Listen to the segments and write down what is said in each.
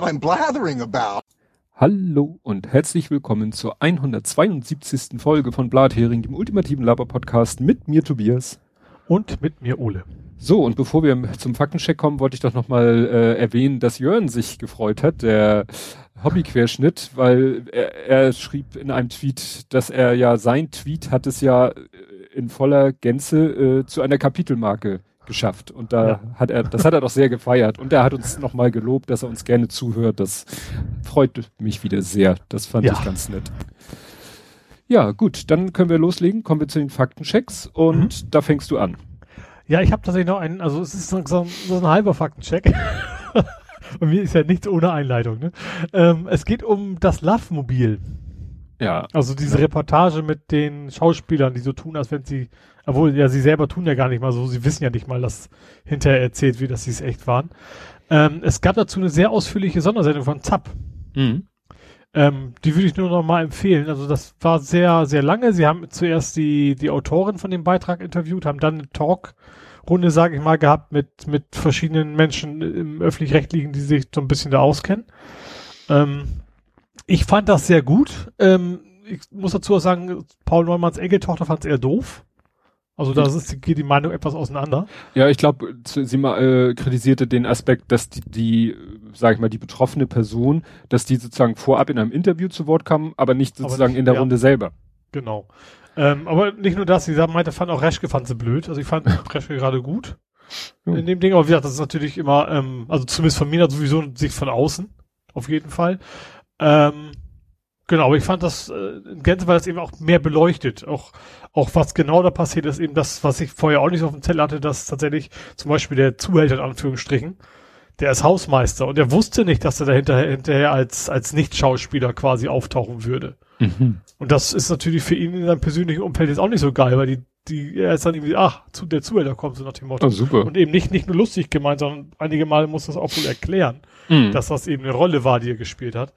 I'm blathering about. Hallo und herzlich willkommen zur 172. Folge von Blathering, dem ultimativen Laber-Podcast mit mir Tobias. Und mit mir Ole. So, und bevor wir zum Faktencheck kommen, wollte ich doch nochmal erwähnen, dass Jörn sich gefreut hat, der Hobbyquerschnitt, weil er schrieb in einem Tweet, dass er ja, sein Tweet hat es ja in voller Gänze zu einer Kapitelmarke geschafft. Und da hat er doch sehr gefeiert. Und er hat uns nochmal gelobt, dass er uns gerne zuhört. Das freut mich wieder sehr. Das fand ich ganz nett. Ja, gut, dann können wir loslegen. Kommen wir zu den Faktenchecks und da fängst du an. Ja, ich habe tatsächlich noch einen, also es ist so ein halber Faktencheck. Und mir ist ja nichts ohne Einleitung. Ne? Es geht um das Love-Mobil. Ja. Also diese Reportage mit den Schauspielern, die so tun, als wenn sie, obwohl ja sie selber tun ja gar nicht mal so, sie wissen ja nicht mal, dass hinterher erzählt wird, dass sie es echt waren. Es gab dazu eine sehr ausführliche Sondersendung von Zapp. Mhm. Die würde ich nur noch mal empfehlen. Also das war sehr, sehr lange. Sie haben zuerst die Autorin von dem Beitrag interviewt, haben dann eine Talkrunde, sage ich mal, gehabt mit verschiedenen Menschen im Öffentlich-Rechtlichen, die sich so ein bisschen da auskennen. Ich fand das sehr gut. Ich muss dazu auch sagen, Paul Neumanns Enkeltochter fand es eher doof. Also da geht die Meinung etwas auseinander. Ja, ich glaube, sie kritisierte den Aspekt, dass die sag ich mal, die betroffene Person, dass die sozusagen vorab in einem Interview zu Wort kam, aber nicht sozusagen in der Runde selber. Genau. Aber nicht nur das, sie meinte, fand auch Reschke fand sie blöd. Also ich fand Reschke gerade gut in dem Ding. Aber wie gesagt, das ist natürlich immer, also zumindest von mir sowieso Sicht von außen. Auf jeden Fall. Genau, aber ich fand das in Gänze, weil das eben auch mehr beleuchtet. Auch was genau da passiert ist, eben das, was ich vorher auch nicht so auf dem Zettel hatte, dass tatsächlich zum Beispiel der Zuhälter in Anführungsstrichen, der ist Hausmeister und der wusste nicht, dass er da hinterher als Nicht-Schauspieler quasi auftauchen würde. Mhm. Und das ist natürlich für ihn in seinem persönlichen Umfeld jetzt auch nicht so geil, weil er ist dann irgendwie, der Zuhälter kommt, so nach dem Motto. Oh, super. Und eben nicht nur lustig gemeint, sondern einige Male muss das auch wohl erklären, dass das eben eine Rolle war, die er gespielt hat.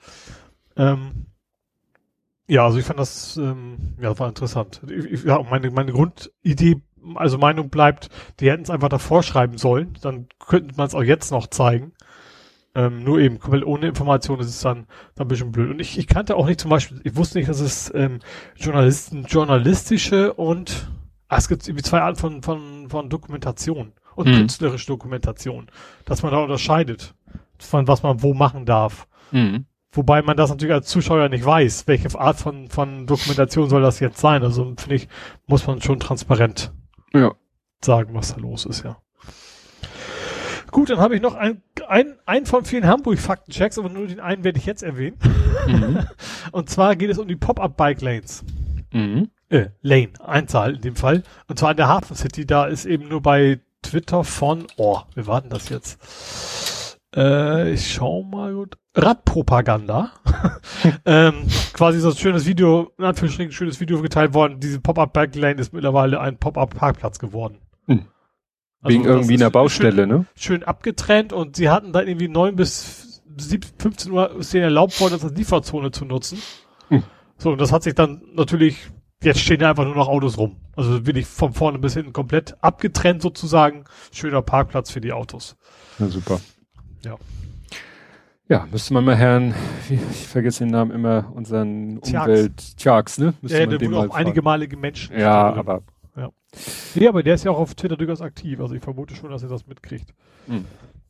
Ja, also ich fand das, war interessant. Meine Grundidee, also Meinung bleibt, die hätten es einfach davor schreiben sollen, dann könnte man es auch jetzt noch zeigen. Nur eben komplett ohne Information ist es dann ein bisschen blöd. Und ich kannte auch nicht zum Beispiel, ich wusste nicht, dass es journalistische und es gibt irgendwie zwei Arten von Dokumentation und künstlerische Dokumentation, dass man da unterscheidet, von was man wo machen darf. Mhm. Wobei man das natürlich als Zuschauer nicht weiß, welche Art von Dokumentation soll das jetzt sein. Also finde ich, muss man schon transparent sagen, was da los ist, ja. Gut, dann habe ich noch einen von vielen Hamburg-Faktenchecks, aber nur den einen werde ich jetzt erwähnen. Mhm. Und zwar geht es um die Pop-Up-Bike-Lanes. Mhm. Lane, Einzahl in dem Fall. Und zwar in der Hafen City, da ist eben nur bei Twitter von, wir warten das jetzt. Ich schau mal gut. Radpropaganda. Quasi so ein schönes Video, in Anführungsstrichen schönes Video geteilt worden. Diese Pop-Up-Bike-Lane ist mittlerweile ein Pop-Up-Parkplatz geworden. Mhm. Also wegen irgendwie einer Baustelle, ne? Schön abgetrennt und sie hatten dann irgendwie 9 bis 15 Uhr ist denen erlaubt worden, das als Lieferzone zu nutzen. Mhm. So, und das hat sich dann natürlich, jetzt stehen da einfach nur noch Autos rum. Also wirklich von vorne bis hinten komplett abgetrennt sozusagen. Schöner Parkplatz für die Autos. Na super. Ja. Ja, müsste man mal Herrn, ich vergesse den Namen immer, unseren Tjax, ne? Ja, der wurde auch einige Male gemenschen. Ja, aber. Ja. Nee, aber der ist ja auch auf Twitter durchaus aktiv, also ich vermute schon, dass er das mitkriegt. Mhm.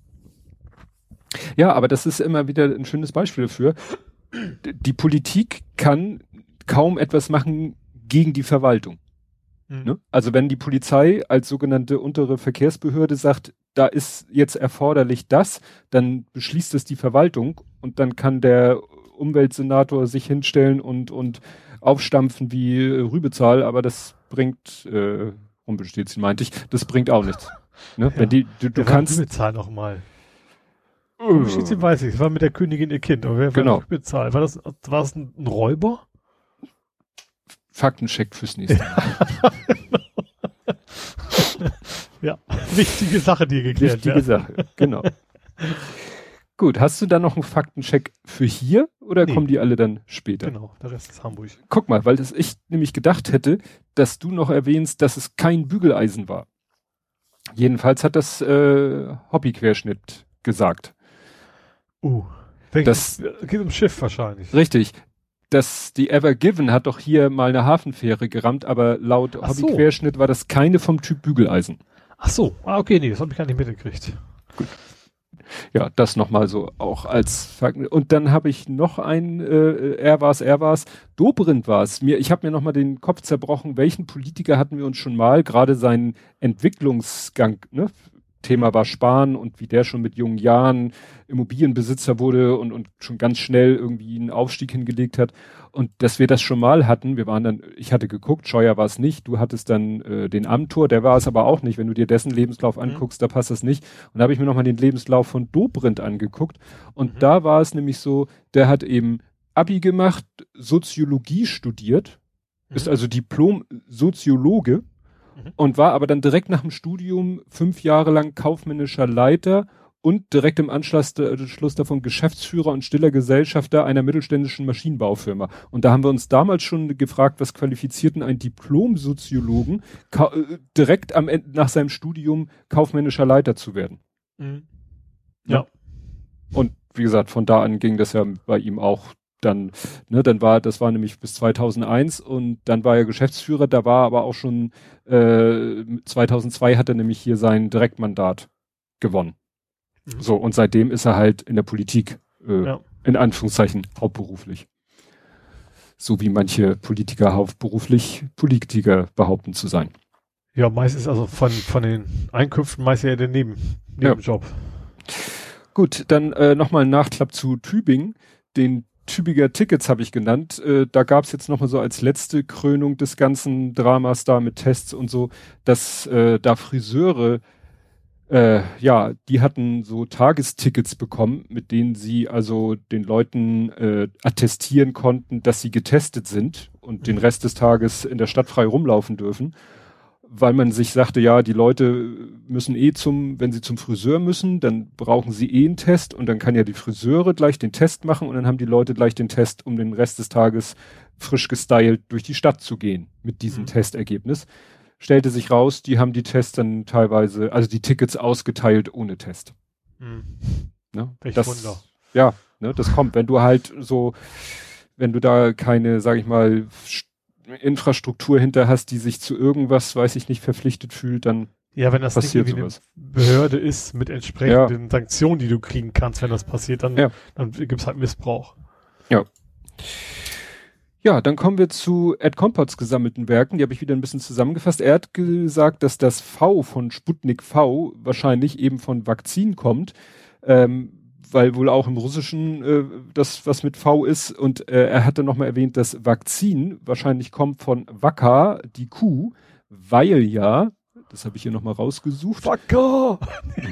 Ja, aber das ist immer wieder ein schönes Beispiel dafür. Die Politik kann kaum etwas machen gegen die Verwaltung. Mhm. Ne? Also wenn die Polizei als sogenannte untere Verkehrsbehörde sagt, da ist jetzt erforderlich das, dann beschließt es die Verwaltung und dann kann der Umweltsenator sich hinstellen und aufstampfen wie Rübezahl, aber das bringt, Rumpelstilzchen meinte ich, das bringt auch nichts. Ne? Ja, wenn du kannst. Rübezahl nochmal. Rumpelstilzchen weiß ich, das war mit der Königin ihr Kind, aber wer war Rübezahl? War das ein Räuber? Faktencheck fürs nächste Mal. Ja, wichtige Sache, die geklärt wird. Wichtige Sache, genau. Gut, hast du da noch einen Faktencheck für hier oder kommen die alle dann später? Genau, der Rest ist Hamburg. Guck mal, weil ich nämlich gedacht hätte, dass du noch erwähnst, dass es kein Bügeleisen war. Jedenfalls hat das Hobbyquerschnitt gesagt. Das geht ums Schiff wahrscheinlich. Richtig. Die Ever Given hat doch hier mal eine Hafenfähre gerammt, aber laut Hobbyquerschnitt war das keine vom Typ Bügeleisen. Ach so, okay, nee, das habe ich gar nicht mitgekriegt. Gut. Ja, das nochmal so auch als Fakt. Und dann habe ich noch einen, er war's, Dobrindt war's. Ich habe mir nochmal den Kopf zerbrochen, welchen Politiker hatten wir uns schon mal, gerade seinen Entwicklungsgang, ne? Thema war Spahn und wie der schon mit jungen Jahren Immobilienbesitzer wurde und schon ganz schnell irgendwie einen Aufstieg hingelegt hat. Und dass wir das schon mal hatten, ich hatte geguckt, Scheuer war es nicht, du hattest dann den Amthor, der war es aber auch nicht. Wenn du dir dessen Lebenslauf anguckst, da passt das nicht. Und da habe ich mir nochmal den Lebenslauf von Dobrindt angeguckt. Und da war es nämlich so, der hat eben Abi gemacht, Soziologie studiert, ist also Diplom-Soziologe, und war aber dann direkt nach dem Studium 5 Jahre lang kaufmännischer Leiter und direkt im Anschluss davon Geschäftsführer und stiller Gesellschafter einer mittelständischen Maschinenbaufirma. Und da haben wir uns damals schon gefragt, was qualifiziert denn ein Diplom-Soziologen direkt am Ende nach seinem Studium kaufmännischer Leiter zu werden. Mhm. Ja. Und wie gesagt, von da an ging das ja bei ihm auch dann, ne, das war nämlich bis 2001 und dann war er Geschäftsführer, da war aber auch schon 2002 hat er nämlich hier sein Direktmandat gewonnen. So, und seitdem ist er halt in der Politik, in Anführungszeichen, hauptberuflich. So wie manche Politiker hauptberuflich Politiker behaupten zu sein. Ja, meistens also von den Einkünften meist ja der Nebenjob. Gut, dann nochmal ein Nachklapp zu Tübingen. Den Tübinger Tickets habe ich genannt. Da gab es jetzt nochmal so als letzte Krönung des ganzen Dramas da mit Tests und so, dass da Friseure, die hatten so Tagestickets bekommen, mit denen sie also den Leuten attestieren konnten, dass sie getestet sind und den Rest des Tages in der Stadt frei rumlaufen dürfen. Weil man sich sagte, ja, die Leute müssen wenn sie zum Friseur müssen, dann brauchen sie einen Test und dann kann ja die Friseure gleich den Test machen und dann haben die Leute gleich den Test, um den Rest des Tages frisch gestylt durch die Stadt zu gehen mit diesem Testergebnis. Stellte sich raus, die haben die Tests dann teilweise, also die Tickets ausgeteilt ohne Test. Ne? Wunder. Ja, ne, das kommt, wenn du halt so, wenn du da keine, sag ich mal, Infrastruktur hinter hast, die sich zu irgendwas, weiß ich nicht, verpflichtet fühlt, dann ja, wenn das passiert nicht sowas. Eine Behörde ist mit entsprechenden Sanktionen, die du kriegen kannst, wenn das passiert, dann gibt's halt Missbrauch. Ja. Ja, dann kommen wir zu Ed Kompots gesammelten Werken, die habe ich wieder ein bisschen zusammengefasst. Er hat gesagt, dass das V von Sputnik V wahrscheinlich eben von Vakzin kommt, weil wohl auch im Russischen das was mit V ist und er hatte nochmal erwähnt, dass Vakzin wahrscheinlich kommt von Vaka, die Kuh, weil ja, das habe ich hier nochmal rausgesucht. Vaka!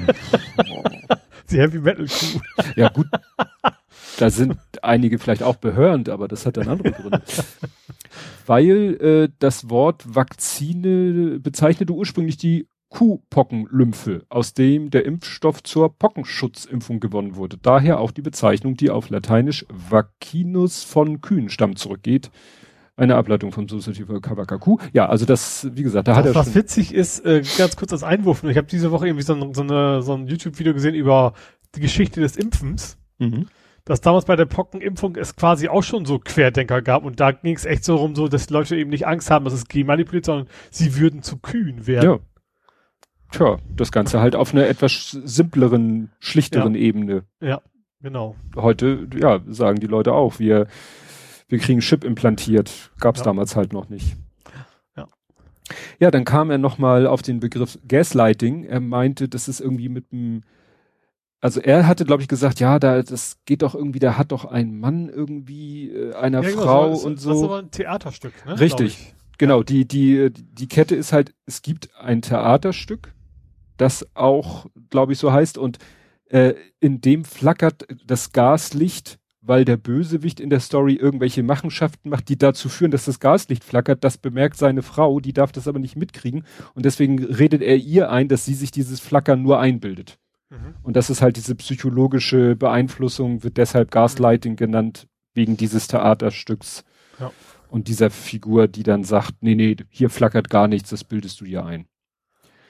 Die Heavy Metal Kuh. Ja gut, da sind einige vielleicht auch behörend, aber das hat dann andere Gründe. Weil das Wort Vakzine bezeichnete ursprünglich die Kuhpockenlymphe, aus dem der Impfstoff zur Pockenschutzimpfung gewonnen wurde. Daher auch die Bezeichnung, die auf Lateinisch Vaccinus von Kühen stammt, zurückgeht. Eine Ableitung vom Substantiv Kavakaku. Ja, also das, wie gesagt, da hat er schon... Was witzig ist, ganz kurz als Einwurf, ich habe diese Woche irgendwie so ein YouTube-Video gesehen über die Geschichte des Impfens. Dass damals bei der Pockenimpfung es quasi auch schon so Querdenker gab und da ging es echt so rum, so, dass Leute eben nicht Angst haben, dass es genmanipuliert, sondern sie würden zu Kühen werden. Ja. Tja, das Ganze halt auf einer etwas simpleren, schlichteren Ebene. Ja, genau. Heute, ja, sagen die Leute auch, wir kriegen Chip implantiert. Gab's damals halt noch nicht. Ja, dann kam er nochmal auf den Begriff Gaslighting. Er meinte, das ist irgendwie mit dem, also er hatte, glaube ich, gesagt, ja, das geht doch irgendwie, da hat doch ein Mann irgendwie einer Frau und so. Das ist aber ein Theaterstück, ne? Richtig. Genau, die Kette ist halt, es gibt ein Theaterstück, das auch, glaube ich, so heißt und in dem flackert das Gaslicht, weil der Bösewicht in der Story irgendwelche Machenschaften macht, die dazu führen, dass das Gaslicht flackert. Das bemerkt seine Frau, die darf das aber nicht mitkriegen und deswegen redet er ihr ein, dass sie sich dieses Flackern nur einbildet. Und das ist halt diese psychologische Beeinflussung, wird deshalb Gaslighting genannt, wegen dieses Theaterstücks. Ja. Und dieser Figur, die dann sagt, nee, hier flackert gar nichts, das bildest du dir ein.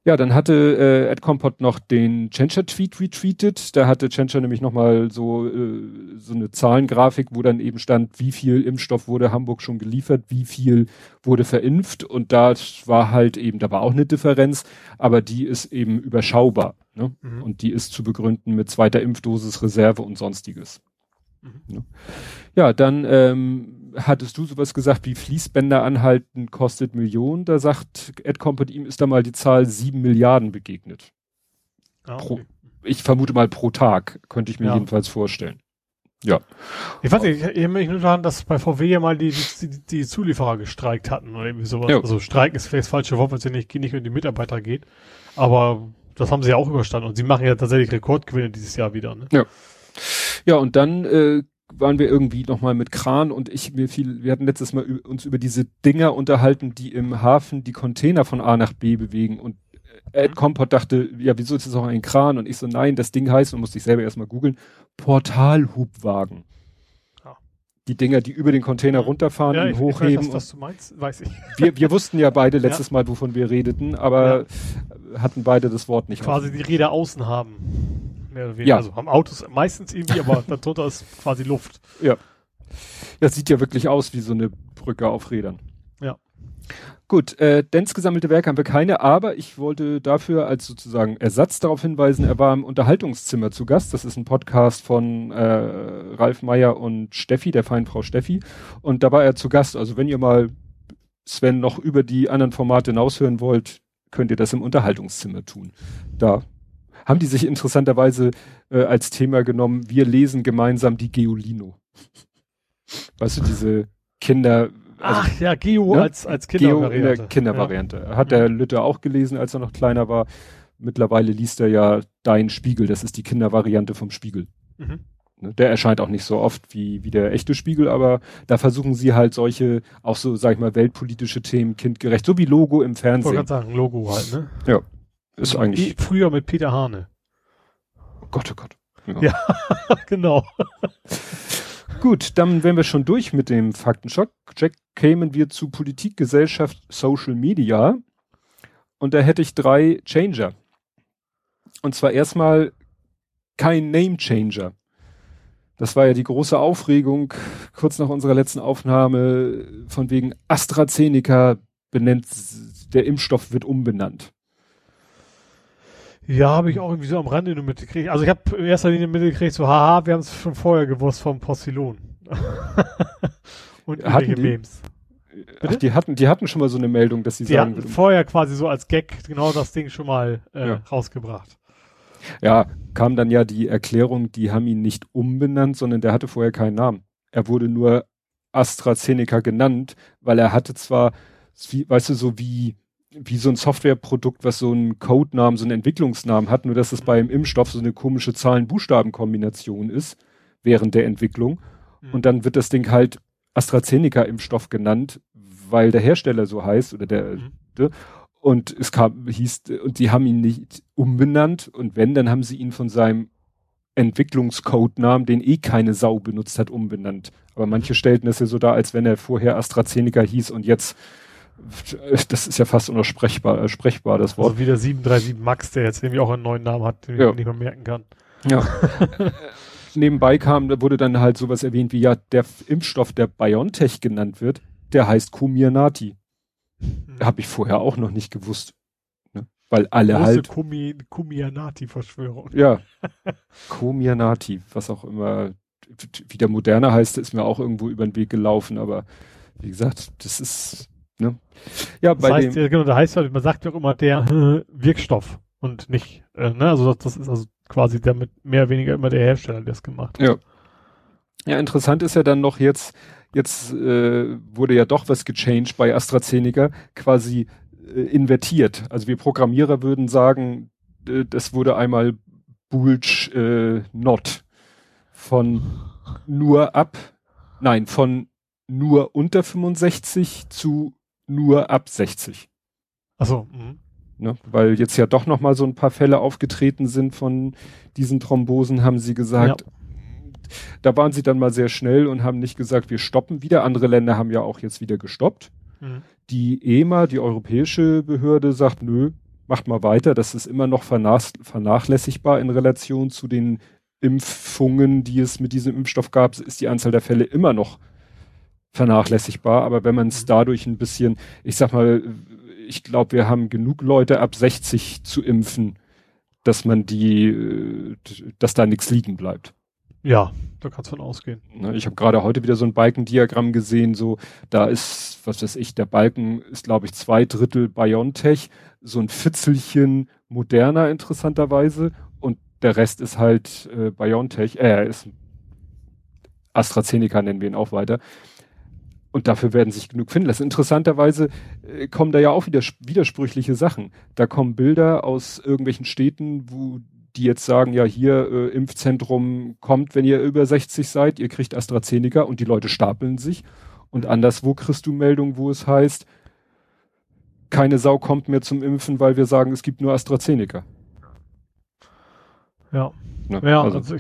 Ja, dann hatte Ed Kompott noch den Tschentscher-Tweet retweetet. Da hatte Tschentscher nämlich nochmal so eine Zahlengrafik, wo dann eben stand, wie viel Impfstoff wurde Hamburg schon geliefert, wie viel wurde verimpft. Und da war halt eben, da war auch eine Differenz, aber die ist eben überschaubar. Ne? Mhm. Und die ist zu begründen mit zweiter Impfdosis, Reserve und sonstiges. Mhm. Ne? Ja, dann hattest du sowas gesagt wie Fließbänder anhalten kostet Millionen. Da sagt Ed Kompott, ihm ist da mal die Zahl 7 Milliarden begegnet. Ah, okay. Ich vermute mal pro Tag, könnte ich mir jedenfalls vorstellen. Ja. Ich weiß nicht, ich erinnere mich nur daran, dass bei VW ja mal die Zulieferer gestreikt hatten oder irgendwie sowas. Ja. Also streiken ist vielleicht das falsche Wort, weil es ja nicht um die Mitarbeiter geht. Aber das haben sie ja auch überstanden und sie machen ja tatsächlich Rekordgewinne dieses Jahr wieder. Ne? Ja. Ja, und dann waren wir irgendwie nochmal mit Kran und wir hatten letztes Mal uns über diese Dinger unterhalten, die im Hafen die Container von A nach B bewegen und Ed Kompott dachte, ja, wieso ist das auch ein Kran? Und ich so, nein, das Ding heißt, und musste ich selber erstmal googeln, Portalhubwagen. Ja. Die Dinger, die über den Container runterfahren und hochheben. Ich weiß, was du meinst, weiß ich. Wir wussten ja beide letztes Mal, wovon wir redeten, aber hatten beide das Wort nicht. Quasi die Räder außen haben. Mehr oder weniger. Ja. Also haben Autos meistens irgendwie, aber darunter ist quasi Luft. Ja. Das sieht ja wirklich aus wie so eine Brücke auf Rädern. Ja. Gut, Dents gesammelte Werke haben wir keine, aber ich wollte dafür als sozusagen Ersatz darauf hinweisen, er war im Unterhaltungszimmer zu Gast. Das ist ein Podcast von Ralf Meyer und Steffi, der feinen Frau Steffi. Und da war er zu Gast. Also wenn ihr mal Sven noch über die anderen Formate hinaushören wollt, könnt ihr das im Unterhaltungszimmer tun. Da haben die sich interessanterweise als Thema genommen, wir lesen gemeinsam die Geolino. Weißt du, diese Kinder... Also, ach ja, Geo, ne? als Kindervariante. Geo in der Kindervariante. Ja. Hat der Lütte auch gelesen, als er noch kleiner war. Mittlerweile liest er ja Dein Spiegel. Das ist die Kindervariante vom Spiegel. Mhm. Der erscheint auch nicht so oft wie der echte Spiegel, aber da versuchen sie halt solche, auch so, sag ich mal, weltpolitische Themen kindgerecht. So wie Logo im Fernsehen. Ich wollte gerade sagen, Logo halt, ne? Ja. Ist eigentlich. Früher mit Peter Hane. Oh Gott, oh Gott. Ja, genau. Gut, dann wären wir schon durch mit dem Faktenschock. Kämen wir zu Politik, Gesellschaft, Social Media. Und da hätte ich 3 Changer. Und zwar erstmal kein Name Changer. Das war ja die große Aufregung kurz nach unserer letzten Aufnahme von wegen AstraZeneca der Impfstoff wird umbenannt. Ja, habe ich auch irgendwie so am Rande nur mitgekriegt. Also ich habe in erster Linie mitgekriegt, so haha, wir haben es schon vorher gewusst vom Postillon. Und irgendwelche Memes. Ach, die hatten schon mal so eine Meldung, dass sie sagen würden. Vorher quasi so als Gag genau das Ding schon mal rausgebracht. Ja, kam dann ja die Erklärung, die haben ihn nicht umbenannt, sondern der hatte vorher keinen Namen. Er wurde nur AstraZeneca genannt, weil er hatte zwar, weißt du, so wie so ein Softwareprodukt, was so einen Codenamen, so einen Entwicklungsnamen hat, nur dass es beim Impfstoff so eine komische Zahlen-Buchstaben-Kombination ist während der Entwicklung. Und dann wird das Ding halt AstraZeneca-Impfstoff genannt, weil der Hersteller so heißt oder und und die haben ihn nicht umbenannt und wenn, dann haben sie ihn von seinem Entwicklungscodenamen, den keine Sau benutzt hat, umbenannt. Aber manche stellten das ja so dar, als wenn er vorher AstraZeneca hieß und jetzt, das ist ja fast unaussprechbar, das Wort. Also wie der 737 Max, der jetzt irgendwie auch einen neuen Namen hat, den ich nicht mehr merken kann. Ja. Nebenbei wurde dann halt sowas erwähnt wie, ja, der Impfstoff, der BioNTech genannt wird, der heißt Comirnaty. Habe ich vorher auch noch nicht gewusst. Ne? Weil alle halt... Comirnaty-Verschwörung. Ja. Comirnaty, was auch immer, wie der Moderne heißt, ist mir auch irgendwo über den Weg gelaufen, aber wie gesagt, das ist... Ne? Ja, das heißt, genau, da heißt ja, man sagt ja auch immer der Wirkstoff und nicht, ne? Also das ist also quasi damit mehr oder weniger immer der Hersteller, der es gemacht hat. Ja. Ja, interessant ist ja dann noch jetzt wurde ja doch was gechanged bei AstraZeneca, quasi invertiert. Also wir Programmierer würden sagen, das wurde einmal Boolsch not von nur unter 65 zu nur ab 60. Ach so. Ne? Weil jetzt ja doch noch mal so ein paar Fälle aufgetreten sind von diesen Thrombosen, haben sie gesagt. Ja. Da waren sie dann mal sehr schnell und haben nicht gesagt, wir stoppen wieder. Andere Länder haben ja auch jetzt wieder gestoppt. Die EMA, die europäische Behörde, sagt, nö, macht mal weiter, das ist immer noch vernachlässigbar in Relation zu den Impfungen, die es mit diesem Impfstoff gab, ist die Anzahl der Fälle immer noch vernachlässigbar, aber wenn man es dadurch ein bisschen, ich sag mal, ich glaube, wir haben genug Leute ab 60 zu impfen, dass man dass da nichts liegen bleibt. Ja, da kannst du von ausgehen. Ich habe gerade heute wieder so ein Balkendiagramm gesehen, so, da ist, was weiß ich, der Balken ist, glaube ich, 2/3 BioNTech, so ein Fitzelchen Moderna interessanterweise und der Rest ist halt BioNTech, ist AstraZeneca, nennen wir ihn auch weiter. Und dafür werden sich genug finden lassen. Interessanterweise kommen da ja auch wieder widersprüchliche Sachen. Da kommen Bilder aus irgendwelchen Städten, wo die jetzt sagen, ja, hier Impfzentrum kommt, wenn ihr über 60 seid, ihr kriegt AstraZeneca und die Leute stapeln sich. Und anderswo kriegst du Meldungen, wo es heißt, keine Sau kommt mehr zum Impfen, weil wir sagen, es gibt nur AstraZeneca. Ja. Ne? Ja,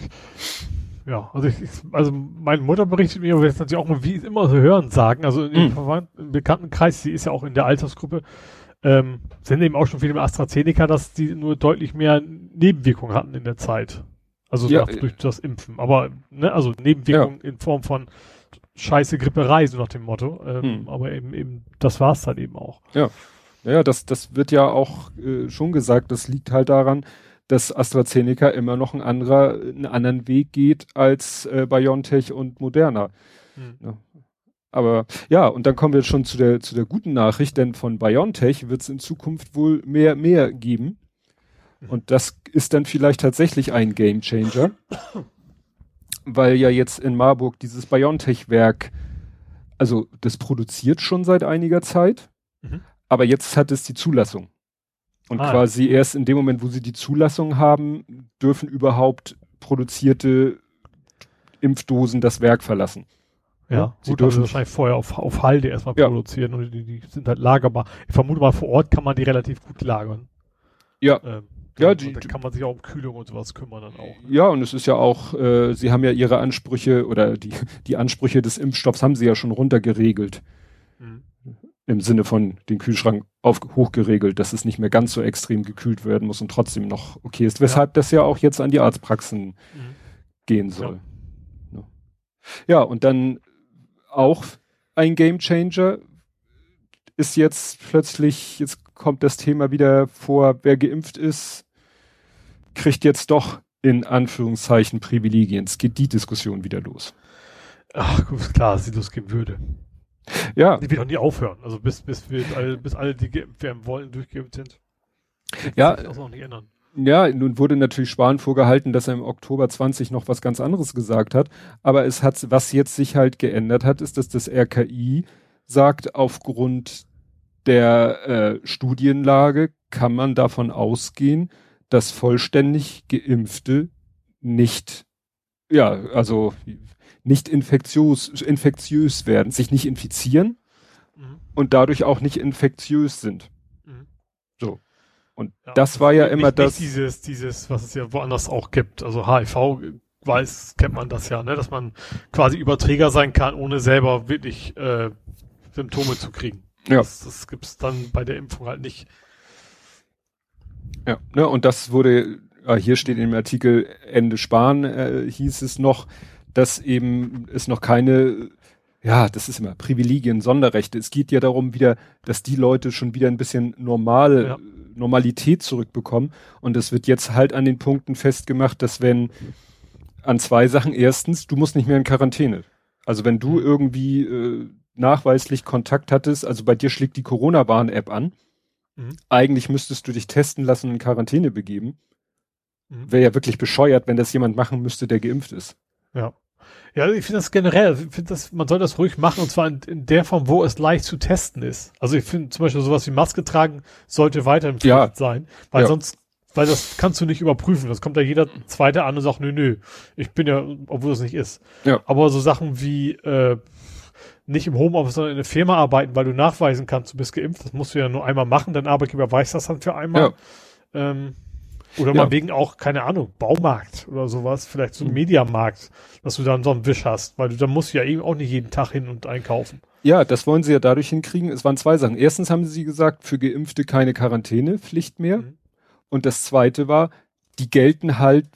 also meine Mutter berichtet mir, wir jetzt natürlich auch mal, wie immer so hören sagen, also im Bekanntenkreis, sie ist ja auch in der Altersgruppe, sind eben auch schon viele mit AstraZeneca, dass die nur deutlich mehr Nebenwirkungen hatten in der Zeit. Also durch das Impfen. Aber, ne, also Nebenwirkungen in Form von scheiße Gripperei, so nach dem Motto. Aber eben, das war's dann eben auch. Ja. Ja, das wird ja auch schon gesagt, das liegt halt daran, dass AstraZeneca immer noch einen anderen Weg geht als BioNTech und Moderna. Ja. Aber ja, und dann kommen wir schon zu der guten Nachricht, denn von BioNTech wird es in Zukunft wohl mehr geben. Und das ist dann vielleicht tatsächlich ein Gamechanger, weil ja jetzt in Marburg dieses BioNTech-Werk, also das produziert schon seit einiger Zeit, aber jetzt hat es die Zulassung. Und quasi erst in dem Moment, wo sie die Zulassung haben, dürfen überhaupt produzierte Impfdosen das Werk verlassen. Ja, sie dürfen wahrscheinlich vorher auf Halde erstmal produzieren und die sind halt lagerbar. Ich vermute mal, vor Ort kann man die relativ gut lagern. Ja. Da kann man sich auch um Kühlung und sowas kümmern dann auch. Ne? Ja, und es ist ja auch, sie haben ja ihre Ansprüche oder die Ansprüche des Impfstoffs haben sie ja schon runtergeregelt. Im Sinne von den Kühlschrank hochgeregelt, dass es nicht mehr ganz so extrem gekühlt werden muss und trotzdem noch okay ist. Weshalb das ja auch jetzt an die Arztpraxen gehen soll. Ja, und dann auch ein Gamechanger ist jetzt plötzlich, jetzt kommt das Thema wieder vor, wer geimpft ist, kriegt jetzt doch in Anführungszeichen Privilegien. Es geht die Diskussion wieder los. Ach, gut, klar, dass sie losgehen würde. Ja. Die wird auch nie aufhören. Also bis alle, die geimpft werden wollen, durchgeimpft sind. Ja. Das auch nicht ändern. Ja, nun wurde natürlich Spahn vorgehalten, dass er im Oktober 20 noch was ganz anderes gesagt hat. Aber was jetzt sich halt geändert hat, ist, dass das RKI sagt, aufgrund der Studienlage kann man davon ausgehen, dass vollständig Geimpfte nicht infektiös werden, sich nicht infizieren und dadurch auch nicht infektiös sind. So. Und das war ja immer das. Nicht dieses, was es ja woanders auch gibt. Also HIV kennt man das ja, ne, dass man quasi Überträger sein kann, ohne selber wirklich Symptome zu kriegen. Ja. Das gibt's dann bei der Impfung halt nicht. Ja, ne, und das wurde, hier steht im Artikel Ende Spahn, hieß es noch, dass eben es noch keine, das ist immer Privilegien, Sonderrechte. Es geht ja darum wieder, dass die Leute schon wieder ein bisschen Normalität zurückbekommen. Und es wird jetzt halt an den Punkten festgemacht, dass an zwei Sachen. Erstens, du musst nicht mehr in Quarantäne. Also wenn du irgendwie nachweislich Kontakt hattest, also bei dir schlägt die Corona-Warn-App an, eigentlich müsstest du dich testen lassen und in Quarantäne begeben. Wäre ja wirklich bescheuert, wenn das jemand machen müsste, der geimpft ist. Ja. Ja, ich finde das generell, man soll das ruhig machen und zwar in der Form, wo es leicht zu testen ist. Also ich finde zum Beispiel sowas wie Maske tragen sollte weiterhin Pflicht sein, weil sonst, weil das kannst du nicht überprüfen. Das kommt ja jeder Zweite an und sagt, nö, ich bin ja, obwohl das nicht ist. Ja. Aber so Sachen wie nicht im Homeoffice, sondern in der Firma arbeiten, weil du nachweisen kannst, du bist geimpft, das musst du ja nur einmal machen, dein Arbeitgeber weiß das dann für einmal. Ja. Oder mal wegen auch, keine Ahnung, Baumarkt oder sowas, vielleicht so ein Mediamarkt, dass du dann so einen Wisch hast, weil dann musst du ja eben auch nicht jeden Tag hin und einkaufen. Ja, das wollen sie ja dadurch hinkriegen. Es waren zwei Sachen. Erstens haben sie gesagt, für Geimpfte keine Quarantänepflicht mehr. Mhm. Und das zweite war, die gelten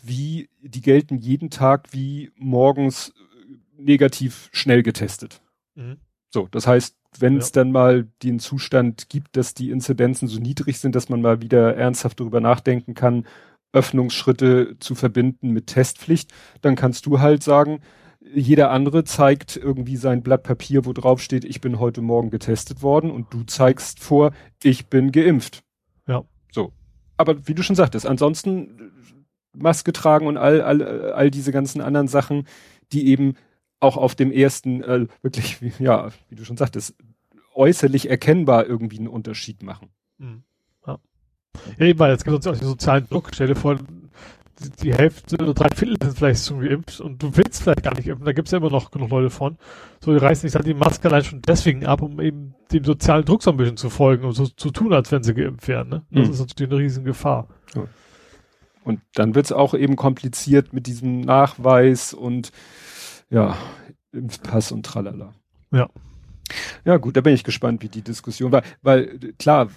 jeden Tag wie morgens negativ schnell getestet. Mhm. So, das heißt, wenn es dann mal den Zustand gibt, dass die Inzidenzen so niedrig sind, dass man mal wieder ernsthaft darüber nachdenken kann, Öffnungsschritte zu verbinden mit Testpflicht, dann kannst du halt sagen, jeder andere zeigt irgendwie sein Blatt Papier, wo drauf steht, ich bin heute Morgen getestet worden und du zeigst vor, ich bin geimpft. Ja. So. Aber wie du schon sagtest, ansonsten Maske tragen und all diese ganzen anderen Sachen, die eben auch auf dem ersten wirklich, ja, wie du schon sagtest, äußerlich erkennbar irgendwie einen Unterschied machen. Mhm. Ja. Ja, eben, weil jetzt gibt es auch den sozialen Druck. Stell dir vor, die Hälfte oder 3/4 sind vielleicht schon geimpft und du willst vielleicht gar nicht impfen, da gibt es ja immer noch genug Leute von. So, die reißen sich dann die Maske allein schon deswegen ab, um eben dem sozialen Druck so ein bisschen zu folgen und so zu tun, als wenn sie geimpft wären. Ne? Das ist natürlich eine riesen Gefahr. Ja. Und dann wird es auch eben kompliziert mit diesem Nachweis und ja, Impfpass und tralala. Ja. Ja gut, da bin ich gespannt, wie die Diskussion war, weil klar,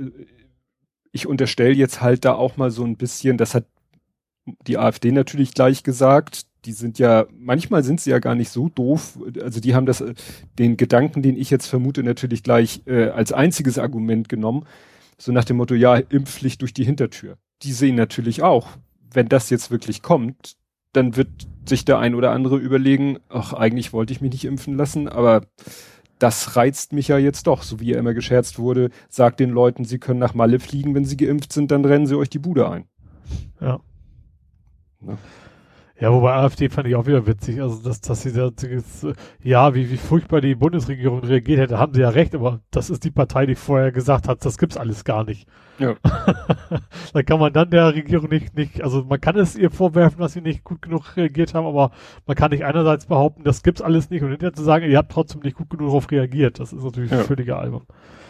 ich unterstelle jetzt halt da auch mal so ein bisschen, das hat die AfD natürlich gleich gesagt, die sind ja, manchmal sind sie ja gar nicht so doof, also die haben den Gedanken, den ich jetzt vermute, natürlich gleich als einziges Argument genommen, so nach dem Motto, ja, Impfpflicht durch die Hintertür. Die sehen natürlich auch, wenn das jetzt wirklich kommt, dann wird sich der ein oder andere überlegen, ach, eigentlich wollte ich mich nicht impfen lassen, aber das reizt mich ja jetzt doch, so wie ja immer gescherzt wurde, sagt den Leuten, sie können nach Malle fliegen, wenn sie geimpft sind, dann rennen sie euch die Bude ein. Ja. Ne? Ja, wobei AfD fand ich auch wieder witzig, also dass sie da, ja, wie furchtbar die Bundesregierung reagiert hätte, haben sie ja recht, aber das ist die Partei, die vorher gesagt hat, das gibt's alles gar nicht. Ja. Da kann man dann der Regierung nicht, also man kann es ihr vorwerfen, dass sie nicht gut genug reagiert haben, aber man kann nicht einerseits behaupten, das gibt's alles nicht und hinterher zu sagen, ihr habt trotzdem nicht gut genug darauf reagiert. Das ist natürlich völliger Albern.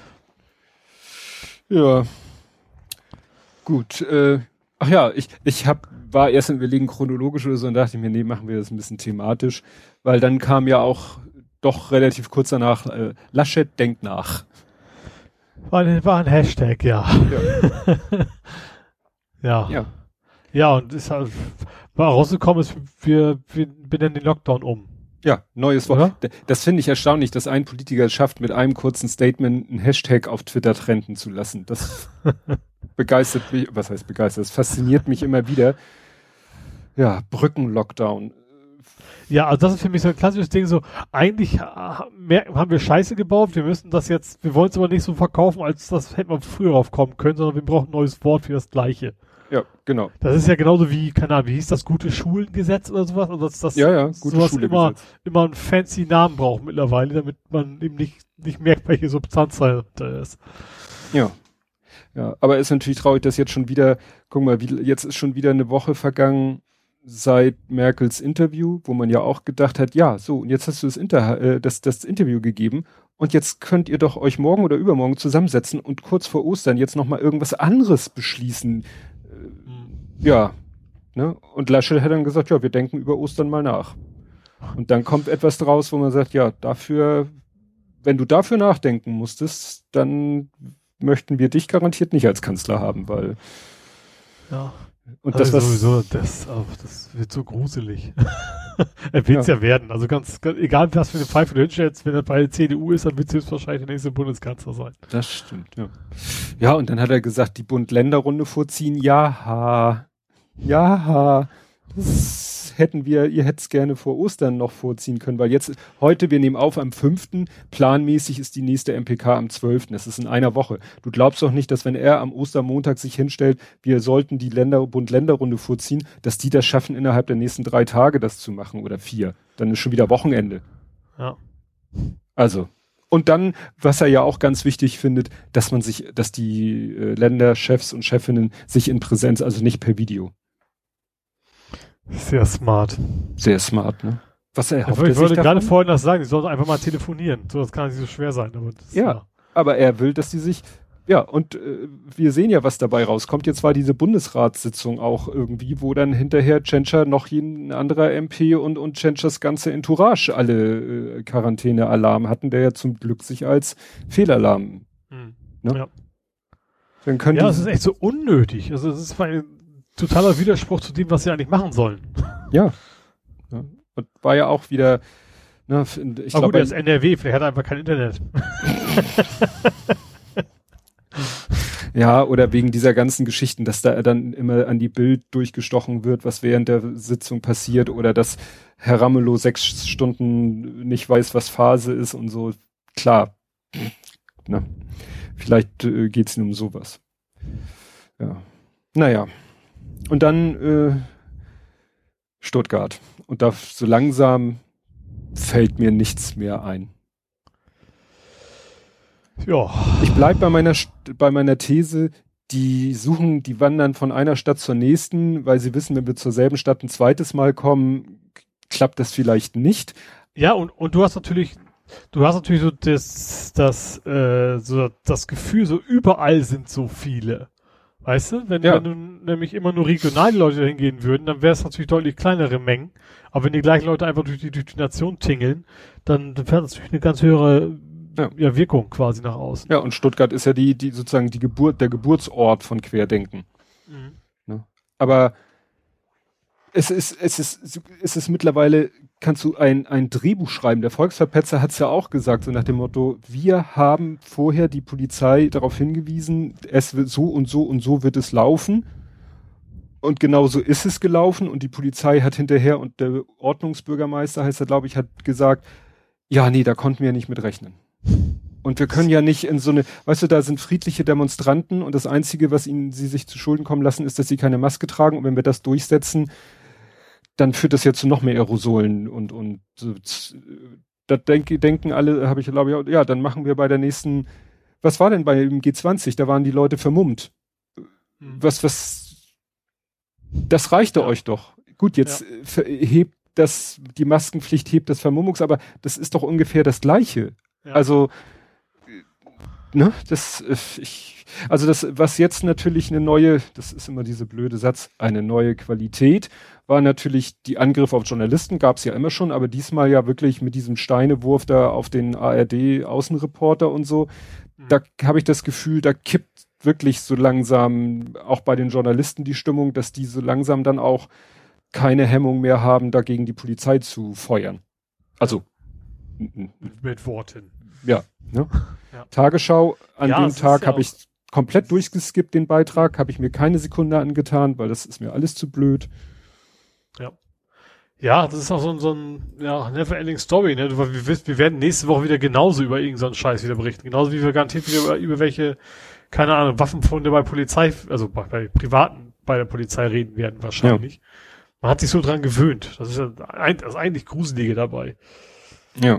Ja. Gut, ach ja, war erst im Überlegen chronologisch oder so und dachte ich mir, nee, machen wir das ein bisschen thematisch, weil dann kam ja auch doch relativ kurz danach, Laschet denkt nach. War ein Hashtag, ja. Ja. Ja. Ja, und ist halt, war rausgekommen ist, wir benennen den Lockdown um. Ja, neues Wort. Das finde ich erstaunlich, dass ein Politiker es schafft, mit einem kurzen Statement einen Hashtag auf Twitter trenden zu lassen. Das begeistert mich, was heißt begeistert? Das fasziniert mich immer wieder. Ja, Brückenlockdown. Ja, also das ist für mich so ein klassisches Ding, so eigentlich haben wir Scheiße gebaut, wir müssen das jetzt, wir wollen es aber nicht so verkaufen, als das hätten wir früher drauf kommen können, sondern wir brauchen ein neues Wort für das Gleiche. Ja, genau. Das ist ja genauso wie, keine Ahnung, wie hieß das, gute Schulengesetz oder sowas? Also das ja, gute sowas Schulengesetz. immer einen fancy Namen braucht mittlerweile, damit man eben nicht merkt, welche Substanz dahinter ist. Ja. Ja, aber ist natürlich traurig, dass jetzt schon wieder, guck mal, jetzt ist schon wieder eine Woche vergangen seit Merkels Interview, wo man ja auch gedacht hat, ja, so, und jetzt hast du das Interview gegeben und jetzt könnt ihr doch euch morgen oder übermorgen zusammensetzen und kurz vor Ostern jetzt nochmal irgendwas anderes beschließen. Ja, ne? Und Laschet hat dann gesagt, ja, wir denken über Ostern mal nach. Und dann kommt etwas draus, wo man sagt, ja, wenn du dafür nachdenken musstest, dann möchten wir dich garantiert nicht als Kanzler haben, weil ja. Und also das sowieso, das wird so gruselig. Er will es ja werden. Also ganz, egal was für eine Pfeife du hinstellst, wenn er bei der CDU ist, dann wird es höchstwahrscheinlich der nächste Bundeskanzler sein. Das stimmt, ja. Ja, und dann hat er gesagt, die Bund-Länder-Runde vorziehen, ja, das ihr hättet es gerne vor Ostern noch vorziehen können, weil heute, wir nehmen auf am 5., planmäßig ist die nächste MPK am 12., das ist in einer Woche. Du glaubst doch nicht, dass wenn er am Ostermontag sich hinstellt, wir sollten die Bund-Länder-Runde vorziehen, dass die das schaffen, innerhalb der nächsten 3 Tage das zu machen oder 4. Dann ist schon wieder Wochenende. Ja. Also. Und dann, was er ja auch ganz wichtig findet, dass die Länderchefs und Chefinnen sich in Präsenz, also nicht per Video. Sehr smart. Sehr smart, ne? Was er hofft, ich wollte gerade vorhin das sagen, die sollten einfach mal telefonieren. So, das kann nicht so schwer sein. Aber aber er will, dass die sich Ja, und wir sehen ja, was dabei rauskommt. Jetzt war diese Bundesratssitzung auch irgendwie, wo dann hinterher Tschentscher noch ein anderer MP und Tschentschers ganze Entourage alle Quarantäne-Alarm hatten, der ja zum Glück sich als Fehlalarm. Ne? Ja. Dann können Ja, es ist echt so unnötig. Also es ist ein totaler Widerspruch zu dem, was sie eigentlich machen sollen. Ja. Ja. Und war ja auch wieder, ne, ich glaube. Gut, er ist NRW, vielleicht hat er einfach kein Internet. Ja, oder wegen dieser ganzen Geschichten, dass da dann immer an die Bild durchgestochen wird, was während der Sitzung passiert, oder dass Herr Ramelow 6 Stunden nicht weiß, was Phase ist und so. Klar. Na, vielleicht geht's nur um sowas. Ja. Naja. Und dann Stuttgart. Und da so langsam fällt mir nichts mehr ein. Ja. Ich bleib bei meiner These, die wandern von einer Stadt zur nächsten, weil sie wissen, wenn wir zur selben Stadt ein zweites Mal kommen, klappt das vielleicht nicht. Ja, und du hast natürlich so das Gefühl, so überall sind so viele. Weißt du? Wenn du nämlich immer nur regionale Leute hingehen würden, dann wäre es natürlich deutlich kleinere Mengen. Aber wenn die gleichen Leute einfach durch die Nation tingeln, dann fährt das natürlich eine ganz höhere Wirkung quasi nach außen. Ja, und Stuttgart ist ja die sozusagen der Geburtsort von Querdenken. Mhm. Ne? Aber es ist mittlerweile, kannst du ein Drehbuch schreiben. Der Volksverpetzer hat es ja auch gesagt, so nach dem Motto, wir haben vorher die Polizei darauf hingewiesen, es wird so und so und so wird es laufen. Und genau so ist es gelaufen. Und die Polizei hat hinterher, und der Ordnungsbürgermeister heißt er, glaube ich, hat gesagt, ja, nee, da konnten wir nicht mit rechnen. Und wir können ja nicht in so eine, weißt du, da sind friedliche Demonstranten und das Einzige, was sie sich zu Schulden kommen lassen, ist, dass sie keine Maske tragen. Und wenn wir das durchsetzen, dann führt das ja zu noch mehr Aerosolen und da denken alle, habe ich glaube ich, ja, dann machen wir bei der nächsten, was war denn beim G20? Da waren die Leute vermummt. Das reichte euch doch. Gut, jetzt hebt die Maskenpflicht hebt das Vermummungs, aber das ist doch ungefähr das Gleiche. Ja. Also, ne, was jetzt natürlich das ist immer diese blöde Satz, eine neue Qualität, war natürlich die Angriffe auf Journalisten, gab es ja immer schon, aber diesmal ja wirklich mit diesem Steinewurf da auf den ARD-Außenreporter und so. Da habe ich das Gefühl, da kippt wirklich so langsam auch bei den Journalisten die Stimmung, dass die so langsam dann auch keine Hemmung mehr haben, dagegen die Polizei zu feuern. Also mit Worten. Ja, ne? Ja. Tagesschau, an dem Tag habe ich komplett durchgeskippt, den Beitrag, habe ich mir keine Sekunde angetan, weil das ist mir alles zu blöd. Ja. Ja, das ist auch so ein never-ending Story, ne? Wir werden nächste Woche wieder genauso über irgendeinen Scheiß wieder berichten. Genauso wie wir garantiert wieder über welche, keine Ahnung, Waffenfunde bei Polizei, also bei Privaten bei der Polizei reden werden wahrscheinlich. Ja. Man hat sich so dran gewöhnt. Das ist ja das eigentlich Gruselige dabei. Ja.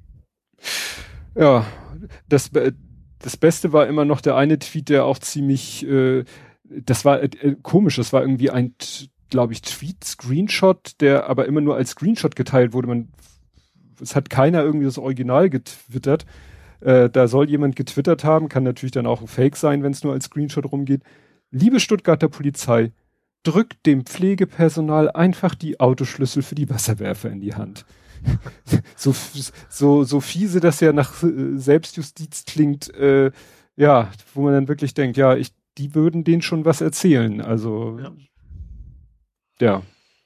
Ja, das Beste war immer noch der eine Tweet, der auch ziemlich, das war komisch, das war irgendwie ein, glaube ich, Tweet-Screenshot, der aber immer nur als Screenshot geteilt wurde. Es hat keiner irgendwie das Original getwittert. Da soll jemand getwittert haben, kann natürlich dann auch ein Fake sein, wenn es nur als Screenshot rumgeht. Liebe Stuttgarter Polizei, drückt dem Pflegepersonal einfach die Autoschlüssel für die Wasserwerfer in die Hand. so fiese das ja nach Selbstjustiz klingt, wo man dann wirklich denkt, die würden denen schon was erzählen. Also ja.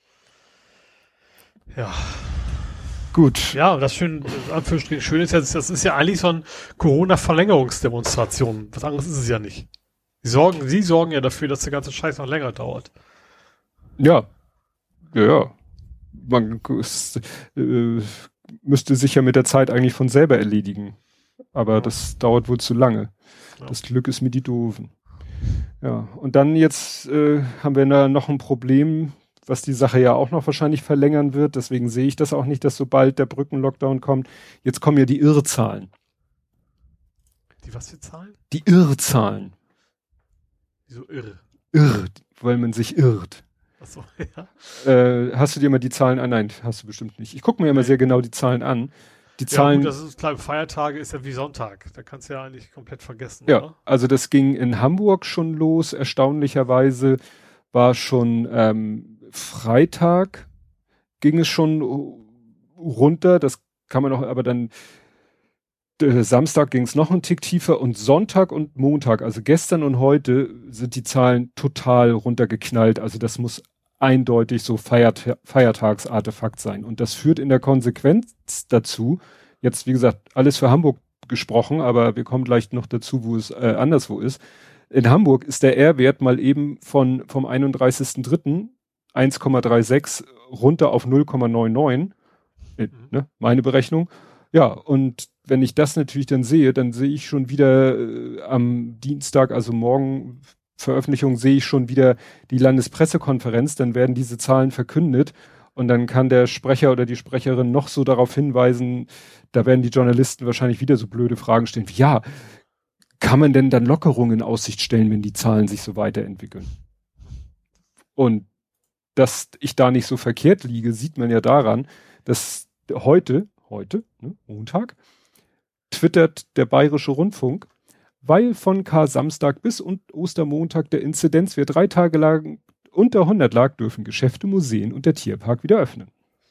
Gut. Ja, und das schön ist ja, das ist ja eigentlich so ein Corona-Verlängerungsdemonstration. Was anderes ist es ja nicht. Sie sorgen ja dafür, dass der ganze Scheiß noch länger dauert. Ja. Man müsste sich ja mit der Zeit eigentlich von selber erledigen. Aber das dauert wohl zu lange. Ja. Das Glück ist mit die Doofen. Ja, und dann jetzt haben wir da noch ein Problem, was die Sache ja auch noch wahrscheinlich verlängern wird. Deswegen sehe ich das auch nicht, dass sobald der Brückenlockdown kommt, jetzt kommen ja die Irrzahlen. Die was für Zahlen? Die Irrzahlen. Wieso irre? Weil man sich irrt. Achso, ja. Hast du dir mal die Zahlen an? Nein, hast du bestimmt nicht. Ich gucke mir immer sehr genau die Zahlen an. Die Zahlen. Ja, gut, das ist klar, Feiertage ist ja wie Sonntag. Da kannst du ja eigentlich komplett vergessen, Ja, oder? also das ging in Hamburg schon los. Erstaunlicherweise war schon Freitag ging es schon runter. Das kann man auch, aber dann Samstag ging es noch einen Tick tiefer und Sonntag und Montag, also gestern und heute, sind die Zahlen total runtergeknallt. Also das muss eindeutig so Feiertagsartefakt sein. Und das führt in der Konsequenz dazu, jetzt wie gesagt, alles für Hamburg gesprochen, aber wir kommen gleich noch dazu, wo es anderswo ist. In Hamburg ist der R-Wert mal eben vom 31.03. 1,36 runter auf 0,99. Ne, meine Berechnung. Ja, und wenn ich das natürlich dann sehe ich schon wieder am Dienstag, also morgen Veröffentlichung, sehe ich schon wieder die Landespressekonferenz, dann werden diese Zahlen verkündet und dann kann der Sprecher oder die Sprecherin noch so darauf hinweisen, da werden die Journalisten wahrscheinlich wieder so blöde Fragen stellen wie, ja, kann man denn dann Lockerungen in Aussicht stellen, wenn die Zahlen sich so weiterentwickeln? Und dass ich da nicht so verkehrt liege, sieht man ja daran, dass heute, ne, Montag, twittert der Bayerische Rundfunk, weil von Kar-Samstag bis Ostermontag der Inzidenzwert 3 Tage lang unter 100 lag, dürfen Geschäfte, Museen und der Tierpark wieder öffnen.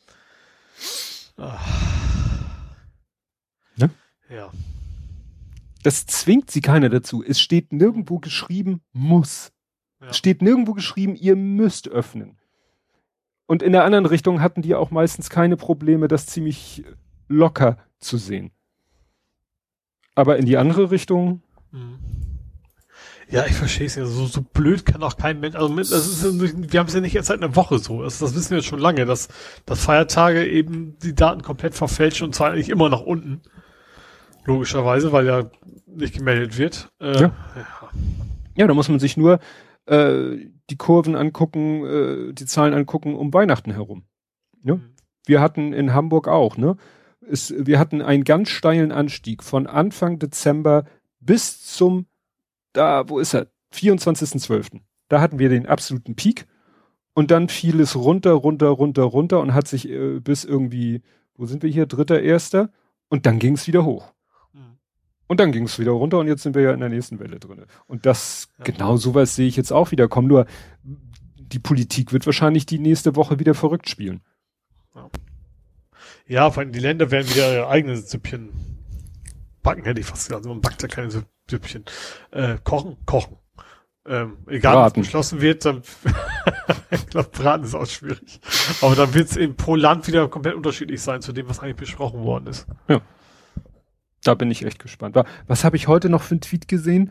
Ne? Ja. Das zwingt sie keiner dazu. Es steht nirgendwo geschrieben, muss. Ja. Es steht nirgendwo geschrieben, ihr müsst öffnen. Und in der anderen Richtung hatten die auch meistens keine Probleme, das ziemlich locker zu sehen. Aber in die andere Richtung. Ja, ich verstehe es ja. So blöd kann auch kein Mensch. Also wir haben es ja nicht erst seit einer Woche so. Das wissen wir jetzt schon lange, dass Feiertage eben die Daten komplett verfälschen und zwar eigentlich immer nach unten. Logischerweise, weil ja nicht gemeldet wird. Ja, da muss man sich nur die Kurven angucken, die Zahlen angucken um Weihnachten herum. Ne? Wir hatten in Hamburg auch, ne? Wir hatten einen ganz steilen Anstieg von Anfang Dezember bis zum, 24.12. Da hatten wir den absoluten Peak und dann fiel es runter und hat sich bis irgendwie, wo sind wir hier, 3.1. und dann ging es wieder hoch. Und dann ging es wieder runter und jetzt sind wir ja in der nächsten Welle drin. Und das, genau sowas sehe ich jetzt auch wieder kommen. Nur die Politik wird wahrscheinlich die nächste Woche wieder verrückt spielen. Ja, vor allem die Länder werden wieder ihre eigenen Süppchen backen, hätte ich fast gesagt. Man backt ja keine Süppchen. Kochen. Egal, was beschlossen wird, dann ich glaube, braten ist auch schwierig. Aber dann wird es eben pro Land wieder komplett unterschiedlich sein zu dem, was eigentlich besprochen worden ist. Ja. Da bin ich echt gespannt. Was habe ich heute noch für einen Tweet gesehen?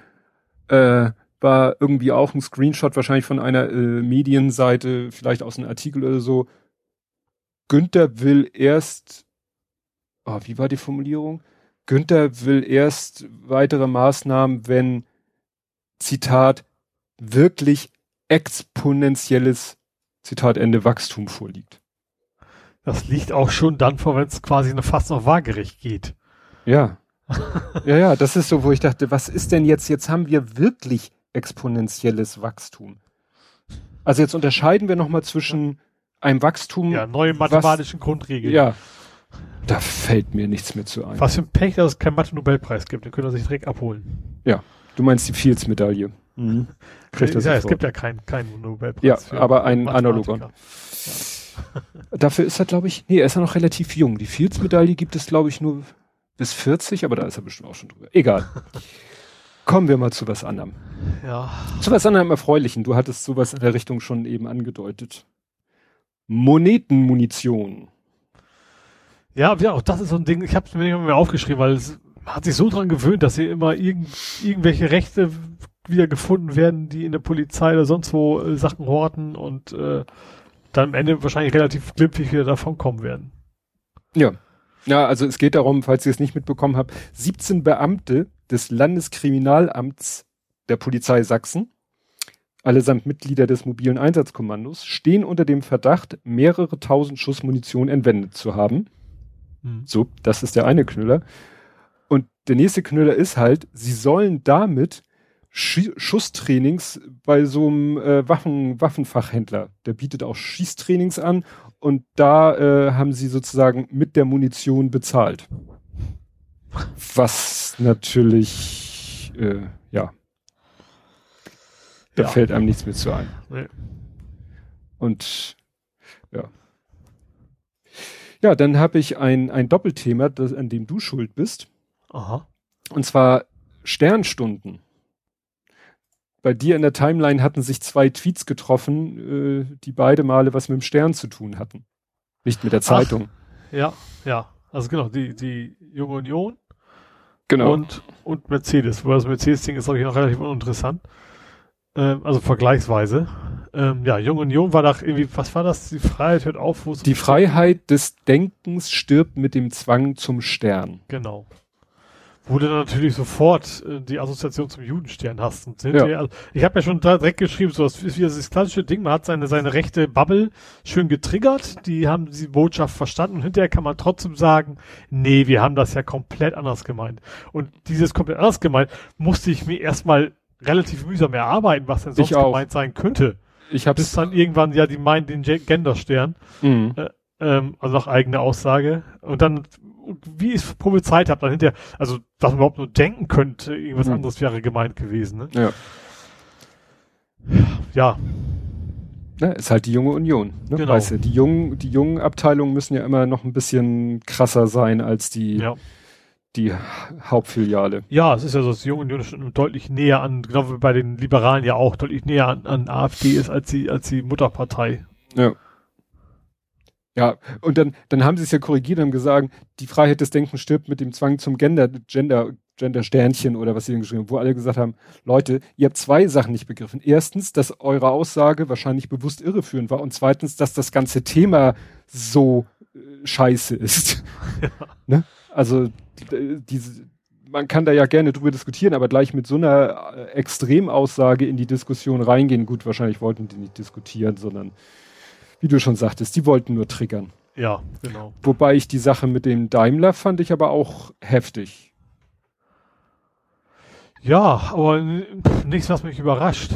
War irgendwie auch ein Screenshot wahrscheinlich von einer Medienseite, vielleicht aus einem Artikel oder so. Günther will erst, wie war die Formulierung? Günther will erst weitere Maßnahmen, wenn, Zitat, wirklich exponentielles, Zitat Ende, Wachstum vorliegt. Das liegt auch schon dann vor, wenn es quasi fast noch waagerecht geht. Ja. Ja, das ist so, wo ich dachte, was ist denn jetzt? Jetzt haben wir wirklich exponentielles Wachstum. Also jetzt unterscheiden wir nochmal zwischen einem Wachstum. Ja, neue mathematischen Grundregeln. Ja. Da fällt mir nichts mehr zu ein. Was für ein Pech, dass es keinen Mathe-Nobelpreis gibt. Den können wir sich direkt abholen. Ja. Du meinst die Fields-Medaille. Mhm. Es gibt ja keinen Nobelpreis. Ja, aber ein Analogon. Ja. Dafür ist er, glaube ich, er ist ja noch relativ jung. Die Fields-Medaille gibt es, glaube ich, nur bis 40, aber da ist er bestimmt auch schon drüber. Egal. Kommen wir mal zu was anderem. Ja. Zu was anderem Erfreulichen. Du hattest sowas in der Richtung schon eben angedeutet. Monetenmunition. Ja, auch das ist so ein Ding, ich habe es mir nicht mehr aufgeschrieben, weil es hat sich so dran gewöhnt, dass hier immer irgendwelche Rechte wieder gefunden werden, die in der Polizei oder sonst wo Sachen horten und dann am Ende wahrscheinlich relativ glimpflich wieder davon kommen werden. Ja. Ja, also es geht darum, falls ihr es nicht mitbekommen habt, 17 Beamte des Landeskriminalamts der Polizei Sachsen, allesamt Mitglieder des mobilen Einsatzkommandos, stehen unter dem Verdacht, mehrere tausend Schuss Munition entwendet zu haben. So, das ist der eine Knüller. Und der nächste Knüller ist halt, sie sollen damit Schusstrainings bei so einem Waffenfachhändler, der bietet auch Schießtrainings an und da haben sie sozusagen mit der Munition bezahlt. Was natürlich, da fällt einem nichts mehr zu ein. Nee. Und ja, dann habe ich ein Doppelthema, an dem du schuld bist. Aha. Und zwar Sternstunden. Bei dir in der Timeline hatten sich 2 Tweets getroffen, die beide Male was mit dem Stern zu tun hatten. Nicht mit der Zeitung. Ja. Also genau, die Junge Union Genau. und Mercedes. Wobei das Mercedes-Ding ist, glaube ich, noch relativ uninteressant. Also vergleichsweise. Junge Union war doch irgendwie, was war das? Die Freiheit hört auf, wo es Die Freiheit des Denkens stirbt mit dem Zwang zum Stern. Genau. Wo du dann natürlich sofort die Assoziation zum Judenstern hast. Und also, ich habe ja schon direkt geschrieben, so das ist wie das klassische Ding, man hat seine rechte Bubble schön getriggert, die haben die Botschaft verstanden und hinterher kann man trotzdem sagen, nee, wir haben das ja komplett anders gemeint. Und dieses komplett anders gemeint musste ich mir erstmal relativ mühsam erarbeiten, was denn sonst gemeint sein könnte. Bis dann irgendwann, die meinen den Genderstern, also nach eigener Aussage. Und dann, wie ich es prophezeit habe, dann hinterher, also, dass man überhaupt nur denken könnte, irgendwas anderes wäre gemeint gewesen, ne? Ja. Ja. Ja, ist halt die junge Union, ne? Genau. Weißt du, die jungen Abteilungen müssen ja immer noch ein bisschen krasser sein als die Hauptfiliale. Ja, es ist ja so, dass die junge Union schon deutlich näher an, genau wie bei den Liberalen ja auch, deutlich näher an AfD ist als die Mutterpartei. Ja. Ja, und dann haben sie es ja korrigiert und haben gesagt, die Freiheit des Denkens stirbt mit dem Zwang zum Gender-Sternchen oder was sie geschrieben haben, wo alle gesagt haben, Leute, ihr habt 2 Sachen nicht begriffen. Erstens, dass eure Aussage wahrscheinlich bewusst irreführend war und zweitens, dass das ganze Thema so scheiße ist. Ja. Ne? Also man kann da ja gerne drüber diskutieren, aber gleich mit so einer Extremaussage in die Diskussion reingehen, gut, wahrscheinlich wollten die nicht diskutieren, sondern wie du schon sagtest, die wollten nur triggern. Ja, genau. Wobei ich die Sache mit dem Daimler fand ich aber auch heftig. Ja, aber nichts, was mich überrascht.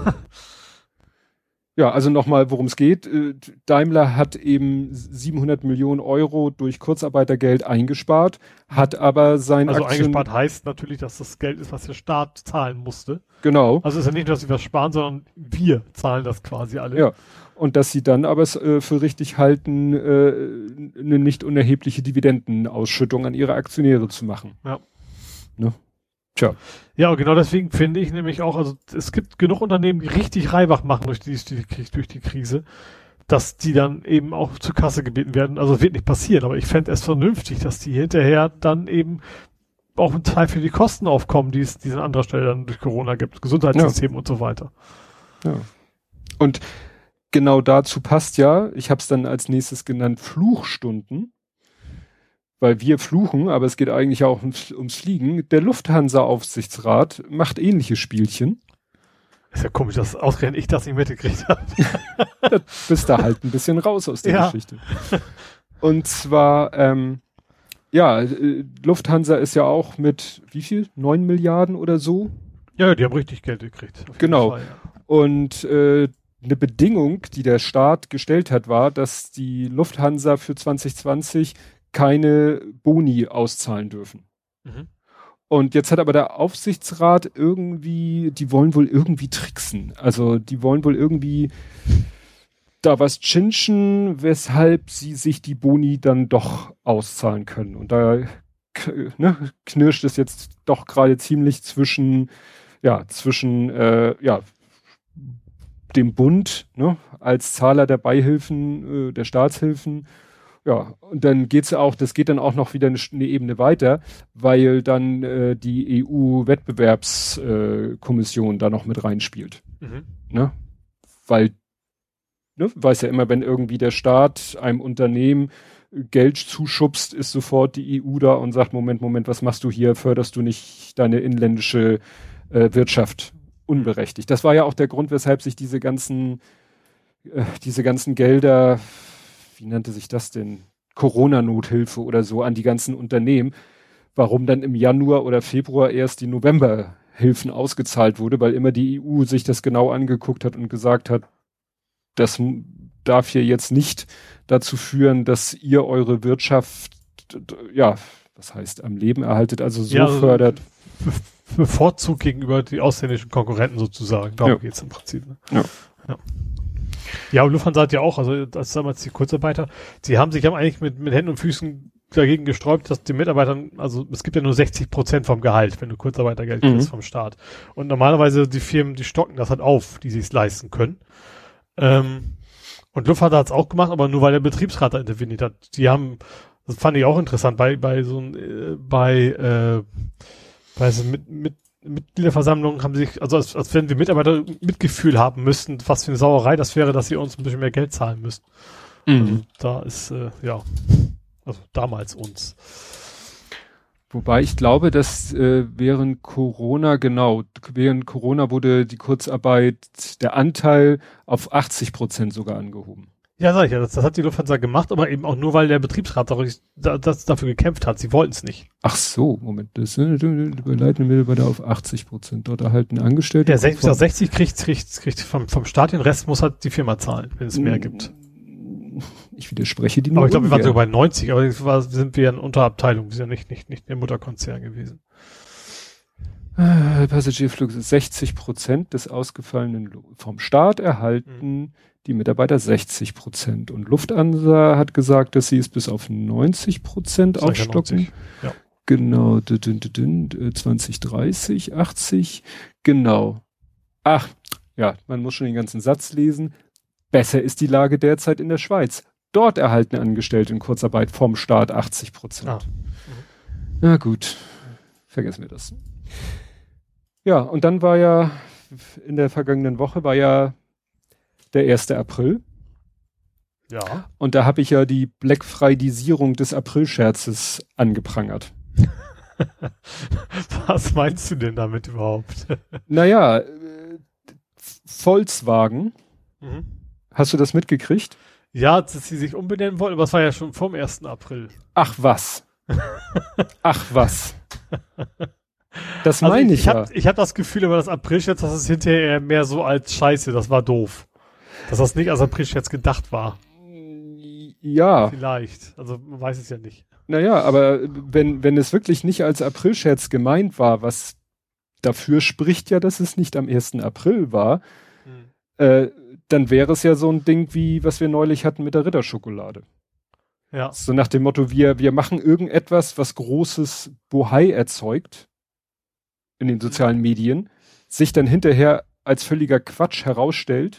Ja, also nochmal, worum es geht. Daimler hat eben 700 Millionen Euro durch Kurzarbeitergeld eingespart, hat aber sein eingespart heißt natürlich, dass das Geld ist, was der Staat zahlen musste. Genau. Also ist ja nicht, dass sie was sparen, sondern wir zahlen das quasi alle. Ja. Und dass sie dann aber es für richtig halten, eine nicht unerhebliche Dividendenausschüttung an ihre Aktionäre zu machen. Ja. Ne? Tja. Ja, und genau deswegen finde ich nämlich auch, also es gibt genug Unternehmen, die richtig Reibach machen durch die Krise, dass die dann eben auch zur Kasse gebeten werden. Also wird nicht passieren, aber ich fände es vernünftig, dass die hinterher dann eben auch ein Teil für die Kosten aufkommen, die es an anderer Stelle dann durch Corona gibt, Gesundheitssystem und so weiter. Ja. Und genau dazu passt ja, ich habe es dann als nächstes genannt, Fluchstunden, weil wir fluchen, aber es geht eigentlich auch ums Fliegen. Der Lufthansa-Aufsichtsrat macht ähnliche Spielchen. Ist ja komisch, dass ausgerechnet ich das nicht mitgekriegt habe. Da bist da halt ein bisschen raus aus der Geschichte. Und zwar, Lufthansa ist ja auch mit, wie viel? 9 Milliarden oder so? Ja, die haben richtig Geld gekriegt. Genau. Fall, ja. Und eine Bedingung, die der Staat gestellt hat, war, dass die Lufthansa für 2020 keine Boni auszahlen dürfen. Mhm. Und jetzt hat aber der Aufsichtsrat die wollen wohl irgendwie tricksen. Also die wollen wohl irgendwie da was chinchen, weshalb sie sich die Boni dann doch auszahlen können. Und da knirscht es jetzt doch gerade ziemlich zwischen dem Bund, ne, als Zahler der Beihilfen, der Staatshilfen. Ja, und dann das geht dann auch noch wieder eine Ebene weiter, weil dann die EU-Wettbewerbskommission da noch mit reinspielt. Mhm. Ne? Weil, weiß ja immer, wenn irgendwie der Staat einem Unternehmen Geld zuschubst, ist sofort die EU da und sagt, Moment, was machst du hier? Förderst du nicht deine inländische Wirtschaft unberechtigt? Das war ja auch der Grund, weshalb sich diese ganzen Gelder, wie nannte sich das denn? Corona-Nothilfe oder so an die ganzen Unternehmen. Warum dann im Januar oder Februar erst die Novemberhilfen ausgezahlt wurde, weil immer die EU sich das genau angeguckt hat und gesagt hat, das darf hier jetzt nicht dazu führen, dass ihr eure Wirtschaft, ja, was heißt am Leben erhaltet, also so fördert. Bevorzugt gegenüber die ausländischen Konkurrenten sozusagen. Darum geht's im Prinzip. Ne? Ja, und Lufthansa hat ja auch, also das damals die Kurzarbeiter, die haben sich eigentlich mit Händen und Füßen dagegen gesträubt, dass die Mitarbeitern, also es gibt ja nur 60% vom Gehalt, wenn du Kurzarbeitergeld kriegst vom Staat. Und normalerweise die Firmen, die stocken das halt auf, die sich's leisten können. Und Lufthansa hat's auch gemacht, aber nur weil der Betriebsrat da interveniert hat. Die haben, das fand ich auch interessant, bei so Mitgliederversammlungen haben sie sich, also als wenn wir Mitarbeiter Mitgefühl haben müssten, was für eine Sauerei das wäre, dass sie uns ein bisschen mehr Geld zahlen müssen. Also da ist, also damals uns. Wobei ich glaube, dass während Corona wurde die Kurzarbeit, der Anteil auf 80% sogar angehoben. Ja, sag ich ja, das hat die Lufthansa gemacht, aber eben auch nur, weil der Betriebsrat dafür gekämpft hat. Sie wollten es nicht. Ach so, Moment, das sind leitende Mitarbeiter auf 80%. Dort erhalten Angestellte. Ja, 60 kriegt vom Staat, den Rest muss halt die Firma zahlen, wenn es mehr gibt. Ich widerspreche die nur. Aber ich glaube, wir waren sogar bei 90, aber sind wir ja in Unterabteilung, wir sind ja nicht der Mutterkonzern gewesen. Passagierflug 60% des ausgefallenen vom Staat erhalten die Mitarbeiter 60%. Und Lufthansa hat gesagt, dass sie es bis auf 90% aufstocken. Ja. Genau, 2030, 80, genau. Ach, ja, man muss schon den ganzen Satz lesen. Besser ist die Lage derzeit in der Schweiz. Dort erhalten Angestellte in Kurzarbeit vom Staat 80%. Na gut, vergessen wir das. Ja, und dann war ja, in der vergangenen Woche war ja der 1. April. Ja. Und da habe ich ja die Black-Friedisierung des Aprilscherzes angeprangert. Was meinst du denn damit überhaupt? Naja, Volkswagen, hast du das mitgekriegt? Ja, dass sie sich umbenennen wollten, aber es war ja schon vom 1. April. Ach was. Das meine ich ja. Ich hab das Gefühl, über das Aprilscherz, dass es hinterher mehr so als Scheiße, das war doof. Dass das nicht als Aprilscherz gedacht war. Ja. Vielleicht. Also man weiß es ja nicht. Naja, aber wenn es wirklich nicht als Aprilscherz gemeint war, was dafür spricht ja, dass es nicht am 1. April war, dann wäre es ja so ein Ding wie, was wir neulich hatten mit der Ritterschokolade. Ja. So nach dem Motto, wir machen irgendetwas, was großes Bohai erzeugt in den sozialen Medien, sich dann hinterher als völliger Quatsch herausstellt.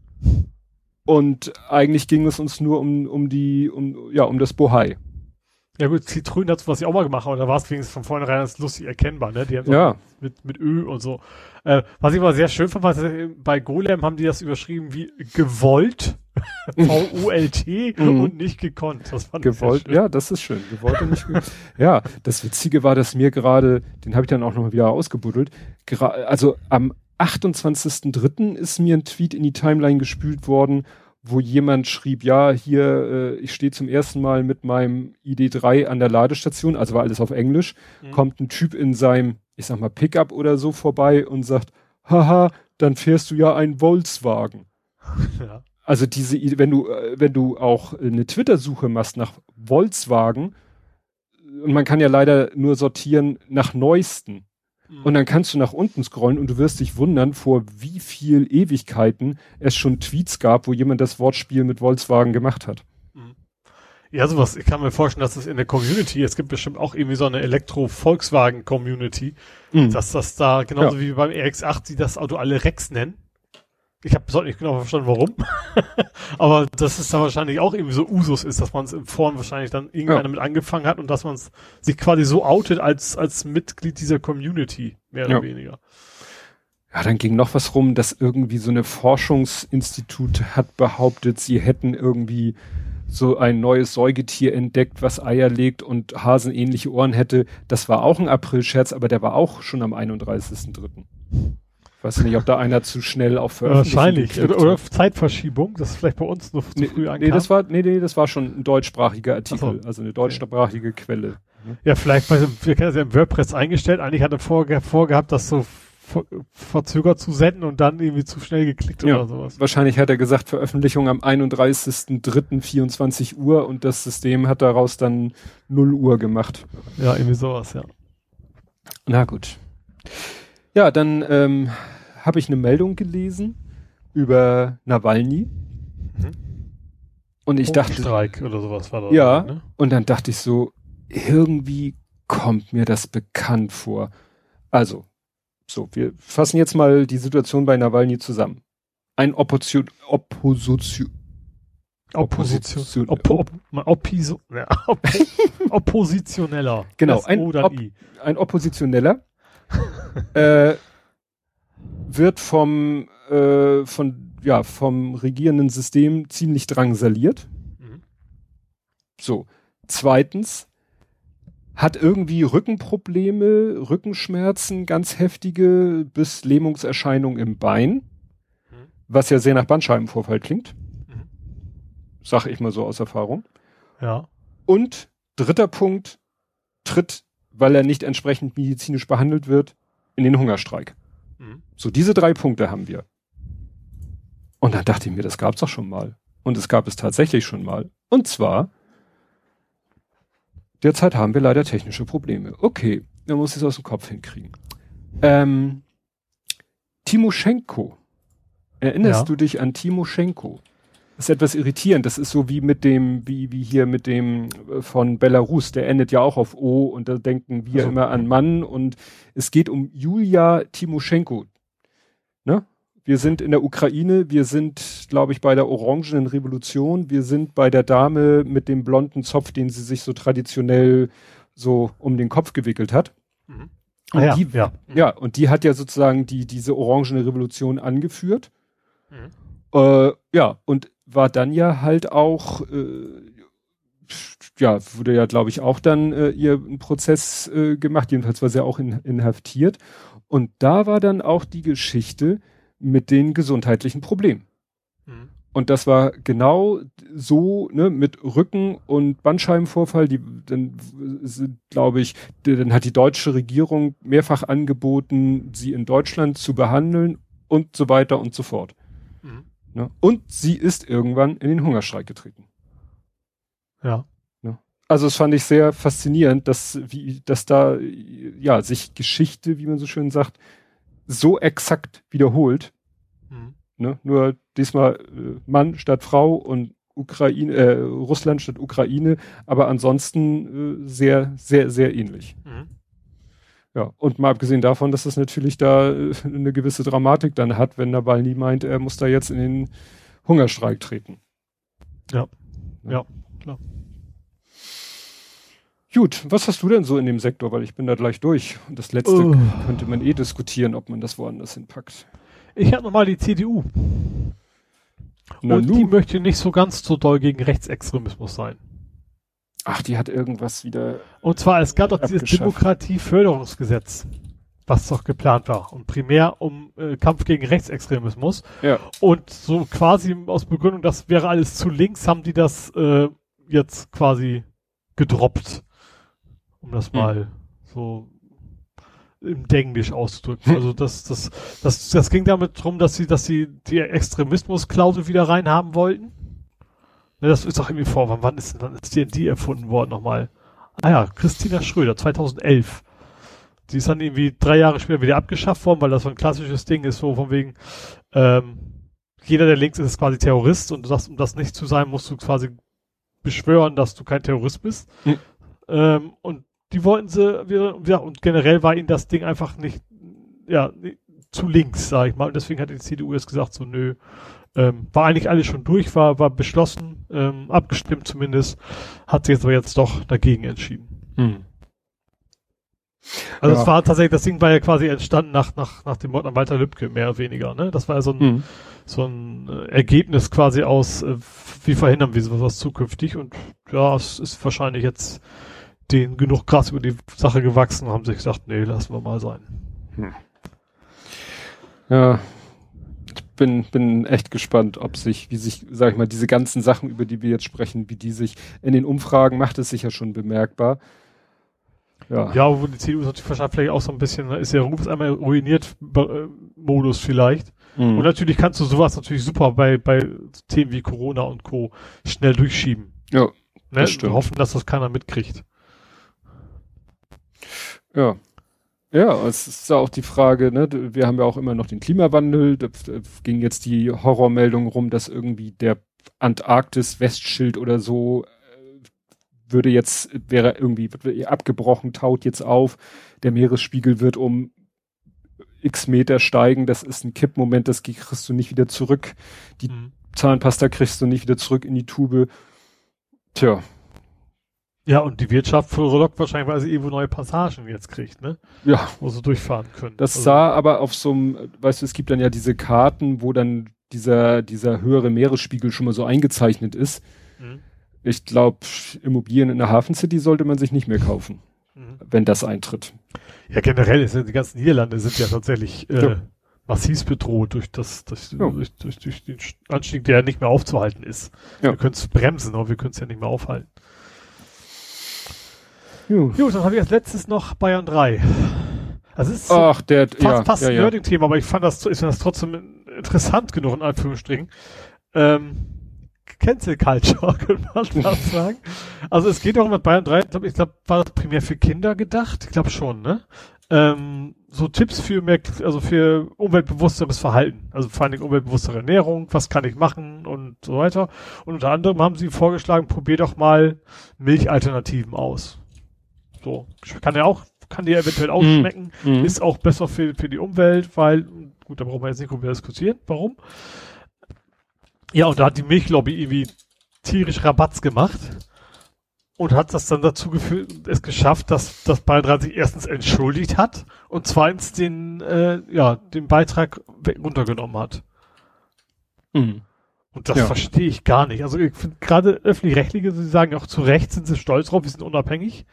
Und eigentlich ging es uns nur um das Bohai. Ja gut, Zitrone hat was ich auch mal gemacht, aber da war es wenigstens von vornherein ganz lustig erkennbar, ne? Die haben ja mit Ö und so. Was ich aber sehr schön fand, bei Golem haben die das überschrieben wie gewollt, V-U-L-T und nicht gekonnt. Das fand gewollt, ich sehr schön. Ja, das ist schön. Gewollt und nicht gekonnt. Ja, das Witzige war, dass mir gerade, den habe ich dann auch noch mal wieder ausgebuddelt, also am 28.03. ist mir ein Tweet in die Timeline gespült worden, wo jemand schrieb, ja, hier, ich stehe zum ersten Mal mit meinem ID3 an der Ladestation, also war alles auf Englisch, kommt ein Typ in seinem, ich sag mal, Pickup oder so vorbei und sagt, haha, dann fährst du ja einen Volkswagen. Ja. Also wenn du auch eine Twitter-Suche machst nach Volkswagen, und man kann ja leider nur sortieren nach neuesten, und dann kannst du nach unten scrollen und du wirst dich wundern, vor wie viel Ewigkeiten es schon Tweets gab, wo jemand das Wortspiel mit Volkswagen gemacht hat. Ja, sowas. Ich kann mir vorstellen, dass es in der Community, es gibt bestimmt auch irgendwie so eine Elektro-Volkswagen-Community, dass das da genauso wie beim RX-8, die das Auto alle Rex nennen. Ich habe nicht genau verstanden, warum. Aber dass es da wahrscheinlich auch irgendwie so Usus ist, dass man es im Forum wahrscheinlich dann irgendeiner mit angefangen hat und dass man sich quasi so outet als Mitglied dieser Community, mehr oder weniger. Ja, dann ging noch was rum, dass irgendwie so eine Forschungsinstitut hat behauptet, sie hätten irgendwie so ein neues Säugetier entdeckt, was Eier legt und hasenähnliche Ohren hätte. Das war auch ein Aprilscherz, aber der war auch schon am 31.03. Weiß nicht, ob da einer zu schnell auf Veröffentlichung wahrscheinlich. Oder Zeitverschiebung, das ist vielleicht bei uns noch zu früh ankam. Das war schon ein deutschsprachiger Artikel, also eine deutschsprachige Quelle. Ja, vielleicht, wir kennen das ja im WordPress eingestellt, eigentlich hat er vorgehabt, das so verzögert zu senden und dann irgendwie zu schnell geklickt oder sowas. Wahrscheinlich hat er gesagt, Veröffentlichung am 31.03.24 Uhr und das System hat daraus dann 0 Uhr gemacht. Ja, irgendwie sowas, ja. Na gut. Ja, dann habe ich eine Meldung gelesen über Nawalny. Und ich dachte, Streik oder sowas war da. ja, ne? Und dann dachte ich so, irgendwie kommt mir das bekannt vor. Also, so, wir fassen jetzt mal die Situation bei Nawalny zusammen. Ein Oppositioneller. Genau, ein Oppositioneller wird vom regierenden System ziemlich drangsaliert. So. Zweitens hat irgendwie Rückenprobleme, Rückenschmerzen, ganz heftige bis Lähmungserscheinungen im Bein, was ja sehr nach Bandscheibenvorfall klingt. Sag ich mal so aus Erfahrung. Ja. Und dritter Punkt, tritt, weil er nicht entsprechend medizinisch behandelt wird, in den Hungerstreik. So, diese 3 Punkte haben wir. Und dann dachte ich mir, das gab's doch schon mal. Und es gab es tatsächlich schon mal. Und zwar, derzeit haben wir leider technische Probleme. Okay, man muss es aus dem Kopf hinkriegen. Timoschenko. Erinnerst du dich an Timoschenko? Das ist etwas irritierend. Das ist so wie mit dem, wie hier mit dem von Belarus. Der endet ja auch auf O und da denken wir immer an Mann und es geht um Julia Timoschenko. Ne? Wir sind in der Ukraine, wir sind, glaube ich, bei der Orangenen Revolution, wir sind bei der Dame mit dem blonden Zopf, den sie sich so traditionell so um den Kopf gewickelt hat. Und und die hat ja sozusagen diese Orangene Revolution angeführt. Und war dann ja halt auch, wurde ja, glaube ich, auch dann ihr ein Prozess gemacht, jedenfalls war sie auch inhaftiert. Und da war dann auch die Geschichte mit den gesundheitlichen Problemen. Und das war genau so, ne, mit Rücken- und Bandscheibenvorfall, dann hat die deutsche Regierung mehrfach angeboten, sie in Deutschland zu behandeln und so weiter und so fort. Ne? Und sie ist irgendwann in den Hungerstreik getreten. Ja. Ne? Also das fand ich sehr faszinierend, dass da sich Geschichte, wie man so schön sagt, so exakt wiederholt. Ne? Nur diesmal Mann statt Frau und Russland statt Ukraine, aber ansonsten sehr, sehr, sehr ähnlich. Ja, und mal abgesehen davon, dass das natürlich da eine gewisse Dramatik dann hat, wenn Nawalny meint, er muss da jetzt in den Hungerstreik treten. Ja, klar. Gut, was hast du denn so in dem Sektor? Weil ich bin da gleich durch. Und das letzte könnte man diskutieren, ob man das woanders hinpackt. Ich habe nochmal die CDU. Die möchte nicht so ganz so doll gegen Rechtsextremismus sein. Ach, die hat irgendwas wieder. Und zwar, es gab doch dieses Demokratieförderungsgesetz, was doch geplant war. Und primär um Kampf gegen Rechtsextremismus. Ja. Und so quasi aus Begründung, das wäre alles zu links, haben die das jetzt quasi gedroppt. Um das mal so im Denglisch auszudrücken. Also das ging damit drum, dass sie die Extremismusklausel wieder reinhaben wollten. Ne, das ist doch irgendwie wann ist die erfunden worden nochmal? Christina Schröder, 2011. Die ist dann irgendwie 3 Jahre später wieder abgeschafft worden, weil das so ein klassisches Ding ist, so von wegen, jeder, der links ist quasi Terrorist und du sagst, um das nicht zu sein, musst du quasi beschwören, dass du kein Terrorist bist. Und die wollten sie wieder, und generell war ihnen das Ding einfach nicht zu links, sag ich mal. Und deswegen hat die CDU jetzt gesagt, so nö, war eigentlich alles schon durch, war beschlossen, abgestimmt zumindest, hat sich jetzt aber jetzt doch dagegen entschieden. Also es war tatsächlich, das Ding war ja quasi entstanden nach dem Mord an Walter Lübcke, mehr oder weniger, ne? Das war ja so ein Ergebnis quasi aus, wie verhindern wir sowas zukünftig, und ja, es ist wahrscheinlich jetzt denen genug Gras über die Sache gewachsen und haben sich gesagt, nee, lassen wir mal sein. Ja, ich bin echt gespannt, wie sich, sag ich mal, diese ganzen Sachen, über die wir jetzt sprechen, wie die sich in den Umfragen macht es sich ja schon bemerkbar. ja. Ja, wo die CDU ist natürlich wahrscheinlich vielleicht auch so ein bisschen, ist der Ruf einmal ruiniert, Modus vielleicht. Und natürlich kannst du sowas natürlich super bei Themen wie Corona und Co. schnell durchschieben. Ja, ne? das stimmt. Und hoffen, dass das keiner mitkriegt. Ja. Ja, es ist ja auch die Frage, ne, wir haben ja auch immer noch den Klimawandel, da ging jetzt die Horrormeldung rum, dass irgendwie der Antarktis-Westschild oder so wäre irgendwie abgebrochen, taut jetzt auf, der Meeresspiegel wird um x Meter steigen, das ist ein Kippmoment, das kriegst du nicht wieder zurück, die Zahnpasta kriegst du nicht wieder zurück in die Tube. Tja. Ja, und die Wirtschaft frohlockt wahrscheinlich, weil sie irgendwo neue Passagen jetzt kriegt, ne? Ja. Wo sie durchfahren können. Das sah aber auf so einem, weißt du, es gibt dann ja diese Karten, wo dann dieser höhere Meeresspiegel schon mal so eingezeichnet ist. Ich glaube, Immobilien in der Hafencity sollte man sich nicht mehr kaufen, wenn das eintritt. Ja, generell ist ja, die ganzen Niederlande sind ja tatsächlich massiv bedroht durch den Anstieg, der nicht mehr aufzuhalten ist. Ja. Wir können es bremsen, aber wir können es ja nicht mehr aufhalten. Gut, dann habe ich als letztes noch Bayern 3. Also es ist fast ein Nerding-Thema, aber ich finde das trotzdem interessant genug, in Anführungsstrichen. Cancel Culture, könnte man fast sagen. Also es geht auch mit Bayern 3, ich glaube, war das primär für Kinder gedacht? Ich glaube schon, ne? So Tipps für für umweltbewussteres Verhalten. Also vor allen Dingen umweltbewusstere Ernährung, was kann ich machen und so weiter. Und unter anderem haben sie vorgeschlagen, probier doch mal Milchalternativen aus. So, kann dir eventuell auch schmecken, ist auch besser für die Umwelt, weil, gut, da brauchen wir jetzt nicht drüber diskutieren, warum. Ja, und da hat die Milchlobby irgendwie tierisch Rabatz gemacht und hat das dann dazu es geschafft, dass das Bayern 3 sich erstens entschuldigt hat und zweitens den Beitrag runtergenommen hat. Und das verstehe ich gar nicht. Also ich finde gerade Öffentlich-Rechtliche, sie sagen auch zu Recht, sind sie stolz drauf, wir sind unabhängig.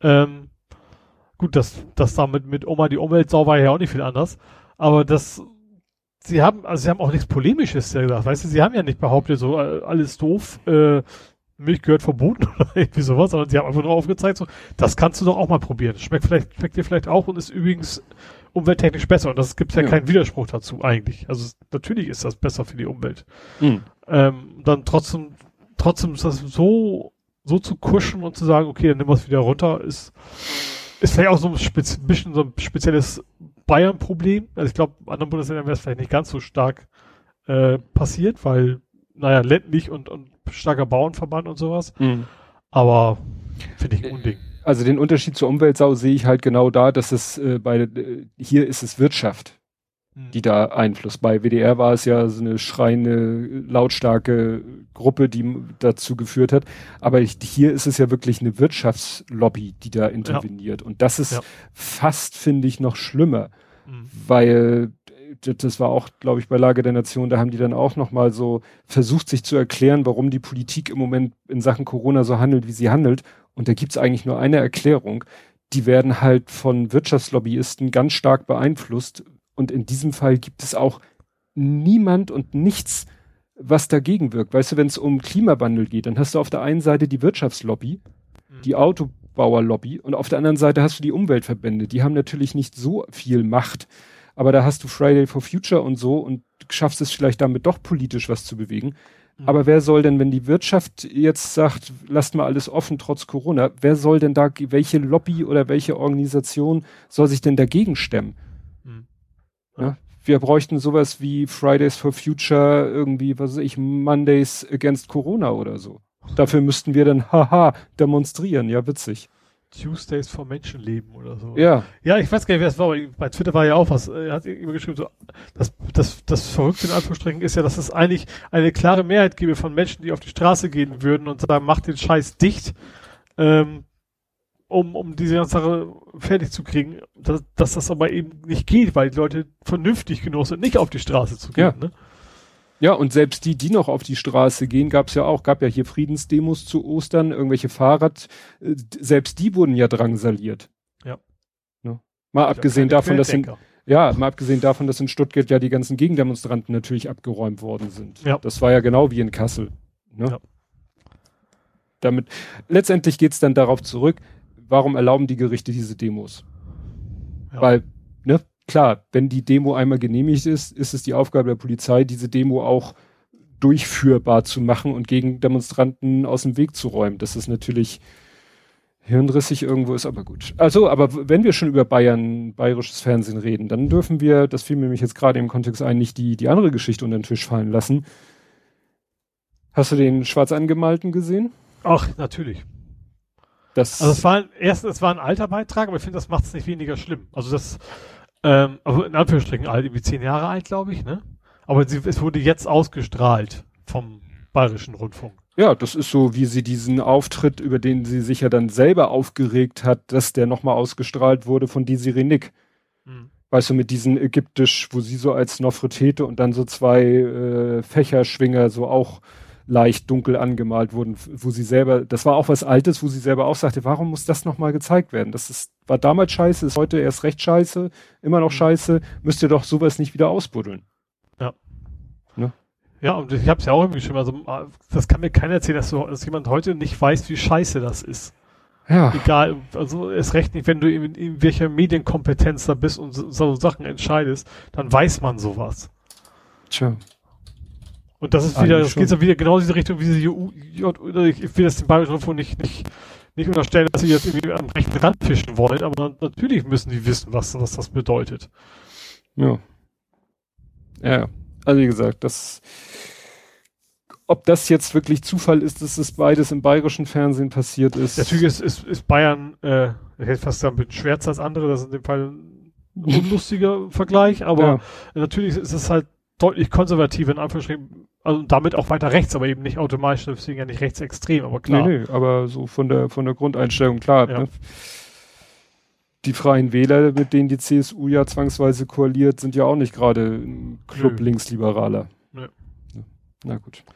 Gut, das damit mit Oma die Umweltsau war ja auch nicht viel anders, aber sie haben auch nichts Polemisches gesagt, weißt du, sie haben ja nicht behauptet, so alles doof, Milch gehört verboten oder irgendwie sowas, sondern sie haben einfach nur aufgezeigt, so, das kannst du doch auch mal probieren. Schmeckt dir vielleicht auch und ist übrigens umwelttechnisch besser und das gibt ja keinen Widerspruch dazu eigentlich. Also natürlich ist das besser für die Umwelt. Dann trotzdem ist das so zu kuschen und zu sagen, okay, dann nehmen wir es wieder runter, ist vielleicht auch so ein bisschen so ein spezielles Bayern-Problem. Also ich glaube, in anderen Bundesländern wäre es vielleicht nicht ganz so stark passiert, weil, ländlich und starker Bauernverband und sowas. Aber finde ich ein Unding. Also den Unterschied zur Umweltsau sehe ich halt genau da, dass es hier ist es Wirtschaft, die da Einfluss. Bei WDR war es ja so eine schreiende, lautstarke Gruppe, die dazu geführt hat. Aber hier ist es ja wirklich eine Wirtschaftslobby, die da interveniert. Und das ist fast, finde ich, noch schlimmer. Weil das war auch, glaube ich, bei Lage der Nation, da haben die dann auch nochmal so versucht, sich zu erklären, warum die Politik im Moment in Sachen Corona so handelt, wie sie handelt. Und da gibt's eigentlich nur eine Erklärung. Die werden halt von Wirtschaftslobbyisten ganz stark beeinflusst. Und in diesem Fall gibt es auch niemand und nichts, was dagegen wirkt. Weißt du, wenn es um Klimawandel geht, dann hast du auf der einen Seite die Wirtschaftslobby, die Autobauerlobby und auf der anderen Seite hast du die Umweltverbände. Die haben natürlich nicht so viel Macht, aber da hast du Friday for Future und so und schaffst es vielleicht damit doch politisch was zu bewegen. Aber wer soll denn, wenn die Wirtschaft jetzt sagt, lasst mal alles offen trotz Corona, wer soll denn da, welche Lobby oder welche Organisation soll sich denn dagegen stemmen? Ja, wir bräuchten sowas wie Fridays for Future, irgendwie, was weiß ich, Mondays against Corona oder so. Dafür müssten wir dann, demonstrieren. Ja, witzig. Tuesdays for Menschenleben oder so. Ja. Ja, ich weiß gar nicht, wer es war, aber bei Twitter war ja auch was. Er hat immer geschrieben, so, das Verrückte in Anführungsstrichen ist ja, dass es eigentlich eine klare Mehrheit gäbe von Menschen, die auf die Straße gehen würden und sagen, macht den Scheiß dicht, um diese ganze Sache fertig zu kriegen, dass das aber eben nicht geht, weil die Leute vernünftig genug sind, nicht auf die Straße zu gehen. Ja. Ne? Ja, und selbst die noch auf die Straße gehen, gab ja hier Friedensdemos zu Ostern, irgendwelche selbst die wurden ja drangsaliert. Ja. Ne? Mal abgesehen davon, dass in Stuttgart ja die ganzen Gegendemonstranten natürlich abgeräumt worden sind. Ja. Das war ja genau wie in Kassel. Ne? Ja. Letztendlich geht's dann darauf zurück, warum erlauben die Gerichte diese Demos? Ja. Weil, ne, klar, wenn die Demo einmal genehmigt ist, ist es die Aufgabe der Polizei, diese Demo auch durchführbar zu machen und gegen Demonstranten aus dem Weg zu räumen. Das ist natürlich hirnrissig irgendwo, ist aber gut. Also, aber wenn wir schon über bayerisches Fernsehen reden, dann dürfen wir, das fiel mir nämlich jetzt gerade im Kontext ein, nicht die andere Geschichte unter den Tisch fallen lassen. Hast du den schwarz angemalten gesehen? Ach, natürlich. Also es war ein alter Beitrag, aber ich finde, das macht es nicht weniger schlimm. Also das, also in Anführungsstrichen alt, irgendwie 10 Jahre alt, glaube ich, ne? Aber es wurde jetzt ausgestrahlt vom Bayerischen Rundfunk. Ja, das ist so, wie sie diesen Auftritt, über den sie sich ja dann selber aufgeregt hat, dass der nochmal ausgestrahlt wurde von Desiree Nick. Mhm. Weißt du, mit diesen ägyptisch, wo sie so als Nofretete und dann so zwei Fächerschwinger so auch leicht dunkel angemalt wurden, wo sie selber, das war auch was Altes, wo sie selber auch sagte, warum muss das nochmal gezeigt werden? War damals scheiße, ist heute erst recht scheiße, immer noch scheiße, müsst ihr doch sowas nicht wieder ausbuddeln. Ja. Ne? Ja, und ich habe es ja auch irgendwie schon mal so, das kann mir keiner erzählen, dass jemand heute nicht weiß, wie scheiße das ist. Ja. Egal, also erst recht nicht, wenn du in welcher Medienkompetenz da bist und so Sachen entscheidest, dann weiß man sowas. Tja. Und das ist wieder, das geht so wieder genau in diese Richtung, wie sie ich will das dem Bayerischen Rundfunk nicht unterstellen, dass sie jetzt irgendwie am rechten Rand fischen wollen, aber natürlich müssen die wissen, was das bedeutet. Ja. Ja, also wie gesagt, ob das jetzt wirklich Zufall ist, dass das beides im bayerischen Fernsehen passiert ist. Natürlich ist Bayern, ich hätte fast sagen, ein bisschen schwärzer als andere, das ist in dem Fall ein unlustiger Vergleich, aber natürlich ist es halt deutlich konservativer in Anführungsstrichen, also damit auch weiter rechts, aber eben nicht automatisch, deswegen ja nicht rechtsextrem, aber klar. Nee, aber so von der Grundeinstellung klar. Ja. Ne? Die Freien Wähler, mit denen die CSU ja zwangsweise koaliert, sind ja auch nicht gerade ein Club Linksliberaler. Nö. Na gut.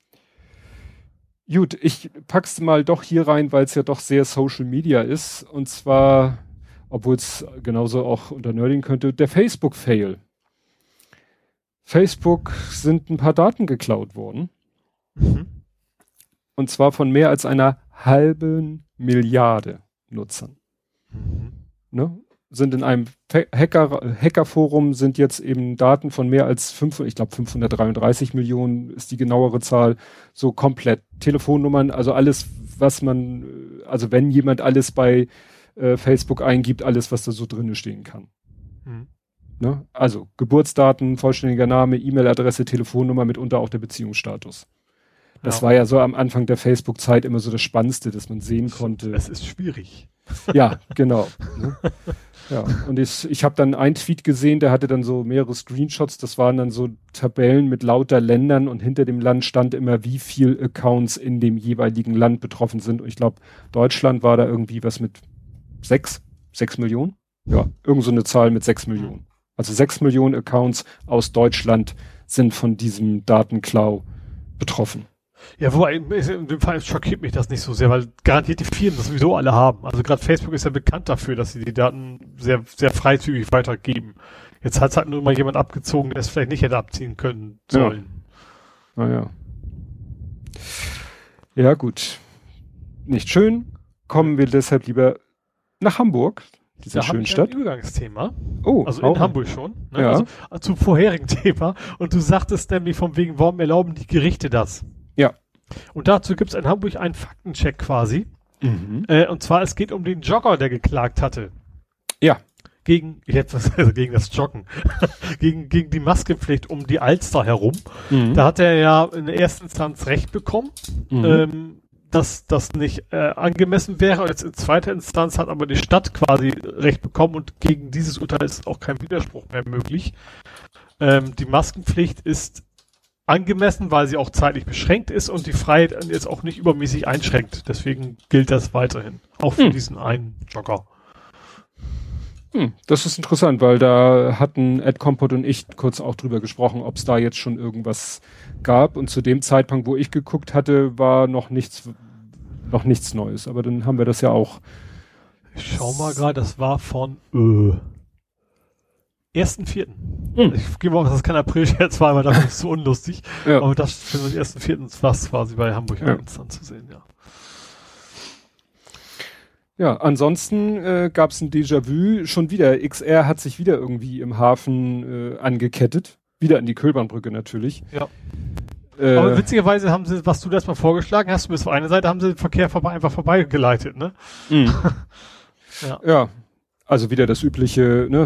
Gut, ich pack's mal doch hier rein, weil es ja doch sehr Social Media ist. Und zwar, obwohl es genauso auch unter Nerding könnte, der Facebook-Fail. Facebook sind ein paar Daten geklaut worden. Mhm. Und zwar von mehr als einer halben Milliarde Nutzern. Mhm. Ne? Sind in einem Hackerforum sind jetzt eben Daten von mehr als 533 Millionen ist die genauere Zahl, so komplett. Telefonnummern, also alles, was man, also wenn jemand alles bei Facebook eingibt, alles, was da so drinne stehen kann. Mhm. Ne? Also Geburtsdaten, vollständiger Name, E-Mail-Adresse, Telefonnummer, mitunter auch der Beziehungsstatus. Das war ja so am Anfang der Facebook-Zeit immer so das Spannendste, dass man sehen konnte. Es ist schwierig. Ja, genau. Ne? Ja, und ich habe dann einen Tweet gesehen, der hatte dann so mehrere Screenshots, das waren dann so Tabellen mit lauter Ländern und hinter dem Land stand immer, wie viel Accounts in dem jeweiligen Land betroffen sind. Und ich glaube, Deutschland war da irgendwie was mit 6 Millionen? Ja, irgend so eine Zahl mit 6 Millionen. Also 6 Millionen Accounts aus Deutschland sind von diesem Datenklau betroffen. Ja, wobei, in dem Fall schockiert mich das nicht so sehr, weil garantiert die Firmen das sowieso alle haben. Also gerade Facebook ist ja bekannt dafür, dass sie die Daten sehr, sehr freizügig weitergeben. Jetzt hat es halt nur mal jemand abgezogen, der es vielleicht nicht hätte abziehen können sollen. Ja. Naja. Ja, gut. Nicht schön. Kommen wir deshalb lieber nach Hamburg, dieser schönen Stadt. Ein Übergangsthema. Oh, also in Hamburg schon. Ne? Ja. Also zum vorherigen Thema. Und du sagtest nämlich von wegen, warum erlauben die Gerichte das? Ja. Und dazu gibt es in Hamburg einen Faktencheck quasi. Mhm. Und zwar, es geht um den Jogger, der geklagt hatte. Ja. Gegen das Joggen. gegen die Maskenpflicht um die Alster herum. Mhm. Da hat er ja in der ersten Instanz Recht bekommen, dass das nicht angemessen wäre. Und jetzt in zweiter Instanz hat aber die Stadt quasi Recht bekommen und gegen dieses Urteil ist auch kein Widerspruch mehr möglich. Die Maskenpflicht ist angemessen, weil sie auch zeitlich beschränkt ist und die Freiheit jetzt auch nicht übermäßig einschränkt. Deswegen gilt das weiterhin. Auch für diesen einen Jogger. Das ist interessant, weil da hatten Ed Kompott und ich kurz auch drüber gesprochen, ob es da jetzt schon irgendwas gab. Und zu dem Zeitpunkt, wo ich geguckt hatte, war noch nichts Neues. Aber dann haben wir das ja auch. Ich schau mal gerade, das war von 1.4. Ich gehe mal, dass das kein April-Scherz war, weil das ist so unlustig. Ja. Aber das für den 1.4. war es quasi bei Hamburg 1 dann zu sehen, ja. Ja, ansonsten gab es ein Déjà-vu. Schon wieder, XR hat sich wieder irgendwie im Hafen angekettet. Wieder an die Kölbernbrücke natürlich. Ja. Aber witzigerweise haben sie, was du das mal vorgeschlagen hast, bis auf eine Seite haben sie den Verkehr einfach vorbeigeleitet, ne? Mhm. Ja, also wieder das übliche, ne?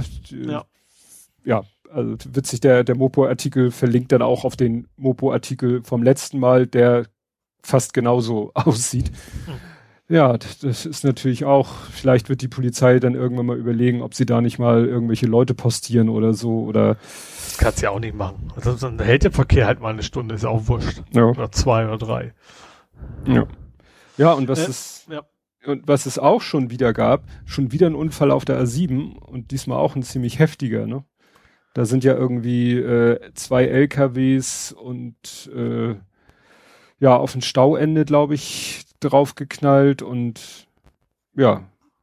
Ja, also witzig, der Mopo-Artikel verlinkt dann auch auf den Mopo-Artikel vom letzten Mal, der fast genauso aussieht. Ja, das ist natürlich auch, vielleicht wird die Polizei dann irgendwann mal überlegen, ob sie da nicht mal irgendwelche Leute postieren oder so, oder. Das kannst du ja auch nicht machen. Also dann hält der Verkehr halt mal eine Stunde, ist ja auch wurscht. Ja. Oder 2 oder 3. Ja. Ja, und was es auch schon wieder gab, schon wieder ein Unfall auf der A7 und diesmal auch ein ziemlich heftiger, ne? Da sind ja irgendwie 2 LKWs und auf ein Stauende, glaube ich, draufgeknallt und ja.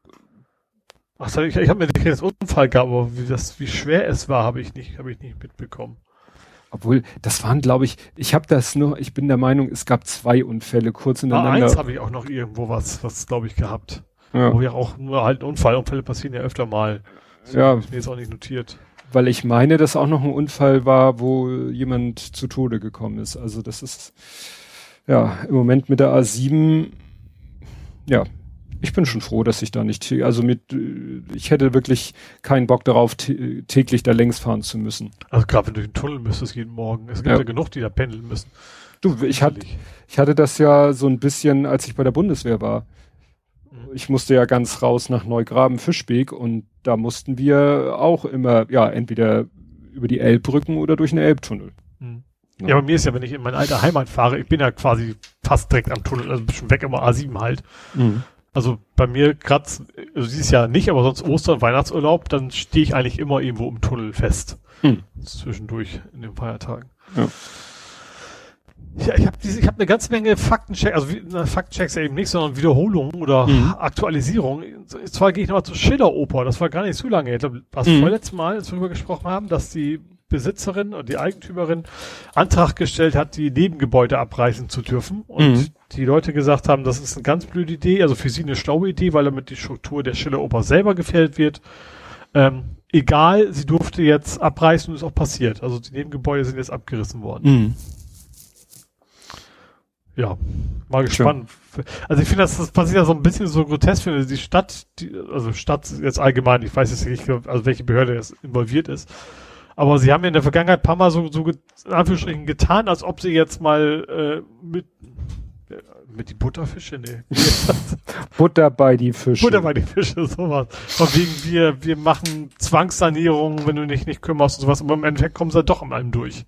Ach, ich habe mir nicht das Unfall gab, aber wie schwer es war, habe ich nicht mitbekommen. Obwohl, das waren, glaube ich bin der Meinung, es gab 2 Unfälle kurz hintereinander. Eins habe ich auch noch irgendwo was glaube ich, gehabt. Ja. Wo ja auch nur halt Unfälle passieren ja öfter mal. So, ja. Ist mir jetzt auch nicht notiert. Weil ich meine, dass auch noch ein Unfall war, wo jemand zu Tode gekommen ist. Also das ist, ja, im Moment mit der A7, ja, ich bin schon froh, dass ich da nicht, ich hätte wirklich keinen Bock darauf, täglich da längs fahren zu müssen. Also gerade wenn du den Tunnel müsstest jeden Morgen. Es gibt ja genug, die da pendeln müssen. Du, ich hatte das ja so ein bisschen, als ich bei der Bundeswehr war. Ich musste ja ganz raus nach Neugraben-Fischbeck und da mussten wir auch immer, ja, entweder über die Elbbrücken oder durch einen Elbtunnel. Mhm. Ja, bei mir ist ja, wenn ich in meine alte Heimat fahre, ich bin ja quasi fast direkt am Tunnel, also ein bisschen weg, immer A7 halt. Mhm. Also bei mir gerade, also dieses Jahr nicht, aber sonst Ostern, Weihnachtsurlaub, dann stehe ich eigentlich immer irgendwo im Tunnel fest. Zwischendurch in den Feiertagen. Ja. Ja, ich habe eine ganze Menge Faktenchecks, also Faktenchecks ja eben nicht, sondern Wiederholungen oder Aktualisierungen. Zwar gehe ich nochmal zur Schiller-Oper, das war gar nicht so lange her. Ich glaube, was vorletztes Mal, als wir darüber gesprochen haben, dass die Besitzerin und die Eigentümerin Antrag gestellt hat, die Nebengebäude abreißen zu dürfen. Und die Leute gesagt haben, das ist eine ganz blöde Idee, also für sie eine schlaue Idee, weil damit die Struktur der Schiller-Oper selber gefährdet wird. Egal, sie durfte jetzt abreißen und ist auch passiert. Also die Nebengebäude sind jetzt abgerissen worden. Ja, mal gespannt. Schön. Also ich finde, das passiert ja so ein bisschen so grotesk, finde die Stadt, Stadt jetzt allgemein, ich weiß jetzt nicht, also welche Behörde jetzt involviert ist, aber sie haben ja in der Vergangenheit ein paar Mal so in Anführungsstrichen getan, als ob sie jetzt mal mit die Butterfische, nee. Butter bei die Fische. Butter bei die Fische, sowas. Von wegen, wir machen Zwangssanierung, wenn du dich nicht kümmerst und sowas, aber im Endeffekt kommen sie halt doch an einem durch.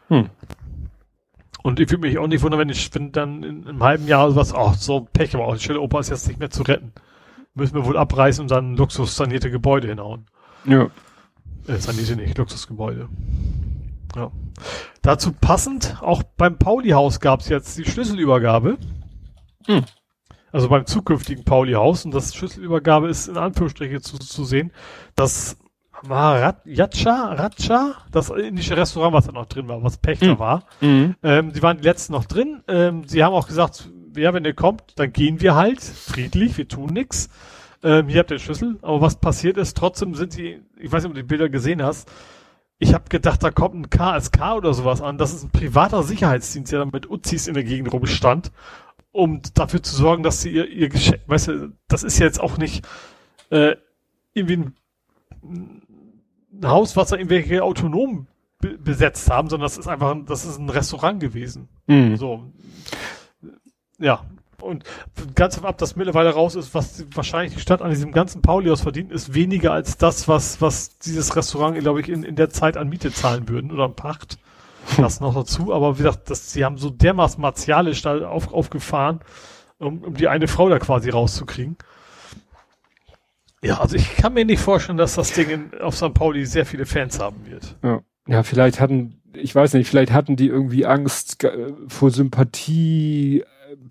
Und ich würde mich auch nicht wundern, wenn dann in einem halben Jahr sowas, so Pech, aber auch die Schiller-Oper ist jetzt nicht mehr zu retten. Müssen wir wohl abreißen und dann luxussanierte Gebäude hinhauen. Ja. Sanierte nicht, Luxusgebäude. Ja. Dazu passend, auch beim Pauli-Haus gab es jetzt die Schlüsselübergabe. Also beim zukünftigen Pauli-Haus. Und das Schlüsselübergabe ist in Anführungsstrichen zu sehen. Das war Ratscha, das indische Restaurant, was da noch drin war, was Pächter war. Sie waren die letzten noch drin. Sie haben auch gesagt, ja, wenn ihr kommt, dann gehen wir halt friedlich, wir tun nichts. Hier habt ihr den Schlüssel. Aber was passiert ist, trotzdem sind sie, ich weiß nicht, ob du die Bilder gesehen hast, ich habe gedacht, da kommt ein KSK oder sowas an. Das ist ein privater Sicherheitsdienst, der da mit Uzis in der Gegend rumstand, um dafür zu sorgen, dass sie ihr Geschäft, weißt du, das ist ja jetzt auch nicht irgendwie ein Haus, was da irgendwelche Autonomen besetzt haben, sondern das ist ein Restaurant gewesen. So. Ja. Und ganz ab, dass mittlerweile raus ist, was wahrscheinlich die Stadt an diesem ganzen Pauli-Haus verdient, ist weniger als das, was dieses Restaurant, glaube ich, in der Zeit an Miete zahlen würden oder an Pacht. Das noch dazu. Aber wie gesagt, sie haben so dermaßen martialisch da aufgefahren, um die eine Frau da quasi rauszukriegen. Ja, also ich kann mir nicht vorstellen, dass das Ding auf St. Pauli sehr viele Fans haben wird. Ja, vielleicht hatten die irgendwie Angst vor Sympathie,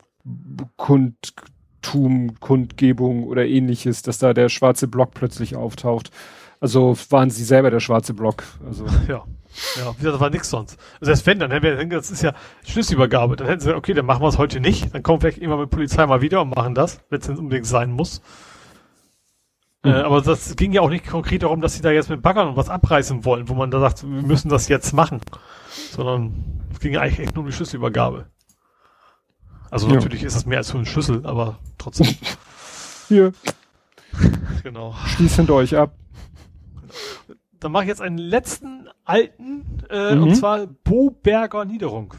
Kundgebung oder ähnliches, dass da der schwarze Block plötzlich auftaucht. Also waren sie selber der schwarze Block. Also ja, das war nix sonst. Also erst wenn, dann hätten wir, das ist ja Schlüsselübergabe, dann hätten sie gesagt, okay, dann machen wir es heute nicht, dann kommen vielleicht irgendwann mit Polizei mal wieder und machen das, wenn es denn unbedingt sein muss. Aber das ging ja auch nicht konkret darum, dass sie da jetzt mit Baggern und was abreißen wollen, wo man da sagt, wir müssen das jetzt machen. Sondern es ging ja eigentlich echt nur um die Schlüsselübergabe. Also natürlich ist das mehr als für einen Schlüssel, aber trotzdem. Hier. Genau. Schließt hinter euch ab. Dann mache ich jetzt einen letzten alten, und zwar Boberger Niederung.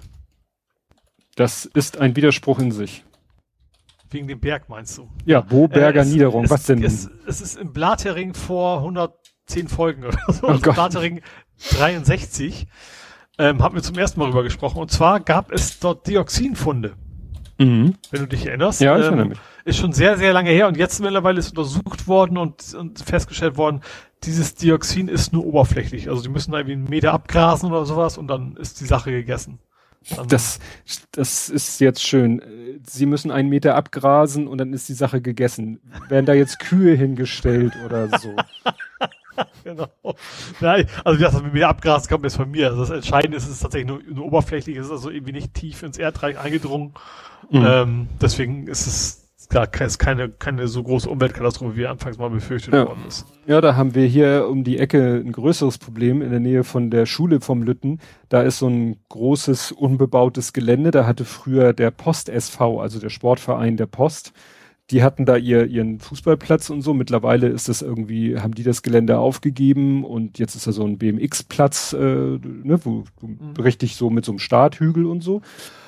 Das ist ein Widerspruch in sich. Wegen dem Berg meinst du? Ja, Boberger Niederung. Was denn? Es ist im Blattering vor 110 Folgen oder so. Oh Gott. Blattering 63. Haben wir zum ersten Mal drüber gesprochen. Und zwar gab es dort Dioxinfunde. Wenn du dich erinnerst. Ja, ich erinnere mich. Ist schon sehr, sehr lange her und jetzt mittlerweile ist untersucht worden und festgestellt worden, dieses Dioxin ist nur oberflächlich. Also die müssen da irgendwie 1 Meter abgrasen oder sowas und dann ist die Sache gegessen. Das ist jetzt schön. Sie müssen 1 Meter abgrasen und dann ist die Sache gegessen. Werden da jetzt Kühe hingestellt oder so? Genau. Nein, also das mit mir abgrast kommt jetzt von mir. Also das Entscheidende ist, es ist tatsächlich nur oberflächlich, es ist also irgendwie nicht tief ins Erdreich eingedrungen. Deswegen ist es keine so große Umweltkatastrophe, wie anfangs mal befürchtet worden ist. Ja, da haben wir hier um die Ecke ein größeres Problem in der Nähe von der Schule vom Lütten. Da ist so ein großes, unbebautes Gelände. Da hatte früher der Post SV, also der Sportverein der Post, die hatten da ihren Fußballplatz und so. Mittlerweile ist das irgendwie, haben die das Gelände aufgegeben und jetzt ist da so ein BMX-Platz, wo richtig so mit so einem Starthügel und so.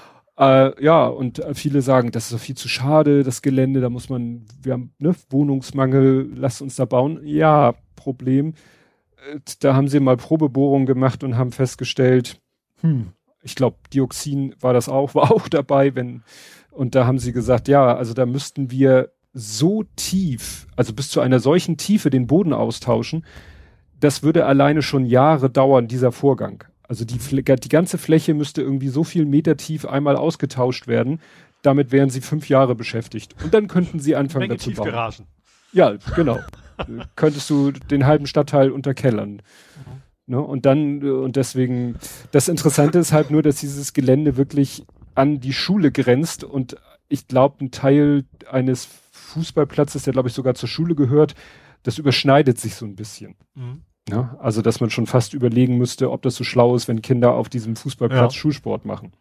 Und viele sagen, das ist doch viel zu schade, das Gelände, da muss man, wir haben Wohnungsmangel, lasst uns da bauen. Ja, Problem. Da haben sie mal Probebohrungen gemacht und haben festgestellt, ich glaube, Dioxin war auch dabei, und da haben sie gesagt, ja, also da müssten wir so tief, also bis zu einer solchen Tiefe den Boden austauschen, das würde alleine schon Jahre dauern, dieser Vorgang. Also die ganze Fläche müsste irgendwie so viel Meter tief einmal ausgetauscht werden. Damit wären sie 5 Jahre beschäftigt. Und dann könnten sie anfangen dazu bauen. Tiefgaragen. Ja, genau. Könntest du den halben Stadtteil unterkellern. Ne? Und deswegen, das Interessante ist halt nur, dass dieses Gelände wirklich an die Schule grenzt und ich glaube, ein Teil eines Fußballplatzes, der glaube ich sogar zur Schule gehört, das überschneidet sich so ein bisschen. Ja, also, dass man schon fast überlegen müsste, ob das so schlau ist, wenn Kinder auf diesem Fußballplatz Schulsport machen.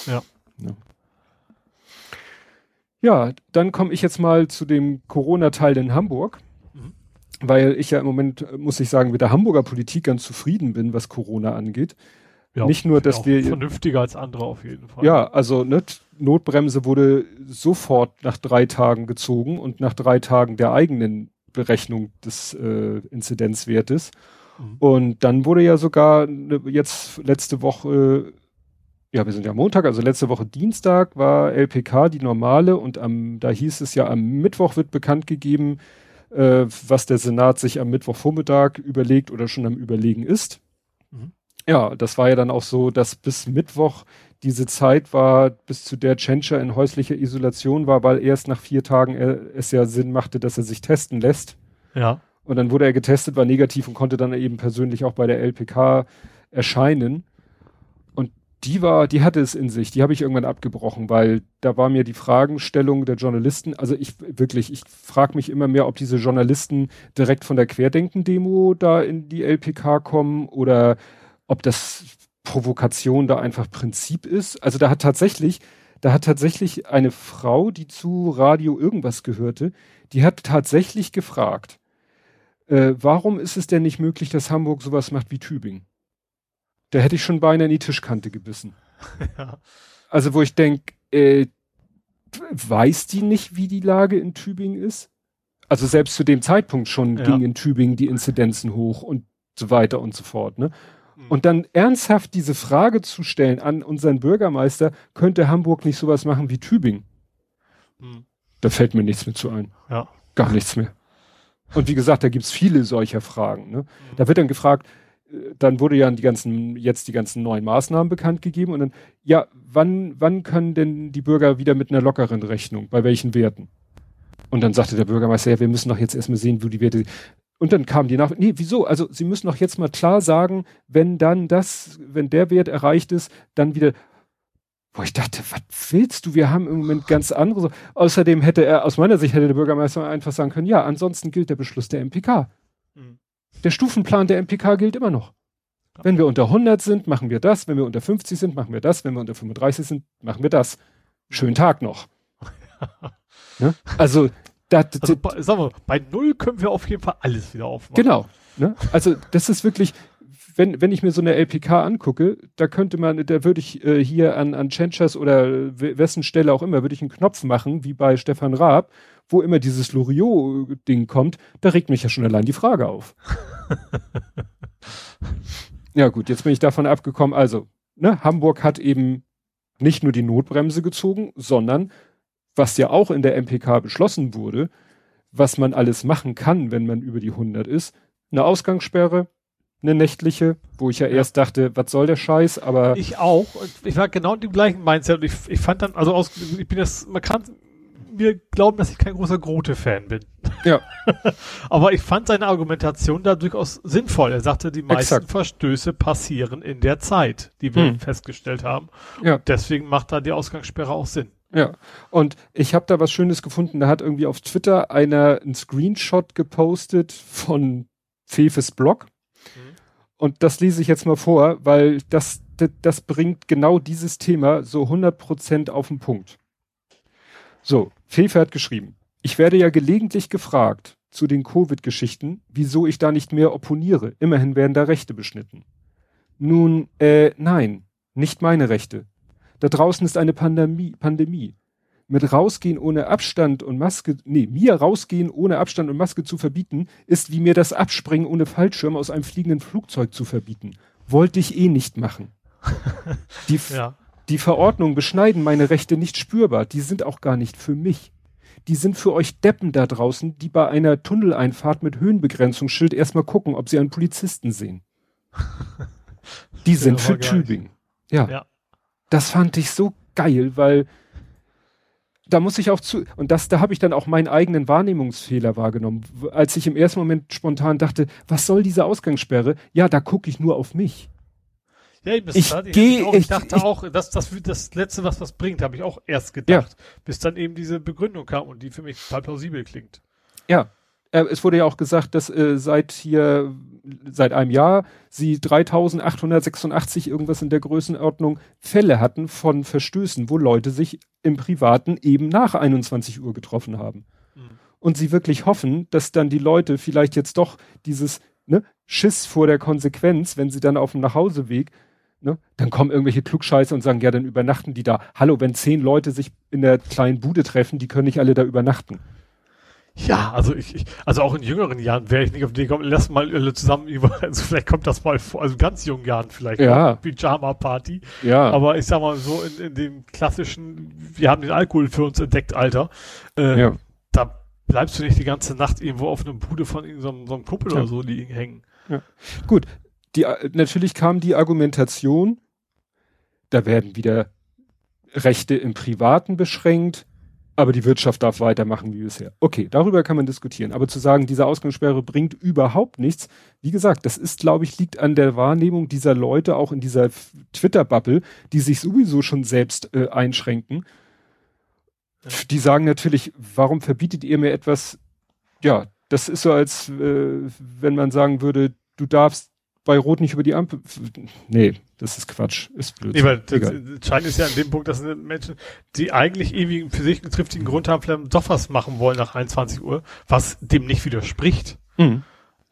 Ja, dann komme ich jetzt mal zu dem Corona-Teil in Hamburg, weil ich ja im Moment, muss ich sagen, mit der Hamburger Politik ganz zufrieden bin, was Corona angeht. Ja, nicht nur, dass wir vernünftiger als andere auf jeden Fall. Ja, also Notbremse wurde sofort nach 3 Tagen gezogen und nach 3 Tagen der eigenen Berechnung des Inzidenzwertes. Und dann wurde ja sogar jetzt letzte Woche, wir sind ja Montag, also letzte Woche Dienstag war LPK die normale und da hieß es ja, am Mittwoch wird bekannt gegeben, was der Senat sich am Mittwochvormittag überlegt oder schon am Überlegen ist. Ja, das war ja dann auch so, dass bis Mittwoch diese Zeit war, bis zu der Tschentscher in häuslicher Isolation war, weil erst nach 4 Tagen es ja Sinn machte, dass er sich testen lässt. Ja. Und dann wurde er getestet, war negativ und konnte dann eben persönlich auch bei der LPK erscheinen. Und die hatte es in sich, die habe ich irgendwann abgebrochen, weil da war mir die Fragestellung der Journalisten, also ich frage mich immer mehr, ob diese Journalisten direkt von der Querdenken-Demo da in die LPK kommen oder ob das Provokation da einfach Prinzip ist. Also da hat tatsächlich eine Frau, die zu Radio irgendwas gehörte, die hat tatsächlich gefragt, warum ist es denn nicht möglich, dass Hamburg sowas macht wie Tübingen? Da hätte ich schon beinahe in die Tischkante gebissen. Ja. Also wo ich denke, weiß die nicht, wie die Lage in Tübingen ist? Also selbst zu dem Zeitpunkt schon gingen in Tübingen die Inzidenzen hoch und so weiter und so fort, ne? Und dann ernsthaft diese Frage zu stellen an unseren Bürgermeister, könnte Hamburg nicht sowas machen wie Tübingen? Da fällt mir nichts mehr zu ein. Ja. Gar nichts mehr. Und wie gesagt, da gibt's viele solcher Fragen. Ne? Da wird dann gefragt, dann wurde ja die ganzen neuen Maßnahmen bekannt gegeben und dann, ja, wann können denn die Bürger wieder mit einer lockeren Rechnung? Bei welchen Werten? Und dann sagte der Bürgermeister, ja, wir müssen doch jetzt erstmal sehen, wo die Werte. Und dann kam die Nachfrage, nee, wieso? Also Sie müssen doch jetzt mal klar sagen, wenn der Wert erreicht ist, dann wieder, Wo ich dachte, was willst du? Wir haben im Moment ganz andere. Außerdem aus meiner Sicht hätte der Bürgermeister einfach sagen können, ja, ansonsten gilt der Beschluss der MPK. Der Stufenplan der MPK gilt immer noch. Wenn wir unter 100 sind, machen wir das. Wenn wir unter 50 sind, machen wir das. Wenn wir unter 35 sind, machen wir das. Schönen Tag noch. Ne? Also, sagen wir, bei 0 können wir auf jeden Fall alles wieder aufmachen. Genau. Ne? Also, das ist wirklich, wenn ich mir so eine LPK angucke, da würde ich hier an Tschentschers oder wessen Stelle auch immer, würde ich einen Knopf machen, wie bei Stefan Raab, wo immer dieses Loriot-Ding kommt, da regt mich ja schon allein die Frage auf. Ja gut, jetzt bin ich davon abgekommen. Also, ne, Hamburg hat eben nicht nur die Notbremse gezogen, sondern, was ja auch in der MPK beschlossen wurde, was man alles machen kann, wenn man über die 100 ist, eine Ausgangssperre, eine nächtliche, wo ich ja erst dachte, was soll der Scheiß, aber... Ich auch. Ich war genau in dem gleichen Mindset und ich fand dann, man kann mir glauben, dass ich kein großer Grote-Fan bin. Ja. Aber ich fand seine Argumentation da durchaus sinnvoll. Er sagte, die meisten Verstöße passieren in der Zeit, die wir festgestellt haben. Ja. Und deswegen macht da die Ausgangssperre auch Sinn. Ja, und ich habe da was Schönes gefunden. Da hat irgendwie auf Twitter einer einen Screenshot gepostet von Fefes Blog. Und das lese ich jetzt mal vor, weil das bringt genau dieses Thema so 100% auf den Punkt. So, Fefe hat geschrieben, ich werde ja gelegentlich gefragt zu den Covid-Geschichten, wieso ich da nicht mehr opponiere. Immerhin werden da Rechte beschnitten. Nun, nein, nicht meine Rechte. Da draußen ist eine Pandemie. Mir rausgehen ohne Abstand und Maske zu verbieten, ist wie mir das Abspringen ohne Fallschirm aus einem fliegenden Flugzeug zu verbieten. Wollte ich nicht machen. Die Verordnungen beschneiden meine Rechte nicht spürbar. Die sind auch gar nicht für mich. Die sind für euch Deppen da draußen, die bei einer Tunneleinfahrt mit Höhenbegrenzungsschild erstmal gucken, ob sie einen Polizisten sehen. Die sind für Tübingen. Ja. Das fand ich so geil, weil da muss ich auch da habe ich dann auch meinen eigenen Wahrnehmungsfehler wahrgenommen. Als ich im ersten Moment spontan dachte, was soll diese Ausgangssperre? Ja, da gucke ich nur auf mich. Ja, ich dachte auch, das Letzte, was bringt, habe ich auch erst gedacht. Ja. Bis dann eben diese Begründung kam und die für mich total plausibel klingt. Ja, es wurde ja auch gesagt, dass seit einem Jahr sie 3886 irgendwas in der Größenordnung Fälle hatten von Verstößen, wo Leute sich im Privaten eben nach 21 Uhr getroffen haben. Und sie wirklich hoffen, dass dann die Leute vielleicht jetzt doch dieses Schiss vor der Konsequenz, wenn sie dann auf dem Nachhauseweg, dann kommen irgendwelche Klugscheißer und sagen, ja, dann übernachten die da. Hallo, wenn 10 Leute sich in der kleinen Bude treffen, die können nicht alle da übernachten. Ja, also also auch in jüngeren Jahren wäre ich nicht auf die gekommen, lass mal zusammen also vielleicht kommt das mal vor, also ganz jungen Jahren vielleicht, Pyjama-Party. Ja. Aber ich sag mal so in dem klassischen, wir haben den Alkohol für uns entdeckt, Alter, da bleibst du nicht die ganze Nacht irgendwo auf einer Bude von irgendeinem so einem Kuppel oder so liegen hängen. Ja. Gut, natürlich kam die Argumentation, da werden wieder Rechte im Privaten beschränkt, aber die Wirtschaft darf weitermachen wie bisher. Okay, darüber kann man diskutieren. Aber zu sagen, diese Ausgangssperre bringt überhaupt nichts, wie gesagt, das ist, glaube ich, liegt an der Wahrnehmung dieser Leute, auch in dieser Twitter-Bubble, die sich sowieso schon selbst einschränken. Die sagen natürlich, warum verbietet ihr mir etwas? Ja, das ist so, als wenn man sagen würde, du darfst bei Rot nicht über die Ampel. Nee, das ist Quatsch. Ist blöd. Nee, weil das Entscheidende ist ja an dem Punkt, dass Menschen, die eigentlich irgendwie für sich einen triftigen Grund haben, vielleicht doch was machen wollen nach 21 Uhr, was dem nicht widerspricht. Mhm.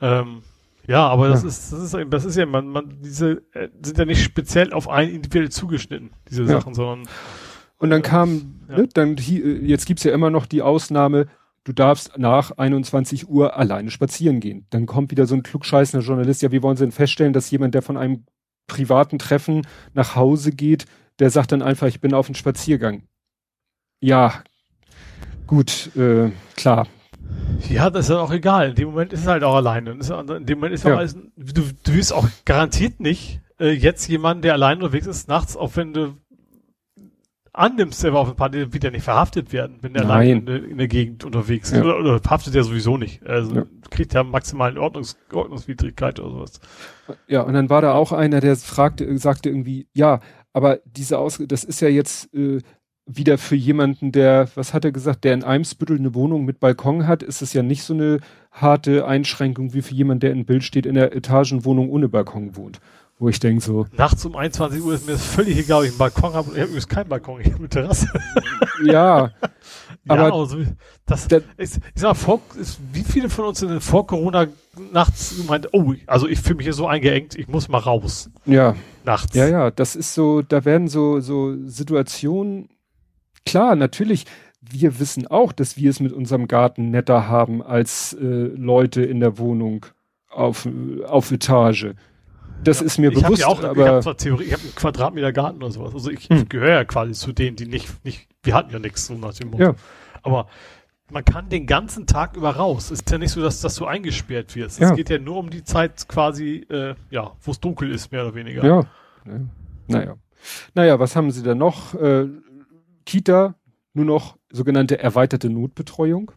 Aber das ist ja, diese sind ja nicht speziell auf einen individuell zugeschnitten, diese Sachen, sondern. Und dann jetzt gibt's ja immer noch die Ausnahme, du darfst nach 21 Uhr alleine spazieren gehen. Dann kommt wieder so ein klugscheißender Journalist, ja, wie wollen Sie denn feststellen, dass jemand, der von einem privaten Treffen nach Hause geht, der sagt dann einfach, ich bin auf einen Spaziergang. Ja, gut, klar. Ja, das ist ja auch egal. In dem Moment ist es halt auch alleine. In dem Moment ist ja auch alles, du wirst auch garantiert nicht jetzt jemanden, der alleine unterwegs ist, nachts, auch wenn du annimmst, der war auf ein Party, wird ja nicht verhaftet werden, wenn der alleine in der Gegend unterwegs ist. Oder verhaftet er sowieso nicht. Also kriegt ja maximalen Ordnungswidrigkeit oder sowas. Ja, und dann war da auch einer, der sagte irgendwie, ja, aber das ist ja jetzt wieder für jemanden, der, was hat er gesagt, der in Eimsbüttel eine Wohnung mit Balkon hat, ist es ja nicht so eine harte Einschränkung wie für jemanden, der in Bild steht, in der Etagenwohnung ohne Balkon wohnt. Wo ich denke so. Nachts um 21 Uhr ist mir das völlig egal, ob ich einen Balkon habe. Ich habe übrigens keinen Balkon, ich habe eine Terrasse. Ja. Aber also, ich sag mal, wie viele von uns sind vor Corona nachts gemeint, also ich fühle mich hier so eingeengt, ich muss mal raus. Ja. Nachts. Ja, das ist so, da werden so Situationen, klar, natürlich, wir wissen auch, dass wir es mit unserem Garten netter haben als Leute in der Wohnung auf Etage. Das ist mir bewusst, aber ich habe zwar Theorie, ich habe einen Quadratmeter Garten oder sowas. Also ich gehöre ja quasi zu denen, die nicht, wir hatten ja nichts so nach dem Motto. Ja. Aber man kann den ganzen Tag über raus. Es ist ja nicht so, dass du eingesperrt wirst. Es geht ja nur um die Zeit quasi, wo es dunkel ist, mehr oder weniger. Ja. Naja, was haben sie da noch? Kita, nur noch sogenannte erweiterte Notbetreuung.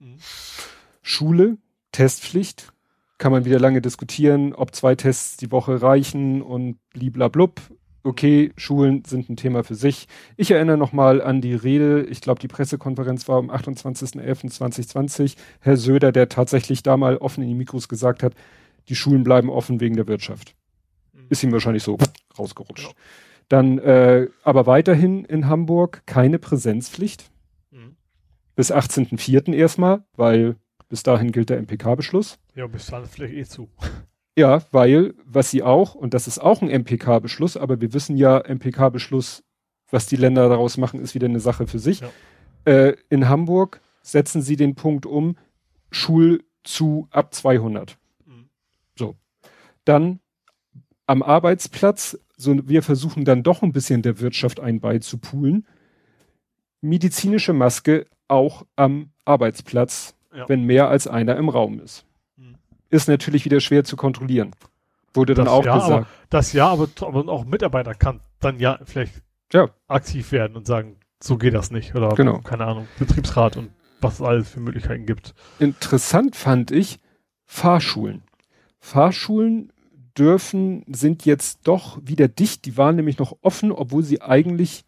Schule, Testpflicht. Kann man wieder lange diskutieren, ob 2 Tests die Woche reichen und bliblablub. Okay, Schulen sind ein Thema für sich. Ich erinnere nochmal an die Rede, ich glaube die Pressekonferenz war am 28.11.2020. Herr Söder, der tatsächlich da mal offen in die Mikros gesagt hat, die Schulen bleiben offen wegen der Wirtschaft. Ist ihm wahrscheinlich so rausgerutscht. Ja. Dann aber weiterhin in Hamburg keine Präsenzpflicht. Bis 18.04. erstmal, weil bis dahin gilt der MPK-Beschluss. Ja, bis dahin vielleicht zu. Ja, weil, was sie auch, und das ist auch ein MPK-Beschluss, aber wir wissen ja, MPK-Beschluss, was die Länder daraus machen, ist wieder eine Sache für sich. Ja. In Hamburg setzen sie den Punkt um, Schul zu ab 200. So. Dann am Arbeitsplatz, wir versuchen dann doch ein bisschen der Wirtschaft ein beizupulen. Medizinische Maske auch am Arbeitsplatz, wenn mehr als einer im Raum ist. Ist natürlich wieder schwer zu kontrollieren. Wurde dann auch gesagt. Aber auch Mitarbeiter kann dann ja vielleicht aktiv werden und sagen, so geht das nicht. Oder keine Ahnung, Betriebsrat und was es alles für Möglichkeiten gibt. Interessant fand ich Fahrschulen. Fahrschulen sind jetzt doch wieder dicht. Die waren nämlich noch offen, obwohl sie eigentlich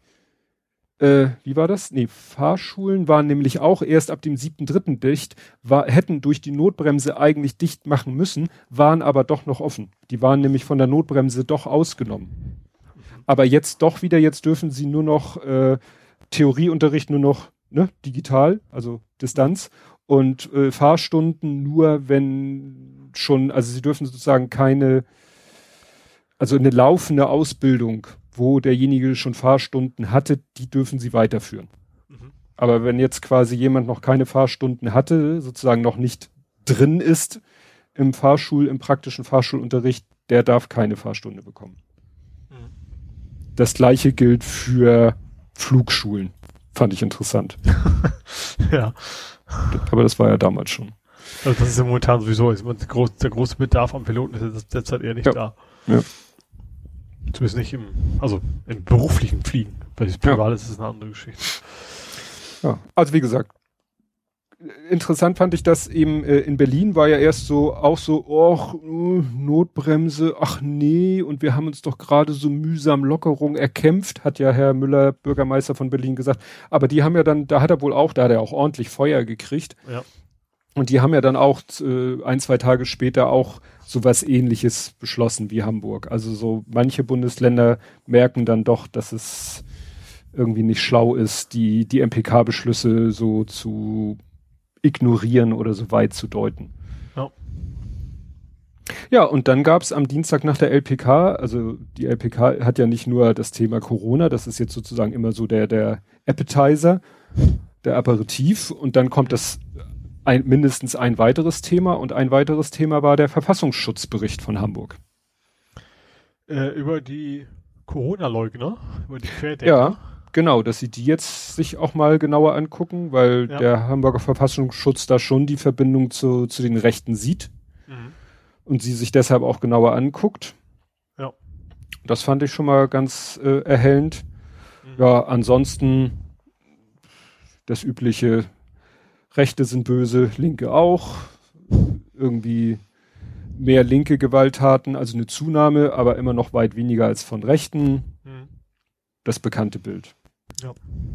wie war das? Nee, Fahrschulen waren nämlich auch erst ab dem 7.3. dicht, hätten durch die Notbremse eigentlich dicht machen müssen, waren aber doch noch offen. Die waren nämlich von der Notbremse doch ausgenommen. Aber jetzt dürfen sie nur noch Theorieunterricht nur noch digital, also Distanz und Fahrstunden nur, wenn schon, also sie dürfen sozusagen eine laufende Ausbildung, wo derjenige schon Fahrstunden hatte, die dürfen sie weiterführen. Aber wenn jetzt quasi jemand noch keine Fahrstunden hatte, sozusagen noch nicht drin ist im praktischen Fahrschulunterricht, der darf keine Fahrstunde bekommen. Das Gleiche gilt für Flugschulen. Fand ich interessant. Ja. Aber das war ja damals schon. Also das ist ja momentan sowieso, der große Bedarf an Piloten ist derzeit eher nicht da. Ja. Zumindest nicht im beruflichen Fliegen. Weil das privat ist es eine andere Geschichte. Ja, also wie gesagt, interessant fand ich das eben in Berlin war ja erst Notbremse, ach nee, und wir haben uns doch gerade so mühsam Lockerung erkämpft, hat ja Herr Müller, Bürgermeister von Berlin, gesagt. Aber die haben ja dann, da hat er auch ordentlich Feuer gekriegt. Ja. Und die haben ja dann auch 1-2 Tage später auch sowas Ähnliches beschlossen wie Hamburg. Also so manche Bundesländer merken dann doch, dass es irgendwie nicht schlau ist, die MPK-Beschlüsse so zu ignorieren oder so weit zu deuten. Ja. Ja, und dann gab es am Dienstag nach der LPK, also die LPK hat ja nicht nur das Thema Corona, das ist jetzt sozusagen immer so der Appetizer, der Aperitif, und dann kommt mindestens ein weiteres Thema, und ein weiteres Thema war der Verfassungsschutzbericht von Hamburg. Über die Corona-Leugner, über die Querdenker. Ja, genau, dass sie die jetzt sich auch mal genauer angucken, weil der Hamburger Verfassungsschutz da schon die Verbindung zu den Rechten sieht und sie sich deshalb auch genauer anguckt. Ja. Das fand ich schon mal ganz erhellend. Ja, ansonsten das übliche: Rechte sind böse, Linke auch. Irgendwie mehr linke Gewalttaten, also eine Zunahme, aber immer noch weit weniger als von Rechten. das bekannte Bild. Ja.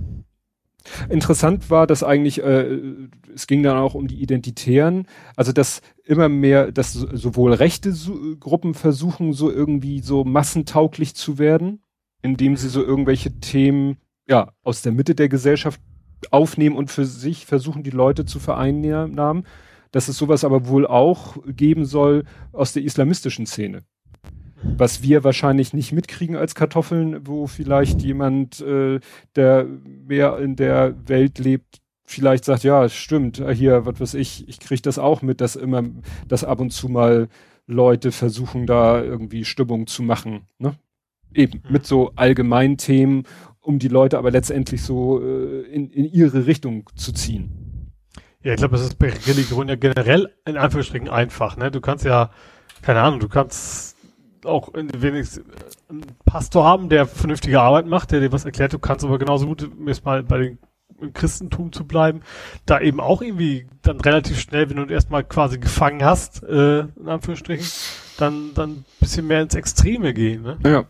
Interessant war, dass eigentlich, es ging dann auch um die Identitären, also dass immer mehr, dass sowohl rechte Gruppen versuchen, so irgendwie so massentauglich zu werden, indem sie so irgendwelche Themen, ja, aus der Mitte der Gesellschaft aufnehmen und für sich versuchen, die Leute zu vereinnahmen, dass es sowas aber wohl auch geben soll aus der islamistischen Szene. Was wir wahrscheinlich nicht mitkriegen als Kartoffeln, wo vielleicht jemand, der mehr in der Welt lebt, vielleicht sagt, ja, stimmt, hier, was weiß ich kriege das auch mit, dass ab und zu mal Leute versuchen, da irgendwie Stimmung zu machen, ne? Eben, mit so allgemeinen Themen, um die Leute aber letztendlich so in ihre Richtung zu ziehen. Ja, ich glaube, das ist bei Religion ja generell in Anführungsstrichen einfach, ne? Du kannst ja, keine Ahnung, du kannst auch wenigstens einen Pastor haben, der vernünftige Arbeit macht, der dir was erklärt. Du kannst aber genauso gut, jetzt mal im Christentum zu bleiben, da eben auch irgendwie dann relativ schnell, wenn du erstmal quasi gefangen hast, in Anführungsstrichen, dann ein bisschen mehr ins Extreme gehen, ne? Ja.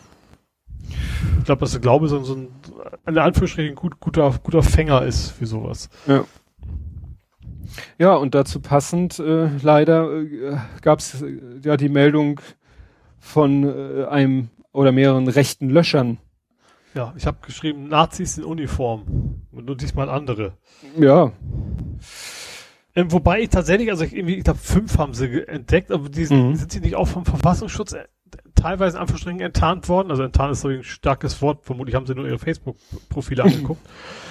Ich glaube, dass der Glaube so ein in Anführungsstrichen guter Fänger ist für sowas. Ja. Ja, und dazu passend, leider gab es ja die Meldung von einem oder mehreren rechten Löschern. Ja, ich habe geschrieben, Nazis in Uniform. Nur diesmal andere. Ja. Wobei ich tatsächlich, also ich glaube 5 haben sie entdeckt, aber sind sie nicht auch vom Verfassungsschutz teilweise in Anführungsstrichen enttarnt worden? Also enttarnt ist so ein starkes Wort, vermutlich haben sie nur ihre Facebook-Profile angeguckt.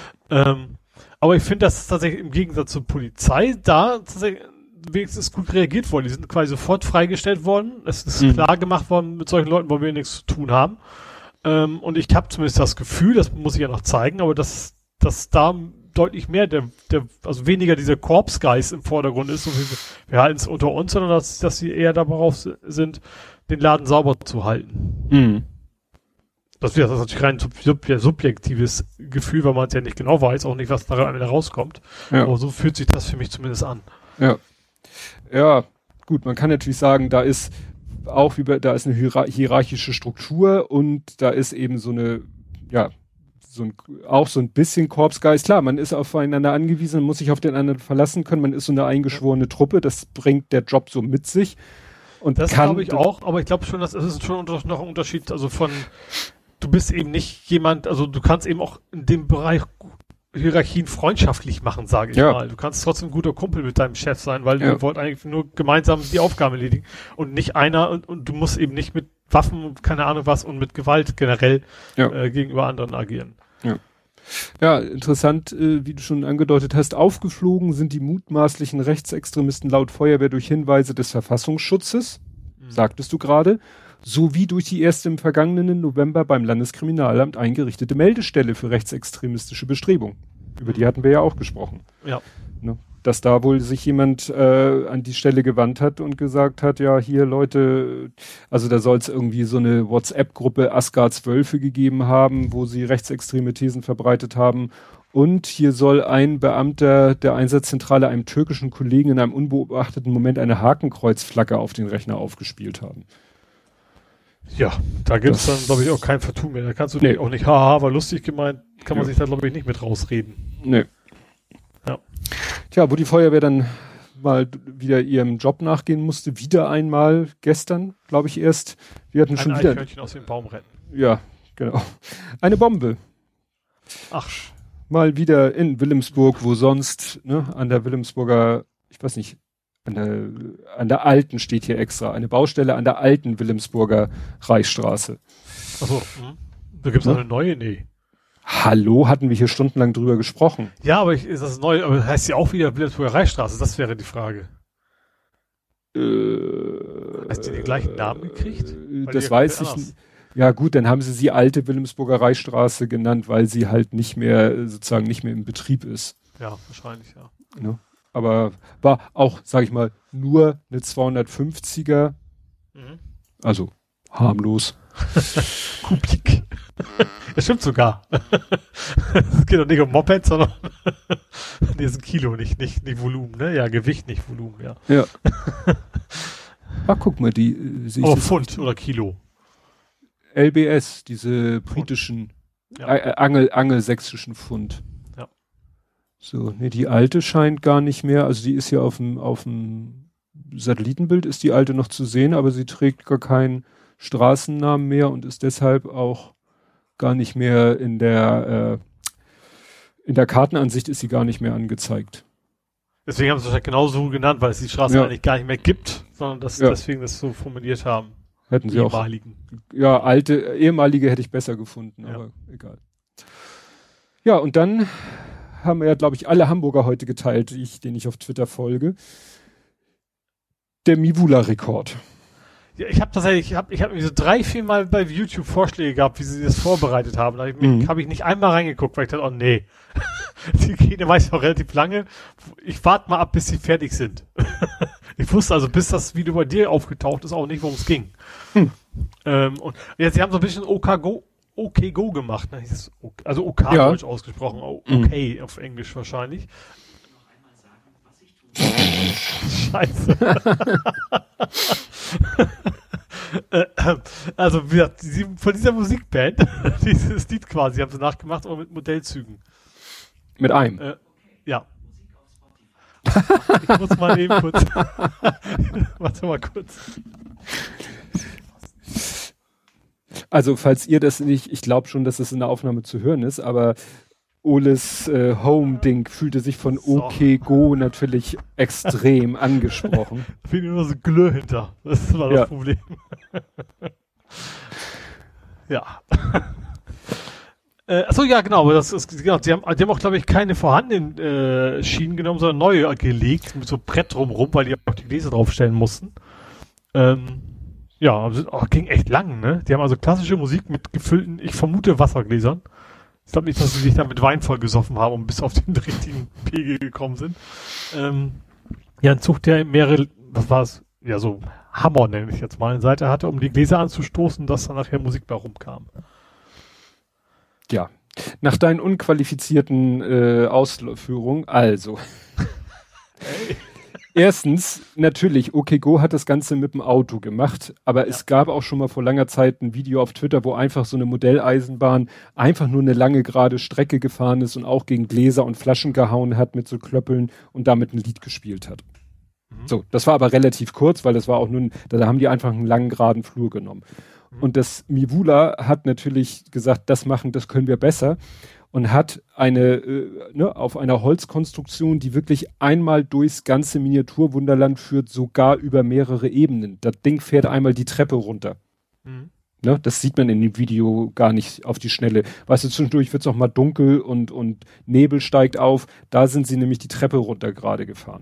Aber ich finde, dass tatsächlich im Gegensatz zur Polizei da tatsächlich wenigstens gut reagiert worden. Die sind quasi sofort freigestellt worden. Es ist klar gemacht worden, mit solchen Leuten wollen wir nichts zu tun haben. Und ich habe zumindest das Gefühl, das muss ich ja noch zeigen, aber dass da deutlich mehr also weniger dieser Korpsgeist im Vordergrund ist, so wie wir halten es unter uns, sondern dass sie eher darauf sind, den Laden sauber zu halten. Mhm. Das ist natürlich rein subjektives Gefühl, weil man es ja nicht genau weiß, auch nicht, was da rauskommt. Ja. Aber so fühlt sich das für mich zumindest an. Ja. Ja, gut, man kann natürlich sagen, da ist auch da ist eine hierarchische Struktur und da ist eben so eine, ja, auch so ein bisschen Korpsgeist. Klar, man ist aufeinander angewiesen, man muss sich auf den anderen verlassen können, man ist so eine eingeschworene Truppe, das bringt der Job so mit sich. Und das glaube ich auch, aber ich glaube schon, das ist schon noch ein Unterschied, also du bist eben nicht jemand, also du kannst eben auch in dem Bereich Hierarchien freundschaftlich machen, sage ich mal. Du kannst trotzdem ein guter Kumpel mit deinem Chef sein, weil ihr wollt eigentlich nur gemeinsam die Aufgabe erledigen und nicht einer und du musst eben nicht mit Waffen und keine Ahnung was und mit Gewalt generell gegenüber anderen agieren. Ja, interessant, wie du schon angedeutet hast, aufgeflogen sind die mutmaßlichen Rechtsextremisten laut Feuerwehr durch Hinweise des Verfassungsschutzes, sagtest du gerade, sowie durch die erst im vergangenen November beim Landeskriminalamt eingerichtete Meldestelle für rechtsextremistische Bestrebungen. Über die hatten wir ja auch gesprochen. Ja. Ne? Dass da wohl sich jemand an die Stelle gewandt hat und gesagt hat, ja, hier Leute, also da soll es irgendwie so eine WhatsApp-Gruppe Asgards Wölfe gegeben haben, wo sie rechtsextreme Thesen verbreitet haben. Und hier soll ein Beamter der Einsatzzentrale einem türkischen Kollegen in einem unbeobachteten Moment eine Hakenkreuzflagge auf den Rechner aufgespielt haben. Ja, da gibt es dann, glaube ich, auch kein Vertun mehr. Da kannst du auch nicht, haha, war lustig gemeint, kann man sich da, glaube ich, nicht mit rausreden. Nee. Ja. Tja, wo die Feuerwehr dann mal wieder ihrem Job nachgehen musste, wieder einmal gestern, glaube ich erst. Wir hatten schon wieder... Ein Eichhörnchen aus dem Baum retten. Ja, genau. Eine Bombe. Ach. Mal wieder in Wilhelmsburg, wo sonst, ne, an der Wilhelmsburger, ich weiß nicht, an der alten steht hier extra, eine Baustelle an der alten Wilhelmsburger Reichsstraße. Achso, da gibt's noch eine neue? Nee. Hallo, hatten wir hier stundenlang drüber gesprochen. Ja, aber ist das neu, aber heißt ja auch wieder Wilhelmsburger Reichsstraße, das wäre die Frage. Hast du den gleichen Namen gekriegt? Das weiß ich nicht. Ja gut, dann haben sie alte Wilhelmsburger Reichsstraße genannt, weil sie halt nicht mehr, sozusagen nicht mehr im Betrieb ist. Ja, wahrscheinlich, ja. Ne? Aber war auch, sag ich mal, nur eine 250er. Also harmlos. Kubik. Das stimmt sogar. Es geht doch nicht um Moped, sondern nee, ist ein Kilo, nicht Volumen, ne? Ja, Gewicht, nicht Volumen, ja. Ja. Ach, guck mal, aber Pfund oder Kilo. LBS, diese britischen. angelsächsischen Pfund. Ja. So, nee, die alte scheint gar nicht mehr, also die ist ja auf dem Satellitenbild ist die alte noch zu sehen, aber sie trägt gar keinen Straßennamen mehr und ist deshalb auch gar nicht mehr in der Kartenansicht ist sie gar nicht mehr angezeigt. Deswegen haben sie es wahrscheinlich genauso genannt, weil es die Straße eigentlich gar nicht mehr gibt, sondern deswegen das so formuliert haben. Hätten sie ehemaligen. Auch. Ja, ehemalige hätte ich besser gefunden, aber egal. Ja, und dann haben wir ja, glaube ich, alle Hamburger heute geteilt, denen ich auf Twitter folge. Der Mivula-Rekord. Ja, ich habe tatsächlich, ich habe mir so 3-4 Mal bei YouTube Vorschläge gehabt, wie sie das vorbereitet haben. Da habe ich nicht einmal reingeguckt, weil ich dachte, oh nee. Die gehen ja meist auch relativ lange. Ich warte mal ab, bis sie fertig sind. Ich wusste also, bis das Video bei dir aufgetaucht ist, auch nicht, worum es ging. Und jetzt, sie haben so ein bisschen OK Go gemacht. Ne? Also OK Deutsch ausgesprochen. Okay auf Englisch wahrscheinlich. Scheiße. Also von dieser Musikband, dieses Lied quasi, haben sie nachgemacht, aber mit Modellzügen. Mit einem? Ja. Ich muss mal eben kurz. Warte mal kurz. Also, falls ihr das nicht, ich glaube schon, dass es in der Aufnahme zu hören ist, aber Oles Home-Ding fühlte sich von OK Go natürlich extrem angesprochen. Da fehlt nur so Glüh hinter. Das war das Problem. Ja. Achso, ja, genau. Aber das ist, genau. Die haben auch, glaube ich, keine vorhandenen Schienen genommen, sondern neue gelegt, mit so Brett drumrum, weil die auch die Gläser draufstellen mussten. Ja, ging echt lang, ne? Die haben also klassische Musik mit gefüllten, ich vermute, Wassergläsern. Ich glaube nicht, dass sie sich da mit Wein voll gesoffen haben und bis auf den richtigen Pegel gekommen sind. Ja, ein Zug, der mehrere, was war es? Ja, so Hammer nenne ich jetzt mal, eine Seite hatte, um die Gläser anzustoßen, dass dann nachher Musik bei rumkam. Ja, nach deinen unqualifizierten Ausführungen, also. Hey. Erstens, natürlich, OK Go hat das Ganze mit dem Auto gemacht, aber es gab auch schon mal vor langer Zeit ein Video auf Twitter, wo einfach so eine Modelleisenbahn einfach nur eine lange gerade Strecke gefahren ist und auch gegen Gläser und Flaschen gehauen hat mit so Klöppeln und damit ein Lied gespielt hat. So, das war aber relativ kurz, weil das war auch nur, da haben die einfach einen langen geraden Flur genommen. Und das Mivula hat natürlich gesagt, das können wir besser. Und hat auf einer Holzkonstruktion, die wirklich einmal durchs ganze Miniaturwunderland führt, sogar über mehrere Ebenen. Das Ding fährt einmal die Treppe runter. Ne, das sieht man in dem Video gar nicht auf die Schnelle. Weißt du, zwischendurch wird es auch mal dunkel und Nebel steigt auf. Da sind sie nämlich die Treppe runter gerade gefahren.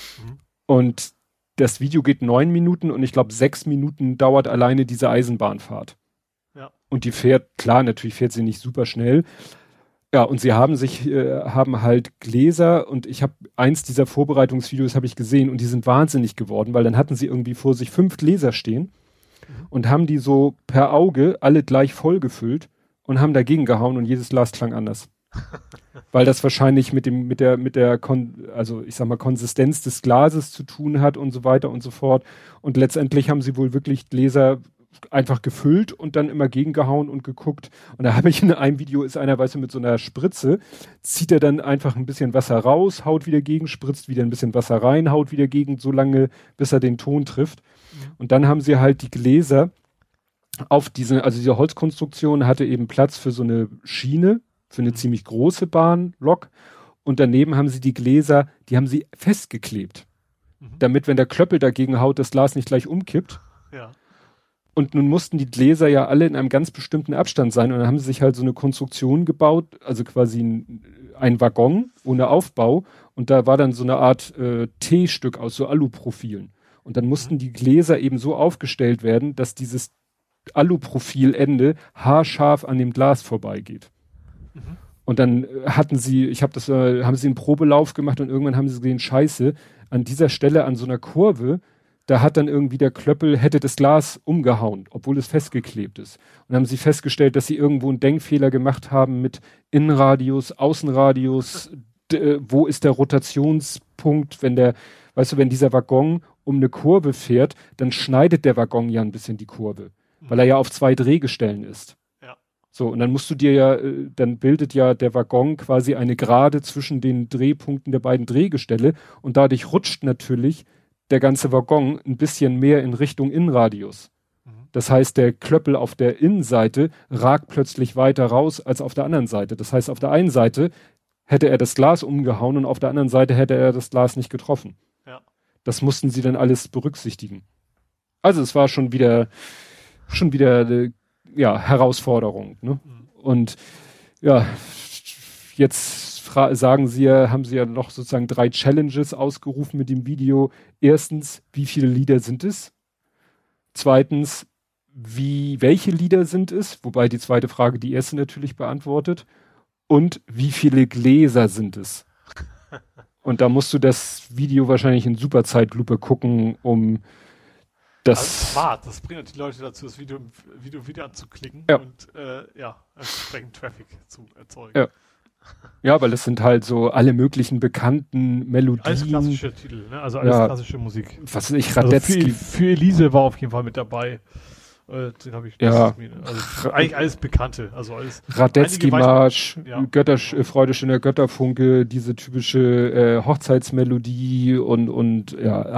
Und das Video geht 9 Minuten und ich glaube 6 Minuten dauert alleine diese Eisenbahnfahrt. Ja. Und die natürlich fährt sie nicht super schnell. Ja, und sie haben halt Gläser und ich habe eins dieser Vorbereitungsvideos habe ich gesehen und die sind wahnsinnig geworden, weil dann hatten sie irgendwie vor sich 5 Gläser stehen und haben die so per Auge alle gleich voll gefüllt und haben dagegen gehauen und jedes Glas klang anders. Weil das wahrscheinlich mit der Konsistenz des Glases zu tun hat und so weiter und so fort. Und letztendlich haben sie wohl wirklich Gläser einfach gefüllt und dann immer gegengehauen und geguckt. Und da habe ich in einem Video ist einer, weißt du, mit so einer Spritze, zieht er dann einfach ein bisschen Wasser raus, haut wieder gegen, spritzt wieder ein bisschen Wasser rein, haut wieder gegen, so lange, bis er den Ton trifft. Und dann haben sie halt die Gläser auf diese Holzkonstruktion hatte eben Platz für so eine Schiene, für eine ziemlich große Bahnlok. Und daneben haben sie die Gläser, die haben sie festgeklebt. Damit, wenn der Klöppel dagegen haut, das Glas nicht gleich umkippt. Ja. Und nun mussten die Gläser ja alle in einem ganz bestimmten Abstand sein. Und dann haben sie sich halt so eine Konstruktion gebaut, also quasi ein Waggon ohne Aufbau. Und da war dann so eine Art T-Stück aus so Aluprofilen. Und dann mussten die Gläser eben so aufgestellt werden, dass dieses Aluprofilende haarscharf an dem Glas vorbeigeht. Und dann haben sie einen Probelauf gemacht und irgendwann haben sie gesehen, scheiße, an dieser Stelle an so einer Kurve, da hat dann irgendwie der Klöppel, hätte das Glas umgehauen, obwohl es festgeklebt ist. Und dann haben sie festgestellt, dass sie irgendwo einen Denkfehler gemacht haben mit Innenradius, Außenradius, wo ist der Rotationspunkt, wenn dieser Waggon um eine Kurve fährt, dann schneidet der Waggon ja ein bisschen die Kurve, weil er ja auf 2 Drehgestellen ist. Ja. So, und dann musst du dir ja, dann bildet ja der Waggon quasi eine Gerade zwischen den Drehpunkten der beiden Drehgestelle und dadurch rutscht natürlich der ganze Waggon ein bisschen mehr in Richtung Innenradius. Das heißt, der Klöppel auf der Innenseite ragt plötzlich weiter raus als auf der anderen Seite. Das heißt, auf der einen Seite hätte er das Glas umgehauen und auf der anderen Seite hätte er das Glas nicht getroffen. Ja. Das mussten sie dann alles berücksichtigen. Also es war schon wieder eine, ja, Herausforderung. Ne? Und ja, jetzt haben sie ja noch sozusagen 3 Challenges ausgerufen mit dem Video. Erstens, wie viele Lieder sind es? Zweitens, welche Lieder sind es? Wobei die zweite Frage die erste natürlich beantwortet. Und wie viele Gläser sind es? Und da musst du das Video wahrscheinlich in Superzeitlupe gucken, um das... Also smart, das bringt die Leute dazu, das Video wieder anzuklicken und entsprechend Traffic zu erzeugen. Ja. Ja, weil es sind halt so alle möglichen bekannten Melodien. Alles klassische Titel, ne? Also alles klassische Musik. Was weiß ich, Radetzky. Also für Elise war auf jeden Fall mit dabei. Den habe ich. Ja. Also eigentlich alles Bekannte. Also alles. Radetzky-Marsch, Freude schöner Götterfunke, diese typische Hochzeitsmelodie und ja.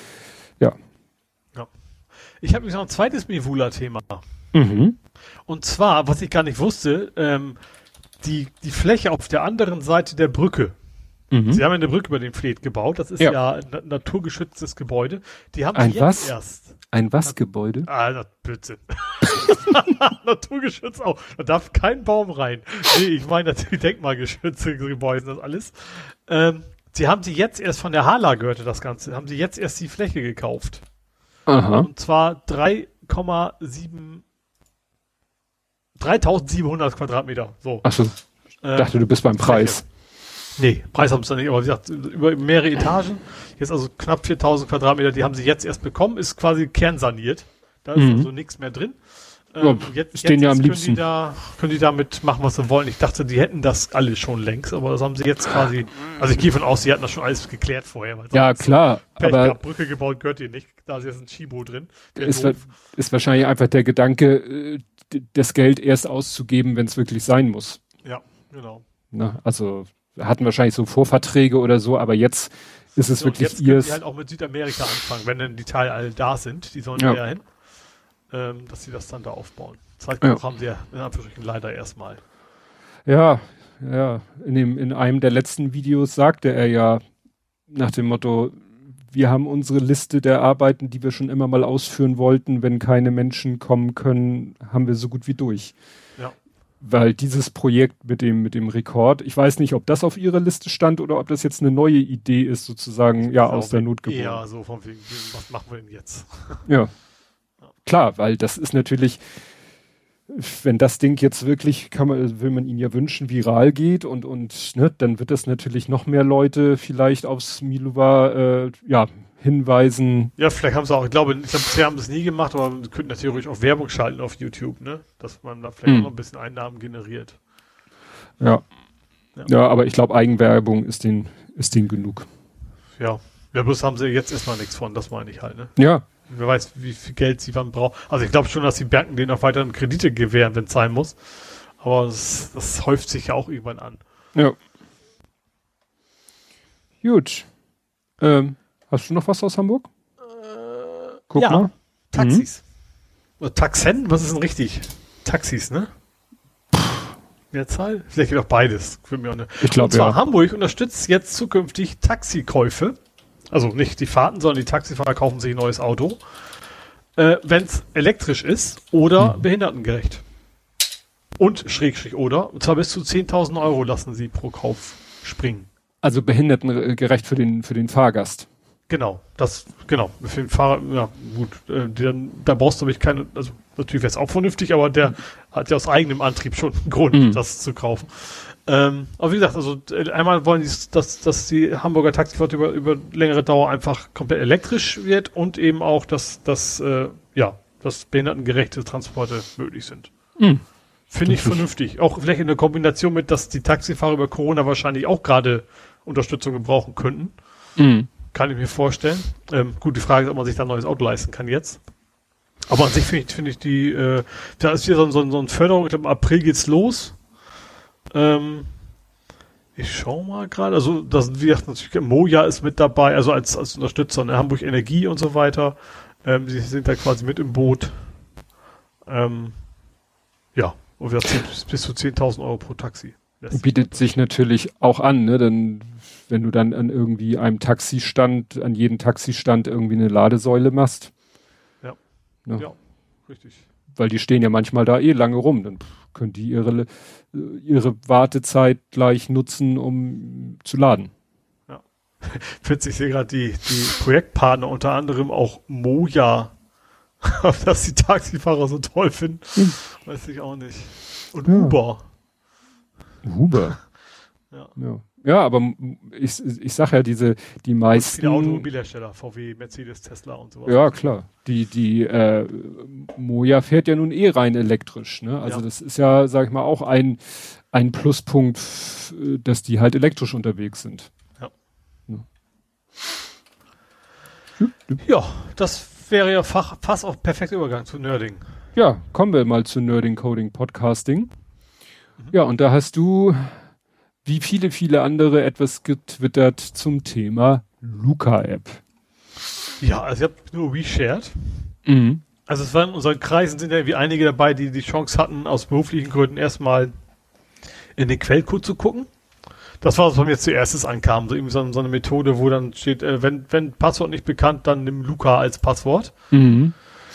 Ich habe noch ein zweites Mivula-Thema. Mhm. Und zwar, was ich gar nicht wusste, die Fläche auf der anderen Seite der Brücke. Mhm. Sie haben eine Brücke über den Fleet gebaut. Das ist ja ein naturgeschütztes Gebäude. Die haben ein sie was? jetzt erst. Ein was Gebäude? Blödsinn. Naturgeschützt auch. Da darf kein Baum rein. Nee, ich meine natürlich denkmalgeschützte Gebäude, das alles. Sie haben sie jetzt erst von der Hala gehörte das Ganze. Haben sie jetzt erst die Fläche gekauft. Aha. Und zwar 3.700 Quadratmeter. So. Achso. Ich dachte, du bist beim Preis. Nee, Preis haben sie nicht, aber wie gesagt, über mehrere Etagen. Jetzt also knapp 4.000 Quadratmeter, die haben sie jetzt erst bekommen, ist quasi kernsaniert. Da ist also nichts mehr drin. Jetzt stehen ja am liebsten. Können die damit machen, was sie wollen. Ich dachte, die hätten das alles schon längst, aber das haben sie jetzt quasi, also ich gehe von aus, sie hatten das schon alles geklärt vorher. Weil ja, klar, aber Brücke gebaut gehört ihr nicht, da ist jetzt ein Chibo drin. Ist wahrscheinlich einfach der Gedanke, das Geld erst auszugeben, wenn es wirklich sein muss. Ja, genau. Na, also hatten wahrscheinlich so Vorverträge oder so, aber jetzt ist es wirklich jetzt können die halt auch mit Südamerika anfangen, wenn dann die Teile alle da sind, die sollen ja hin, dass sie das dann da aufbauen. Zeit genug haben sie ja in Anführungsstrichen leider erstmal. Ja, in einem der letzten Videos sagte er ja nach dem Motto, wir haben unsere Liste der Arbeiten, die wir schon immer mal ausführen wollten, wenn keine Menschen kommen können, haben wir so gut wie durch. Ja. Weil dieses Projekt mit dem Rekord, ich weiß nicht, ob das auf ihrer Liste stand oder ob das jetzt eine neue Idee ist, sozusagen, aus der Not geboren. Ja, so von wegen, was machen wir denn jetzt? Ja. Klar, weil das ist natürlich, wenn das Ding jetzt wirklich, will man ihn ja wünschen, viral geht und ne, dann wird das natürlich noch mehr Leute vielleicht aufs Miluva, hinweisen. Ja, vielleicht haben sie auch, ich glaube, bisher haben sie es nie gemacht, aber wir könnten natürlich auch Werbung schalten auf YouTube, ne? Dass man da vielleicht noch ein bisschen Einnahmen generiert. Ja, aber ich glaube, Eigenwerbung ist denen genug. Ja, bloß haben sie jetzt erstmal nichts von, das meine ich halt, ne? Ja. Wer weiß, wie viel Geld sie wann brauchen. Also ich glaube schon, dass die Banken denen auch weiterhin Kredite gewähren, wenn es sein muss. Aber das häuft sich ja auch irgendwann an. Ja. Gut. Hast du noch was aus Hamburg? Guck mal. Taxis. Oder Taxen? Was ist denn richtig? Taxis, ne? Mehrzahl? Vielleicht geht auch beides. Ich glaube, und zwar Hamburg unterstützt jetzt zukünftig Taxikäufe. Also nicht die Fahrten, sondern die Taxifahrer kaufen sich ein neues Auto. Wenn es elektrisch ist oder behindertengerecht. Und oder. Und zwar bis zu 10.000 Euro lassen sie pro Kauf springen. Also behindertengerecht für den Fahrgast. Genau, für den Fahrer, ja gut, da brauchst du nämlich keine, also natürlich wäre es auch vernünftig, aber der hat ja aus eigenem Antrieb schon einen Grund, das zu kaufen. Aber wie gesagt, also einmal wollen die, dass die Hamburger Taxifahrt über längere Dauer einfach komplett elektrisch wird und eben auch, dass behindertengerechte Transporte möglich sind. Finde ich vernünftig. Auch vielleicht in der Kombination mit, dass die Taxifahrer über Corona wahrscheinlich auch gerade Unterstützung gebrauchen könnten. Kann ich mir vorstellen. Gut, die Frage ist, ob man sich da ein neues Auto leisten kann jetzt. Aber an sich finde ich die, da ist hier so ein Förderung, ich glaube im April geht's los. Ich schau mal gerade, also das wie gesagt, natürlich Moja ist mit dabei, also als Unterstützer, ne, Hamburg Energie und so weiter. Sie sind da quasi mit im Boot. Ja, und wir haben bis zu 10.000 Euro pro Taxi. Bietet sich natürlich auch an, ne? Denn wenn du dann an irgendwie einem Taxistand, an jedem Taxistand irgendwie eine Ladesäule machst. Ja. Ne? Ja, richtig. Weil die stehen ja manchmal da lange rum. Dann können die ihre Wartezeit gleich nutzen, um zu laden. Ja. Witzig, ich sehe gerade die Projektpartner, unter anderem auch Moja, dass die Taxifahrer so toll finden. Weiß ich auch nicht. Und Uber. Uber. Ja, aber ich sag ja, die meisten. Viele Automobilhersteller, VW, Mercedes, Tesla und sowas. Ja, klar. Die Moja fährt ja nun rein elektrisch, ne? Also das ist ja, sag ich mal, auch ein Pluspunkt, dass die halt elektrisch unterwegs sind. Ja, das wäre ja fast auch perfekter Übergang zu Nerding. Ja, kommen wir mal zu Nerding Coding Podcasting. Ja, und da hast du, wie viele andere, etwas getwittert zum Thema Luca-App. Ja, also ich habe nur reshared. Mhm. Also es waren in unseren Kreisen sind ja wie einige dabei, die die Chance hatten, aus beruflichen Gründen erstmal in den Quellcode zu gucken. Das war, was mir zuerst ankam. So irgendwie so eine Methode, wo dann steht, wenn Passwort nicht bekannt, dann nimm Luca als Passwort. Mhm.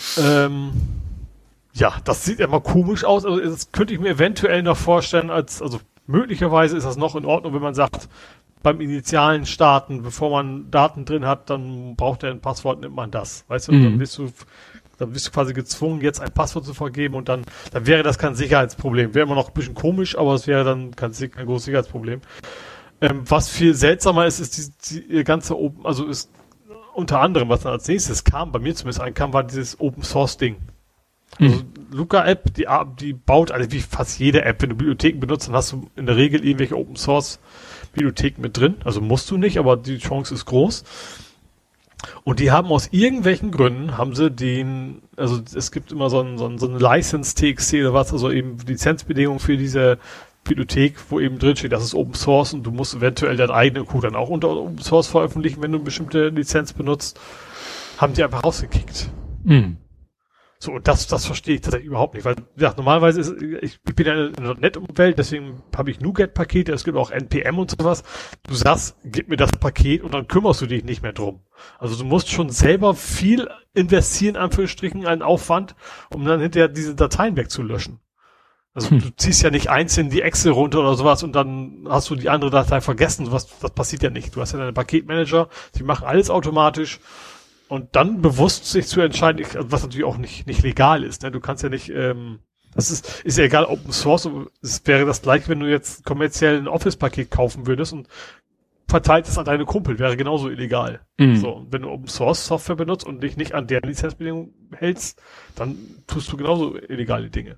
Ja, das sieht ja mal komisch aus. Also das könnte ich mir eventuell noch vorstellen, also möglicherweise ist das noch in Ordnung, wenn man sagt, beim initialen Starten, bevor man Daten drin hat, dann braucht er ein Passwort, nimmt man das. Weißt du, dann bist du quasi gezwungen, jetzt ein Passwort zu vergeben und dann wäre das kein Sicherheitsproblem. Wäre immer noch ein bisschen komisch, aber es wäre dann kein großes Sicherheitsproblem. Was viel seltsamer ist die ganze also ist unter anderem, was dann als nächstes kam, bei mir zumindest ankam, war dieses Open Source Ding. Also Luca App, die baut, also wie fast jede App, wenn du Bibliotheken benutzt, dann hast du in der Regel irgendwelche Open Source Bibliotheken mit drin. Also musst du nicht, aber die Chance ist groß. Und die haben aus irgendwelchen Gründen, also es gibt immer so eine License-TXT oder was, also eben Lizenzbedingungen für diese Bibliothek, wo eben drin steht, das ist Open Source und du musst eventuell deinen eigenen Code dann auch unter Open Source veröffentlichen, wenn du eine bestimmte Lizenz benutzt, haben die einfach rausgekickt. Mhm. So, und das verstehe ich tatsächlich überhaupt nicht, weil, ja, normalerweise ich bin ja in der .NET-Umwelt, deswegen habe ich NuGet-Pakete, es gibt auch NPM und sowas. Du sagst, gib mir das Paket und dann kümmerst du dich nicht mehr drum. Also du musst schon selber viel investieren, Anführungsstrichen, einen Aufwand, um dann hinterher diese Dateien wegzulöschen. Also du ziehst ja nicht einzeln die Excel runter oder sowas und dann hast du die andere Datei vergessen, sowas, das passiert ja nicht. Du hast ja deine Paketmanager, die machen alles automatisch. Und dann bewusst sich zu entscheiden, was natürlich auch nicht legal ist. Ne? Du kannst ja nicht, das ist ja egal, Open Source, es wäre das gleiche, wenn du jetzt kommerziell ein Office-Paket kaufen würdest und verteilt es an deine Kumpel, wäre genauso illegal. Mhm. So, und wenn du Open Source Software benutzt und dich nicht an deren Lizenzbedingungen hältst, dann tust du genauso illegale Dinge.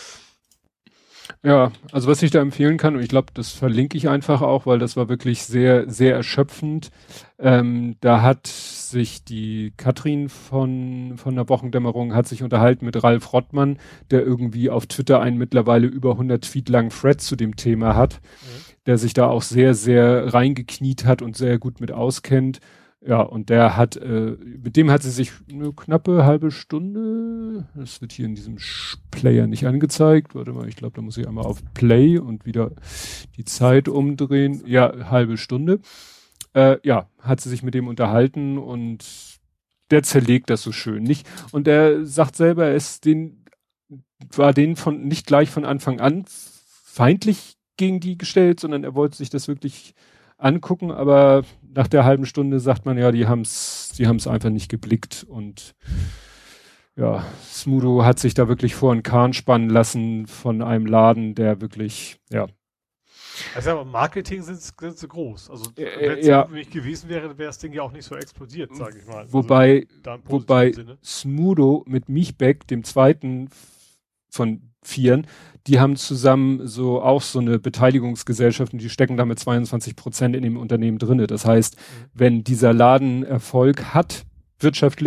Ja, also was ich da empfehlen kann, und ich glaube, das verlinke ich einfach auch, weil das war wirklich sehr, sehr erschöpfend. Da hat sich die Katrin von der Wochendämmerung hat sich unterhalten mit Ralf Rottmann, der irgendwie auf Twitter einen mittlerweile über 100 Tweet langen Thread zu dem Thema hat, der sich da auch sehr, sehr reingekniet hat und sehr gut mit auskennt. Ja, und der hat, mit dem hat sie sich eine knappe halbe Stunde, das wird hier in diesem Player nicht angezeigt, warte mal, ich glaube, da muss ich einmal auf Play und wieder die Zeit umdrehen. Ja, halbe Stunde. Ja, hat sie sich mit dem unterhalten und der zerlegt das so schön, nicht? Und er sagt selber, war nicht gleich von Anfang an feindlich gegen die gestellt, sondern er wollte sich das wirklich angucken, aber nach der halben Stunde sagt man, ja, die haben's einfach nicht geblickt und ja, Smudo hat sich da wirklich vor einen Kahn spannen lassen von einem Laden, der wirklich, ja. Also aber Marketing sind sie groß. Also wenn es nicht gewesen wäre, wäre das Ding ja auch nicht so explodiert, sage ich mal. Wobei Smudo mit Michbeck, dem zweiten von Vieren, die haben zusammen so eine Beteiligungsgesellschaft und die stecken da mit 22% in dem Unternehmen drinne. Das heißt, wenn dieser Laden Erfolg hat, wirtschaftlich,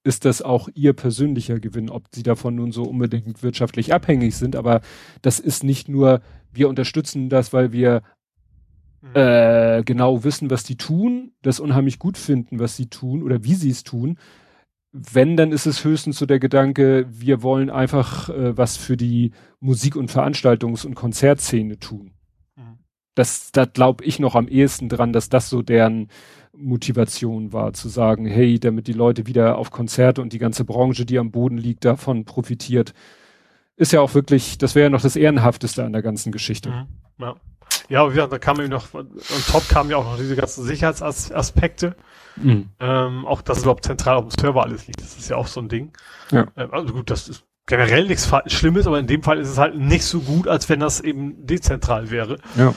ist das auch ihr persönlicher Gewinn, ob sie davon nun so unbedingt wirtschaftlich abhängig sind, aber das ist nicht nur, wir unterstützen das, weil wir genau wissen, was die tun, das unheimlich gut finden, was sie tun oder wie sie es tun. Wenn, dann ist es höchstens so der Gedanke, wir wollen einfach was für die Musik- und Veranstaltungs- und Konzertszene tun. Da glaube ich noch am ehesten dran, dass das so deren Motivation war, zu sagen, hey, damit die Leute wieder auf Konzerte und die ganze Branche, die am Boden liegt, davon profitiert. Ist ja auch wirklich, das wäre ja noch das Ehrenhafteste an der ganzen Geschichte. Ja. Ja, aber wie gesagt, da kam eben noch, und top kamen ja auch noch diese ganzen Sicherheitsaspekte. Auch, dass es überhaupt zentral auf dem Server alles liegt. Das ist ja auch so ein Ding. Ja. Also gut, das ist generell nichts Schlimmes, aber in dem Fall ist es halt nicht so gut, als wenn das eben dezentral wäre. Ja.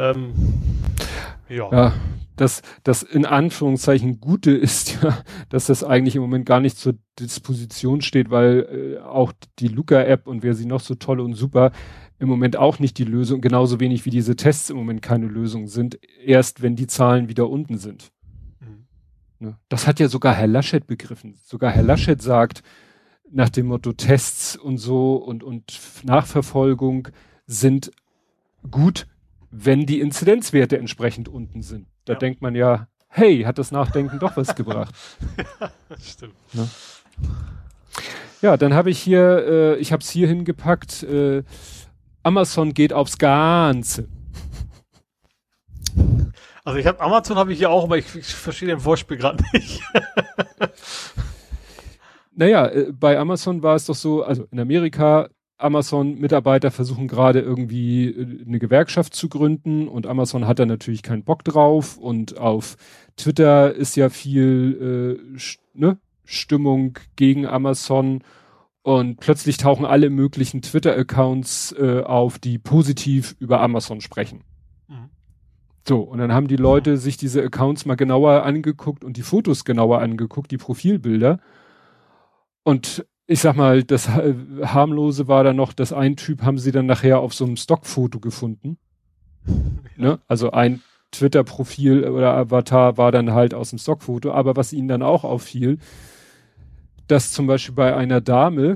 Ja. Das in Anführungszeichen Gute ist ja, dass das eigentlich im Moment gar nicht zur Disposition steht, weil auch die Luca-App und wer sie noch so toll und super im Moment auch nicht die Lösung, genauso wenig wie diese Tests im Moment keine Lösung sind, erst wenn die Zahlen wieder unten sind. Ne? Das hat ja sogar Herr Laschet begriffen. Sogar Herr Laschet sagt, nach dem Motto Tests und so und Nachverfolgung sind gut, wenn die Inzidenzwerte entsprechend unten sind. Da denkt man ja, hey, hat das Nachdenken doch was gebracht. Ja, das stimmt. Ne? Ja, dann habe ich hier, ich habe es hier hingepackt, Amazon geht aufs Ganze. Also Amazon habe ich hier auch, aber ich verstehe den Vorspiel gerade nicht. Naja, bei Amazon war es doch so, also in Amerika, Amazon-Mitarbeiter versuchen gerade irgendwie eine Gewerkschaft zu gründen und Amazon hat da natürlich keinen Bock drauf und auf Twitter ist ja viel Stimmung gegen Amazon und plötzlich tauchen alle möglichen Twitter-Accounts auf, die positiv über Amazon sprechen. So, und dann haben die Leute sich diese Accounts mal genauer angeguckt und die Fotos genauer angeguckt, die Profilbilder. Und ich sag mal, das harmlose war dann noch, dass ein Typ haben sie dann nachher auf so einem Stockfoto gefunden. Ne? Also ein Twitter-Profil oder Avatar war dann halt aus dem Stockfoto. Aber was ihnen dann auch auffiel, dass zum Beispiel bei einer Dame,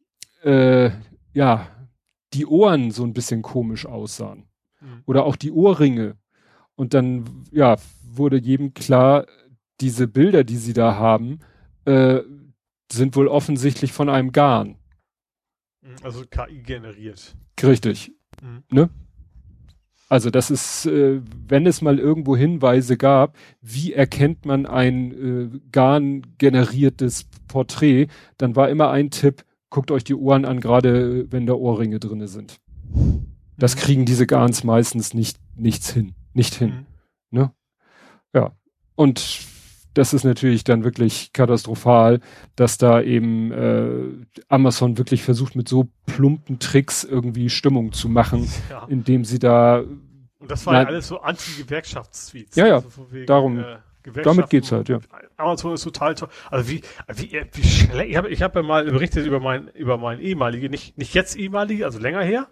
die Ohren so ein bisschen komisch aussahen. Oder auch die Ohrringe. Und dann, wurde jedem klar, diese Bilder, die sie da haben, sind wohl offensichtlich von einem Garn. Also KI generiert. Richtig. Ne? Also das ist, wenn es mal irgendwo Hinweise gab, wie erkennt man ein Garn-generiertes Porträt, dann war immer ein Tipp, guckt euch die Ohren an, gerade wenn da Ohrringe drinne sind. Das kriegen diese Garns meistens nicht hin. Ne? Ja. Und das ist natürlich dann wirklich katastrophal, dass da eben Amazon wirklich versucht, mit so plumpen Tricks irgendwie Stimmung zu machen, indem sie da... Und das war ja alles so Anti-Gewerkschaftstweets. Ja, also wegen, darum, damit geht's halt, ja. Amazon ist total toll. Also wie schlecht, ich hab ja mal berichtet über mein ehemalige, nicht jetzt ehemalige, also länger her.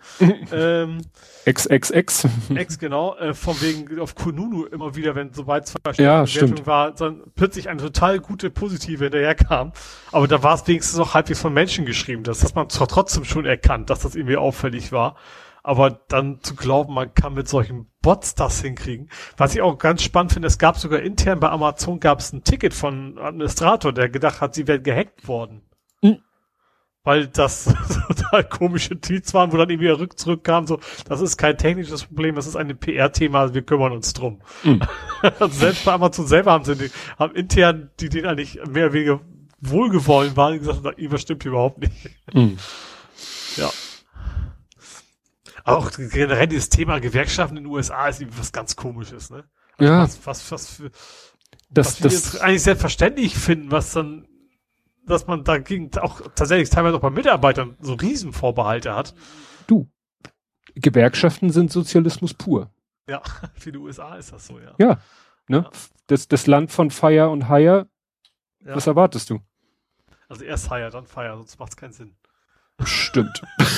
XXX. Ex, genau, von wegen auf Kununu immer wieder, wenn sobald zwei Bewertung war, dann plötzlich eine total gute Positive hinterherkam. Aber da war es wenigstens noch halbwegs von Menschen geschrieben. Das hat man zwar trotzdem schon erkannt, dass das irgendwie auffällig war. Aber dann zu glauben, man kann mit solchen Bots das hinkriegen. Was ich auch ganz spannend finde, es gab sogar intern bei Amazon gab es ein Ticket von einem Administrator, der gedacht hat, sie wären gehackt worden. Weil das total komische Tweets waren, wo dann irgendwie zurückkam, so, das ist kein technisches Problem, das ist ein PR-Thema, wir kümmern uns drum. Also selbst bei Amazon selber haben intern, die denen eigentlich mehr oder weniger wohlgefallen waren, gesagt, irgendwas stimmt überhaupt nicht. Ja. Aber auch generell dieses Thema Gewerkschaften in den USA ist irgendwie was ganz Komisches, ne? Also ja. Was wir Das eigentlich selbstverständlich finden, dass man dagegen auch tatsächlich teilweise auch bei Mitarbeitern so Riesenvorbehalte hat. Du, Gewerkschaften sind Sozialismus pur. Ja, für die USA ist das so, ja. Ja, ne? Ja. Das Land von Fire und Hire, was erwartest du? Also erst Hire, dann Fire, sonst macht es keinen Sinn. Stimmt.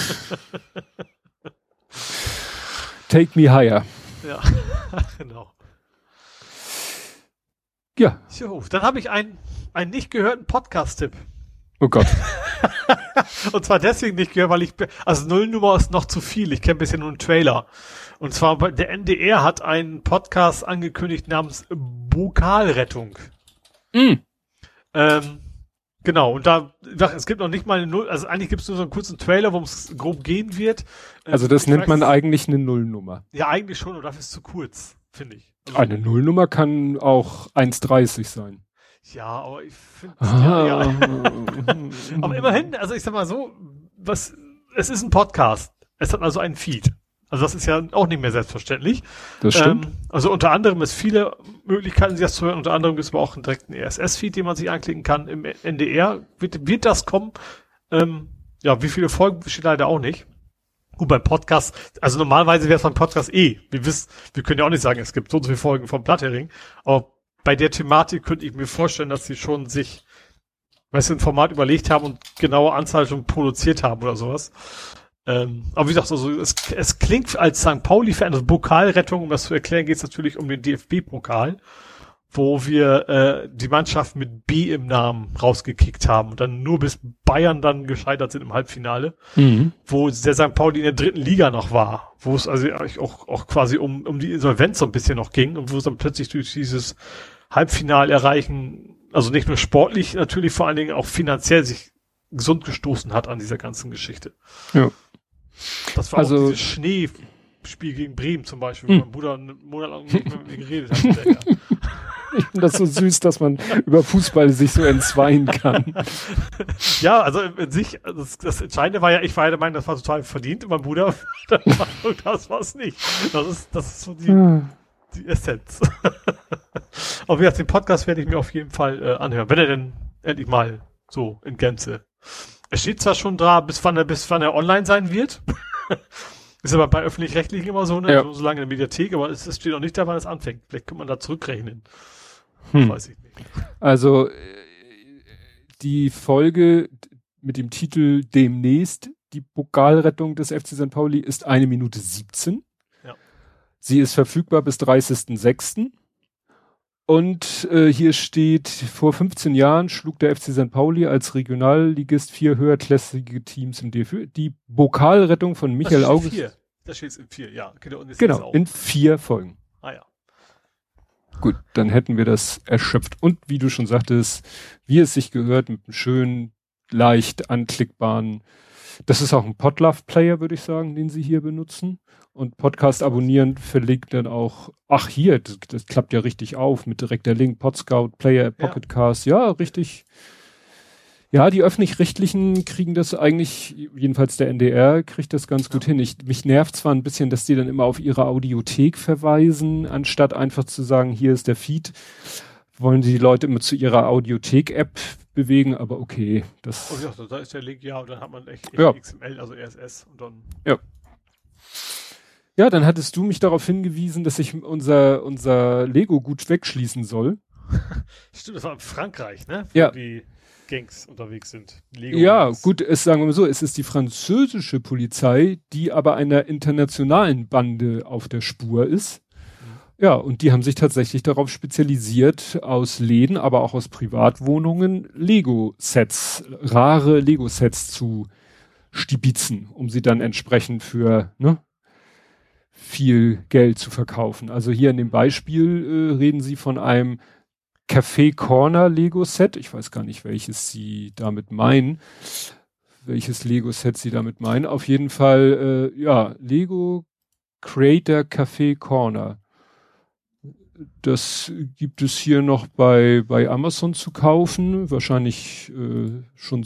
Take me higher. Ja, genau. Ja. So, dann habe ich einen nicht gehörten Podcast-Tipp. Oh Gott. Und zwar deswegen nicht gehört, weil also Nullnummer ist noch zu viel. Ich kenne bisher nur einen Trailer. Und zwar der NDR hat einen Podcast angekündigt namens Bokalrettung. Genau, und es gibt noch nicht mal eine Null, also eigentlich gibt es nur so einen kurzen Trailer, worum es grob gehen wird. Also das nennt man eigentlich eine Nullnummer. Ja, eigentlich schon, und dafür ist es zu kurz, finde ich. Also, eine Nullnummer kann auch 1,30 sein. ja, aber ich finde ja. Aber immerhin, also ich sag mal so, es ist ein Podcast. Es hat also einen Feed. Also das ist ja auch nicht mehr selbstverständlich. Das stimmt. Also unter anderem ist viele Möglichkeiten, sich das zu hören. Unter anderem gibt es aber auch einen direkten RSS-Feed, den man sich anklicken kann. Im NDR wird das kommen. Ja, wie viele Folgen steht leider auch nicht. Gut, beim Podcast, also normalerweise wäre es beim Podcast wir können ja auch nicht sagen, es gibt so und so viele Folgen vom Blattering. Aber bei der Thematik könnte ich mir vorstellen, dass sie schon sich, ein Format überlegt haben und genaue Anzahl schon produziert haben oder sowas. Aber wie gesagt, also es klingt als St. Pauli-Fan, also Pokalrettung, um das zu erklären, geht es natürlich um den DFB-Pokal, wo wir die Mannschaft mit B im Namen rausgekickt haben und dann nur bis Bayern dann gescheitert sind im Halbfinale, wo der St. Pauli in der 3. Liga noch war, wo es also eigentlich auch quasi um die Insolvenz so ein bisschen noch ging und wo es dann plötzlich durch dieses Halbfinal erreichen, also nicht nur sportlich, natürlich vor allen Dingen auch finanziell sich gesund gestoßen hat an dieser ganzen Geschichte. Ja. Das war also, auch dieses Schneespiel gegen Bremen zum Beispiel, wo mein Bruder einen Monat lang nicht mehr mit mir geredet hat. Ich finde das so süß, dass man über Fußball sich so entzweien kann. Ja, also in sich, das Entscheidende war ja, ich war ja der Meinung, das war total verdient und mein Bruder, das war es nicht. Das ist so die Essenz. Aber wie gesagt, den Podcast werde ich mir auf jeden Fall anhören, wenn er denn endlich mal so in Gänze. Es steht zwar schon da, bis wann er online sein wird. Ist aber bei Öffentlich-Rechtlichen immer so, ne? Ja. So lange in der Mediathek, aber es steht auch nicht da, wann es anfängt. Vielleicht kann man da zurückrechnen. Weiß ich nicht. Also die Folge mit dem Titel Demnächst, die Pokalrettung des FC St. Pauli, ist 1 Minute 17. Ja. Sie ist verfügbar bis 30.06. Und hier steht, vor 15 Jahren schlug der FC St. Pauli als Regionalligist 4 höherklassige Teams im DFB. Die Pokalrettung von Michael August. Das steht in 4, ja. Genau, in 4 Folgen. Ah ja. Gut, dann hätten wir das erschöpft. Und wie du schon sagtest, wie es sich gehört, mit einem schönen, leicht anklickbaren, das ist auch ein Podlove-Player, würde ich sagen, den sie hier benutzen. Und Podcast abonnieren verlegt dann auch, ach hier, das klappt ja richtig auf, mit direkter Link, Podscout, Player, Pocketcast, ja, richtig. Ja, die Öffentlich-Rechtlichen kriegen das eigentlich, jedenfalls der NDR kriegt das ganz gut hin. Mich nervt zwar ein bisschen, dass die dann immer auf ihre Audiothek verweisen, anstatt einfach zu sagen, hier ist der Feed, wollen die Leute immer zu ihrer Audiothek-App bewegen, aber okay. Das oh ja, da ist der Link, ja, und dann hat man echt XML, also RSS und dann... Ja. Ja, dann hattest du mich darauf hingewiesen, dass ich unser Lego gut wegschließen soll. Stimmt, das war in Frankreich, ne? Wo die Gangs unterwegs sind. Ja, gut, sagen wir mal so, es ist die französische Polizei, die aber einer internationalen Bande auf der Spur ist. Ja, und die haben sich tatsächlich darauf spezialisiert, aus Läden, aber auch aus Privatwohnungen Lego-Sets, rare Lego-Sets zu stibitzen, um sie dann entsprechend für viel Geld zu verkaufen. Also hier in dem Beispiel reden sie von einem Café Corner Lego Set. Ich weiß gar nicht, welches sie damit meinen. Welches Lego Set sie damit meinen. Auf jeden Fall, Lego Creator Café Corner. Das gibt es hier noch bei Amazon zu kaufen. Wahrscheinlich schon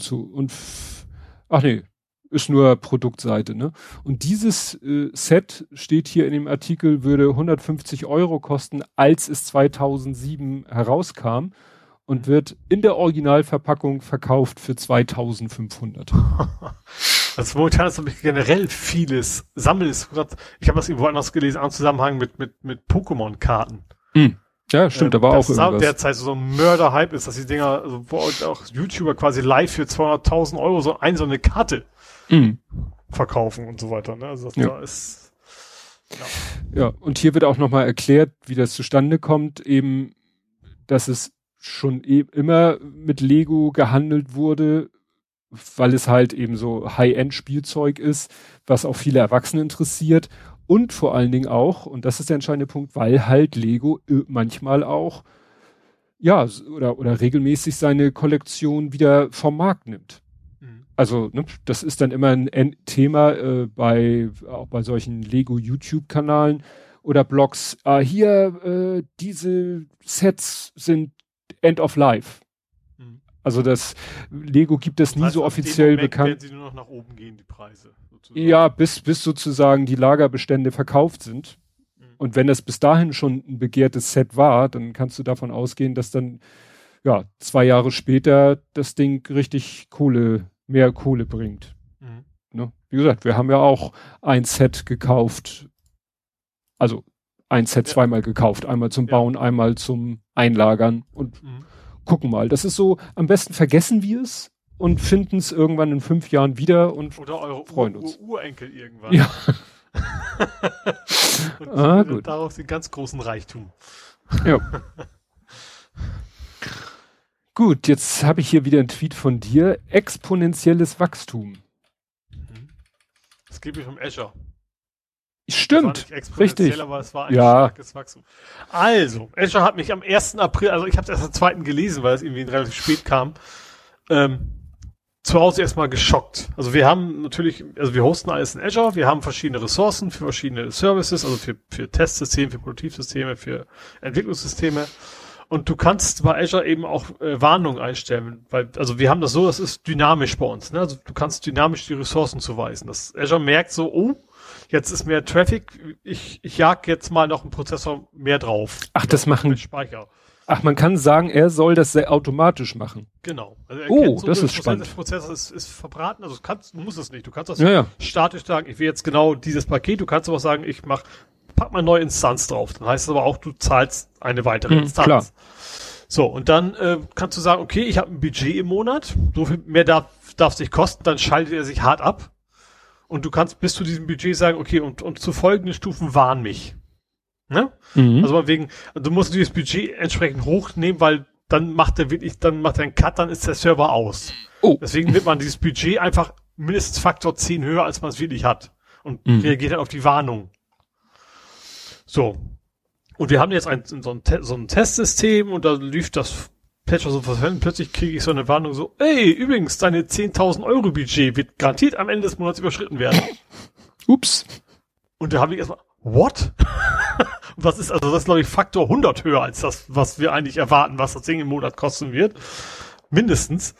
ist nur Produktseite, ne? Und dieses Set steht hier in dem Artikel, würde 150 € kosten, als es 2007 herauskam und wird in der Originalverpackung verkauft für 2.500. Also momentan ist nämlich generell vieles Sammels. Ich habe das irgendwo anders gelesen, im Zusammenhang mit Pokémon-Karten. Ja, stimmt, da war auch irgendwas. Derzeit so ein Mörder-Hype ist, dass die Dinger, also wo auch YouTuber quasi live für 200.000 € so eine Karte verkaufen und so weiter. Ne? Also das da ist... Ja, und hier wird auch nochmal erklärt, wie das zustande kommt, eben, dass es schon immer mit Lego gehandelt wurde, weil es halt eben so High-End-Spielzeug ist, was auch viele Erwachsene interessiert. Und vor allen Dingen auch, und das ist der entscheidende Punkt, weil halt Lego manchmal auch, ja, oder regelmäßig seine Kollektion wieder vom Markt nimmt. Also, ne, das ist dann immer ein Thema auch bei solchen Lego-YouTube-Kanalen oder Blogs. Hier, diese Sets sind End of Life. Also das Lego gibt es nie so offiziell bekannt. Werden sie nur noch nach oben gehen, die Preise. Sozusagen. Ja, bis sozusagen die Lagerbestände verkauft sind. Und wenn es bis dahin schon ein begehrtes Set war, dann kannst du davon ausgehen, dass dann, ja, 2 Jahre später das Ding richtig mehr Kohle bringt. Ne? Wie gesagt, wir haben ja auch ein Set gekauft. Also ein Set zweimal gekauft. Einmal zum Bauen, einmal zum Einlagern und gucken mal. Das ist so, am besten vergessen wir es und finden es irgendwann in 5 Jahren wieder und oder eure freuen uns. Urenkel irgendwann. Ja. und gut. Daraus den ganz großen Reichtum. Ja. Gut, jetzt habe ich hier wieder einen Tweet von dir. Exponentielles Wachstum. Das gebe ich vom Azure. Stimmt, richtig. Aber es war ein starkes Wachstum. Also, Azure hat mich am 1. April, also ich habe es erst am 2. gelesen, weil es irgendwie relativ spät kam, zu Hause erstmal geschockt. Also wir haben natürlich, also wir hosten alles in Azure, wir haben verschiedene Ressourcen für verschiedene Services, also für Testsysteme, für Produktivsysteme, für Entwicklungssysteme. Und du kannst bei Azure eben auch Warnungen einstellen, weil, also wir haben das so, das ist dynamisch bei uns, ne? Also du kannst dynamisch die Ressourcen zuweisen. Das Azure merkt so, oh, jetzt ist mehr Traffic, ich jag jetzt mal noch einen Prozessor mehr drauf. Ach, das machen Speicher. Ach, man kann sagen, er soll das sehr automatisch machen. Genau. Also so, das ist spannend. Der Prozessor ist verbraten, also du musst es nicht. Du kannst das statisch sagen, ich will jetzt genau dieses Paket, du kannst aber sagen, pack mal eine neue Instanz drauf. Dann heißt es aber auch, du zahlst eine weitere Instanz. Klar. So, und dann kannst du sagen, okay, ich habe ein Budget im Monat, so viel mehr darf es nicht kosten, dann schaltet er sich hart ab. Und du kannst bis zu diesem Budget sagen, okay, und zu folgenden Stufen warn mich. Ne? Also du musst dieses Budget entsprechend hochnehmen, weil dann macht er einen Cut, dann ist der Server aus. Oh. Deswegen nimmt man dieses Budget einfach mindestens Faktor 10 höher, als man es wirklich hat. Und reagiert dann auf die Warnung. So. Und wir haben jetzt so ein Testsystem und da lief das Patcher so verwenden. Plötzlich kriege ich so eine Warnung so, ey, übrigens, deine 10.000 Euro Budget wird garantiert am Ende des Monats überschritten werden. Ups. Und da habe ich erstmal, what? Das ist, glaube ich, Faktor 100 höher als das, was wir eigentlich erwarten, was das Ding im Monat kosten wird. Mindestens.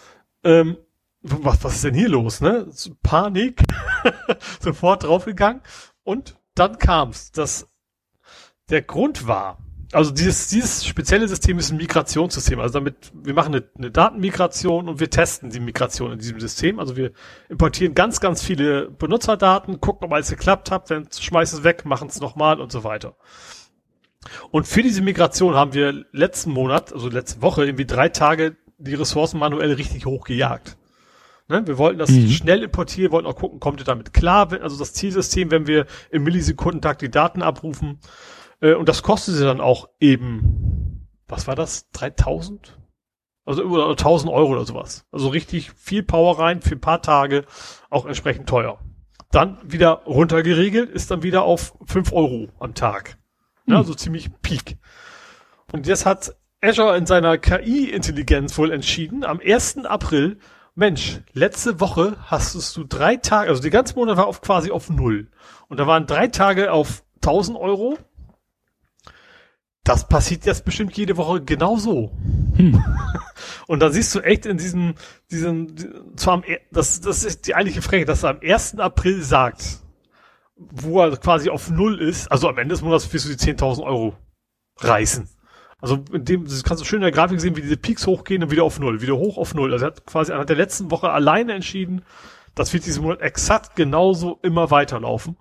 Was ist denn hier los, ne? Panik. Sofort draufgegangen. Und dann kam's, dass der Grund war, also dieses spezielle System ist ein Migrationssystem. Also wir machen eine Datenmigration und wir testen die Migration in diesem System. Also wir importieren ganz, ganz viele Benutzerdaten, gucken, ob alles geklappt hat, dann schmeißen es weg, machen es nochmal und so weiter. Und für diese Migration haben wir letzte Woche, irgendwie 3 Tage die Ressourcen manuell richtig hochgejagt. Ne? Wir wollten das schnell importieren, wollten auch gucken, kommt ihr damit klar? Also das Zielsystem, wenn wir im Millisekundentakt die Daten abrufen. Und das kostete dann auch eben, was war das? 3.000? Also über 1.000 Euro oder sowas. Also richtig viel Power rein für ein paar Tage, auch entsprechend teuer. Dann wieder runtergeregelt, ist dann wieder auf 5 Euro am Tag. Ja, also ziemlich Peak. Und jetzt hat Azure in seiner KI-Intelligenz wohl entschieden, am 1. April, Mensch, letzte Woche hast du 3 Tage, also die ganze Monat war quasi auf 0. Und da waren 3 Tage auf 1.000 Euro. Das passiert jetzt bestimmt jede Woche genauso. Und da siehst du echt in das ist die eigentliche Frage, dass er am 1. April sagt, wo er quasi auf 0 ist, also am Ende des Monats wirst du die 10.000 Euro reißen. Also das kannst du schön in der Grafik sehen, wie diese Peaks hochgehen und wieder auf 0, wieder hoch auf 0. Also er hat quasi anhand der letzten Woche alleine entschieden, das wird diesen Monat exakt genauso immer weiterlaufen.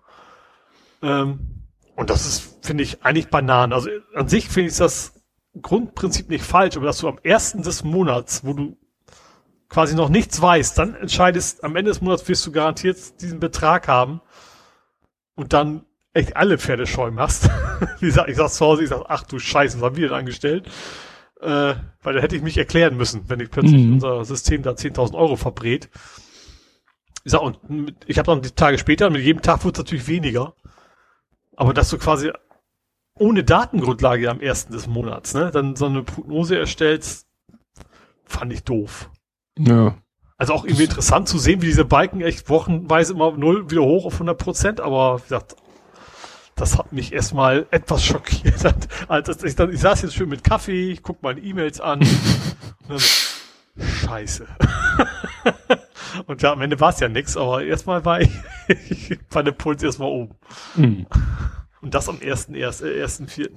Und das ist, finde ich, eigentlich Bananen. Also an sich finde ich das Grundprinzip nicht falsch, aber dass du am 1. des Monats, wo du quasi noch nichts weißt, dann entscheidest, am Ende des Monats wirst du garantiert diesen Betrag haben und dann echt alle Pferde scheu machst. Wie gesagt, ich sag's zu Hause, ach du Scheiße, was haben wir denn angestellt? weil da hätte ich mich erklären müssen, wenn ich plötzlich unser System da 10.000 Euro verbrät. Ich sag, und ich habe dann die Tage später, mit jedem Tag wurde es natürlich weniger. Aber dass du quasi ohne Datengrundlage am 1. des Monats, ne, dann so eine Prognose erstellst, fand ich doof. Ja. Also auch irgendwie interessant zu sehen, wie diese Balken echt wochenweise immer 0 wieder hoch auf 100%, aber wie gesagt, das hat mich erstmal etwas schockiert. Als ich saß jetzt schön mit Kaffee, ich guck meine E-Mails an und dann, Scheiße. Und ja, am Ende war es ja nix, aber erstmal war der Puls erstmal oben. Und das am 1.4.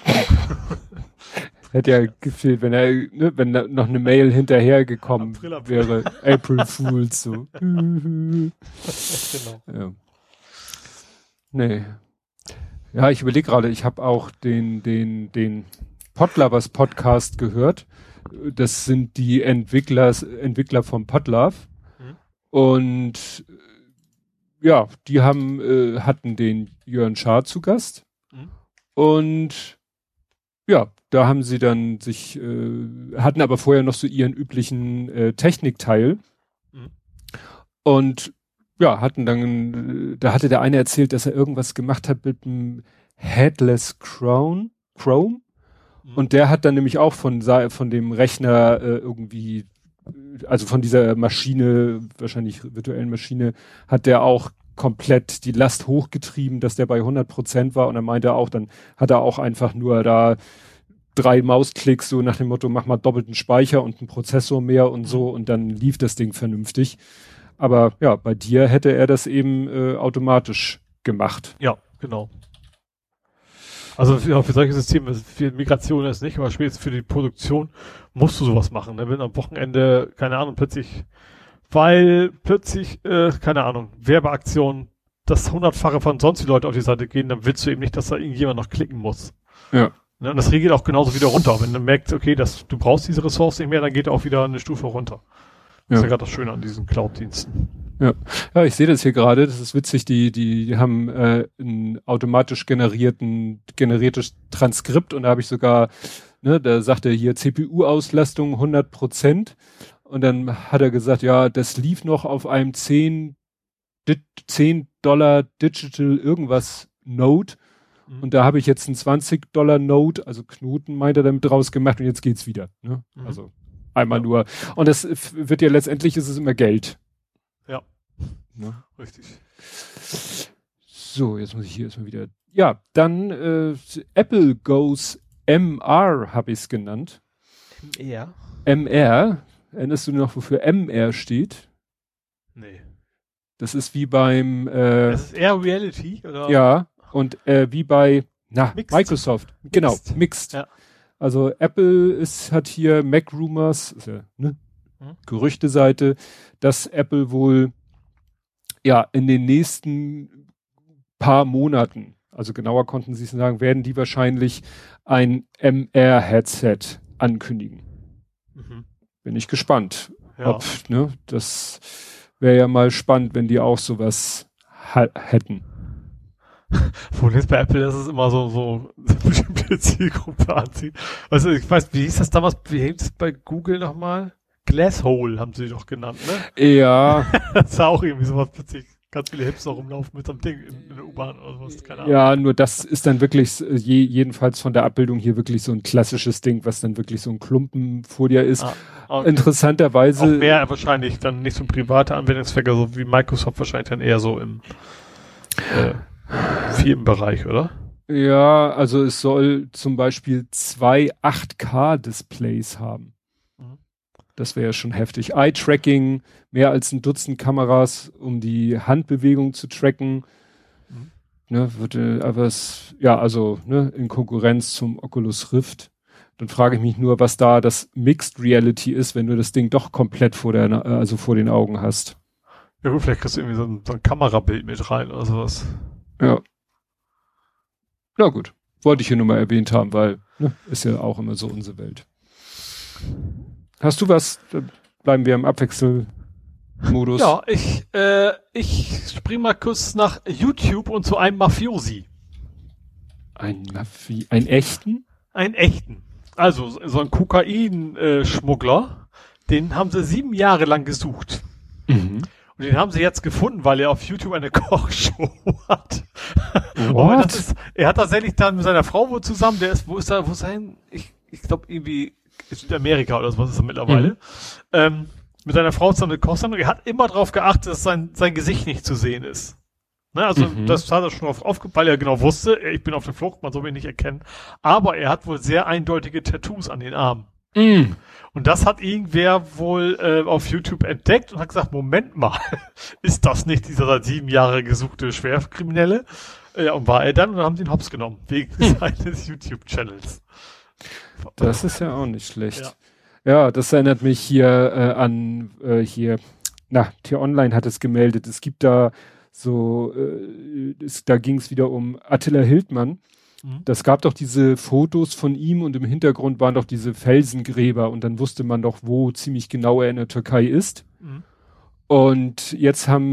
Hätte ja gefehlt, wenn da noch eine Mail hinterhergekommen wäre. April Fools, so. Genau. Ja. Nee. Ja, ich überlege gerade, ich habe auch den Podlovers Podcast gehört. Das sind die Entwickler vom Podlove. Und ja, die hatten den Jörn Schaar zu Gast. Und ja, da haben sie dann hatten aber vorher noch so ihren üblichen Technikteil. Und ja, da hatte der eine erzählt, dass er irgendwas gemacht hat mit dem Headless Chrome. Und der hat dann nämlich auch von dem Rechner irgendwie, also von dieser Maschine, wahrscheinlich virtuellen Maschine, hat der auch komplett die Last hochgetrieben, dass der bei 100% war. Und dann meinte er auch, dann hat er auch einfach nur da 3 Mausklicks, so nach dem Motto, mach mal doppelten Speicher und einen Prozessor mehr und so, und dann lief das Ding vernünftig. Aber ja, bei dir hätte er das eben automatisch gemacht. Ja, genau. Also für solche Systeme, für Migration ist nicht, aber spätestens für die Produktion musst du sowas machen. Ne? Wenn am Wochenende, keine Ahnung, keine Ahnung, Werbeaktion, das 100-fache von sonst die Leute auf die Seite gehen, dann willst du eben nicht, dass da irgendjemand noch klicken muss. Ja. Ne? Und das regelt auch genauso wieder runter. Wenn du merkst, okay, du brauchst diese Ressource nicht mehr, dann geht er auch wieder eine Stufe runter. Das ist ja gerade das Schöne an diesen Cloud-Diensten. Ja, ich sehe das hier gerade, das ist witzig, die haben ein automatisch generiertes Transkript, und da habe ich sogar, ne, da sagt er hier CPU-Auslastung 100%, und dann hat er gesagt, ja, das lief noch auf einem $10 Digital irgendwas Node, und da habe ich jetzt einen $20 Node, also Knoten meint er damit draus gemacht, und jetzt geht's wieder, ne? Also einmal nur. Und das wird ja letztendlich, ist es immer Geld. Ja. Ne? Richtig. So, jetzt muss ich hier erstmal wieder. Ja, dann Apple Goes MR habe ich es genannt. MR? MR. Erinnerst du noch, wofür MR steht? Nee. Das ist wie beim das ist eher Reality, oder? Ja, und wie bei Mixed. Microsoft. Genau, Mixed. Ja. Also Apple hat hier Mac Rumors, ist ja, ne? Gerüchteseite, dass Apple wohl ja in den nächsten paar Monaten, also genauer konnten sie es sagen, werden die wahrscheinlich ein MR-Headset ankündigen. Bin ich gespannt. Ja. Das wäre ja mal spannend, wenn die auch sowas hätten. Problem ist bei Apple, dass es immer so eine bestimmte Zielgruppe anzieht. Also ich weiß, wie hieß das damals, wie hieß das bei Google nochmal? Glasshole haben sie doch genannt, ne? Ja. Das war auch irgendwie sowas plötzlich, ganz viele Hipster rumlaufen mit so einem Ding in der U-Bahn oder sowas, keine Ahnung. Ja, nur das ist dann wirklich, jedenfalls von der Abbildung hier wirklich so ein klassisches Ding, was dann wirklich so ein Klumpen vor dir ist. Okay. Interessanterweise. Auch mehr wahrscheinlich dann nicht so private Anwendungszwecke, so wie Microsoft wahrscheinlich dann eher so im Firmenbereich, oder? Ja, also es soll zum Beispiel 2 8K-Displays haben. Das wäre ja schon heftig. Eye-Tracking, mehr als ein Dutzend Kameras, um die Handbewegung zu tracken. Ne, in Konkurrenz zum Oculus Rift. Dann frage ich mich nur, was da das Mixed Reality ist, wenn du das Ding doch komplett vor den Augen hast. Ja gut, vielleicht kriegst du irgendwie so ein Kamerabild mit rein oder sowas. Ja. Na gut. Wollte ich hier nur mal erwähnt haben, weil ist ja auch immer so unsere Welt. Hast du was? Dann bleiben wir im Abwechselmodus. Ja, ich spring mal kurz nach YouTube und zu einem Mafiosi. Einen echten? Einen echten. Also, so ein Kokain-Schmuggler, den haben sie 7 Jahre lang gesucht. Mhm. Und den haben sie jetzt gefunden, weil er auf YouTube eine Kochshow hat. What? Er hat tatsächlich dann mit seiner Frau wohl zusammen, wo ist er hin? Ich glaube irgendwie Südamerika oder sowas ist er mittlerweile. Mit seiner Frau zusammen eine Kochsendung. Er hat immer darauf geachtet, dass sein Gesicht nicht zu sehen ist. Ne, also das hat er schon aufgepasst, weil er genau wusste, ich bin auf der Flucht, man soll mich nicht erkennen. Aber er hat wohl sehr eindeutige Tattoos an den Armen. Mhm. Und das hat irgendwer wohl auf YouTube entdeckt und hat gesagt, Moment mal, ist das nicht dieser seit 7 Jahren gesuchte Schwerkriminelle? Ja, und war er dann und dann haben sie ihn hops genommen, wegen seines YouTube-Channels. Das ist ja auch nicht schlecht. Ja, das erinnert mich hier an T-Online hat es gemeldet. Es gibt da so, da ging es wieder um Attila Hildmann. Das gab doch diese Fotos von ihm und im Hintergrund waren doch diese Felsengräber und dann wusste man doch, wo ziemlich genau er in der Türkei ist. Mhm. Und jetzt hat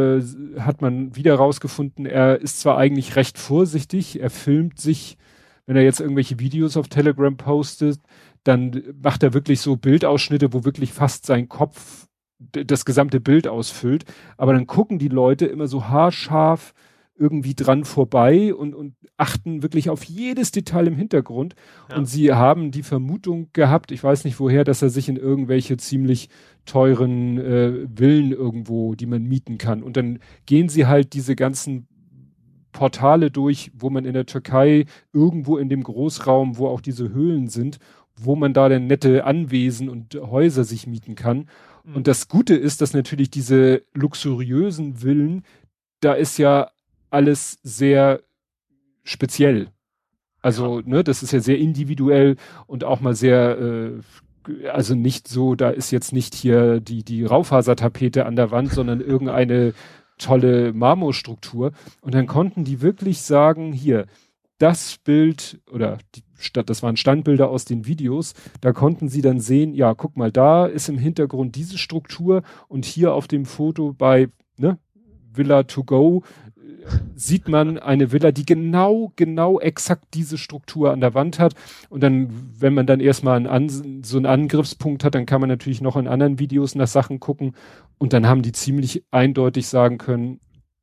man wieder rausgefunden, er ist zwar eigentlich recht vorsichtig, er filmt sich, wenn er jetzt irgendwelche Videos auf Telegram postet, dann macht er wirklich so Bildausschnitte, wo wirklich fast sein Kopf das gesamte Bild ausfüllt. Aber dann gucken die Leute immer so haarscharf irgendwie dran vorbei und achten wirklich auf jedes Detail im Hintergrund. Ja. Und sie haben die Vermutung gehabt, ich weiß nicht woher, dass er sich in irgendwelche ziemlich teuren Villen irgendwo, die man mieten kann. Und dann gehen sie halt diese ganzen Portale durch, wo man in der Türkei irgendwo in dem Großraum, wo auch diese Höhlen sind, wo man da denn nette Anwesen und Häuser sich mieten kann. Mhm. Und das Gute ist, dass natürlich diese luxuriösen Villen, da ist ja alles sehr speziell. Also, ne, das ist ja sehr individuell und auch mal sehr, also nicht so, da ist jetzt nicht hier die Raufasertapete an der Wand, sondern irgendeine tolle Marmorstruktur. Und dann konnten die wirklich sagen, hier, das Bild oder das waren Standbilder aus den Videos, da konnten sie dann sehen, ja, guck mal, da ist im Hintergrund diese Struktur und hier auf dem Foto bei Villa to go sieht man eine Villa, die genau exakt diese Struktur an der Wand hat. Und dann, wenn man dann erstmal so einen Angriffspunkt hat, dann kann man natürlich noch in anderen Videos nach Sachen gucken. Und dann haben die ziemlich eindeutig sagen können,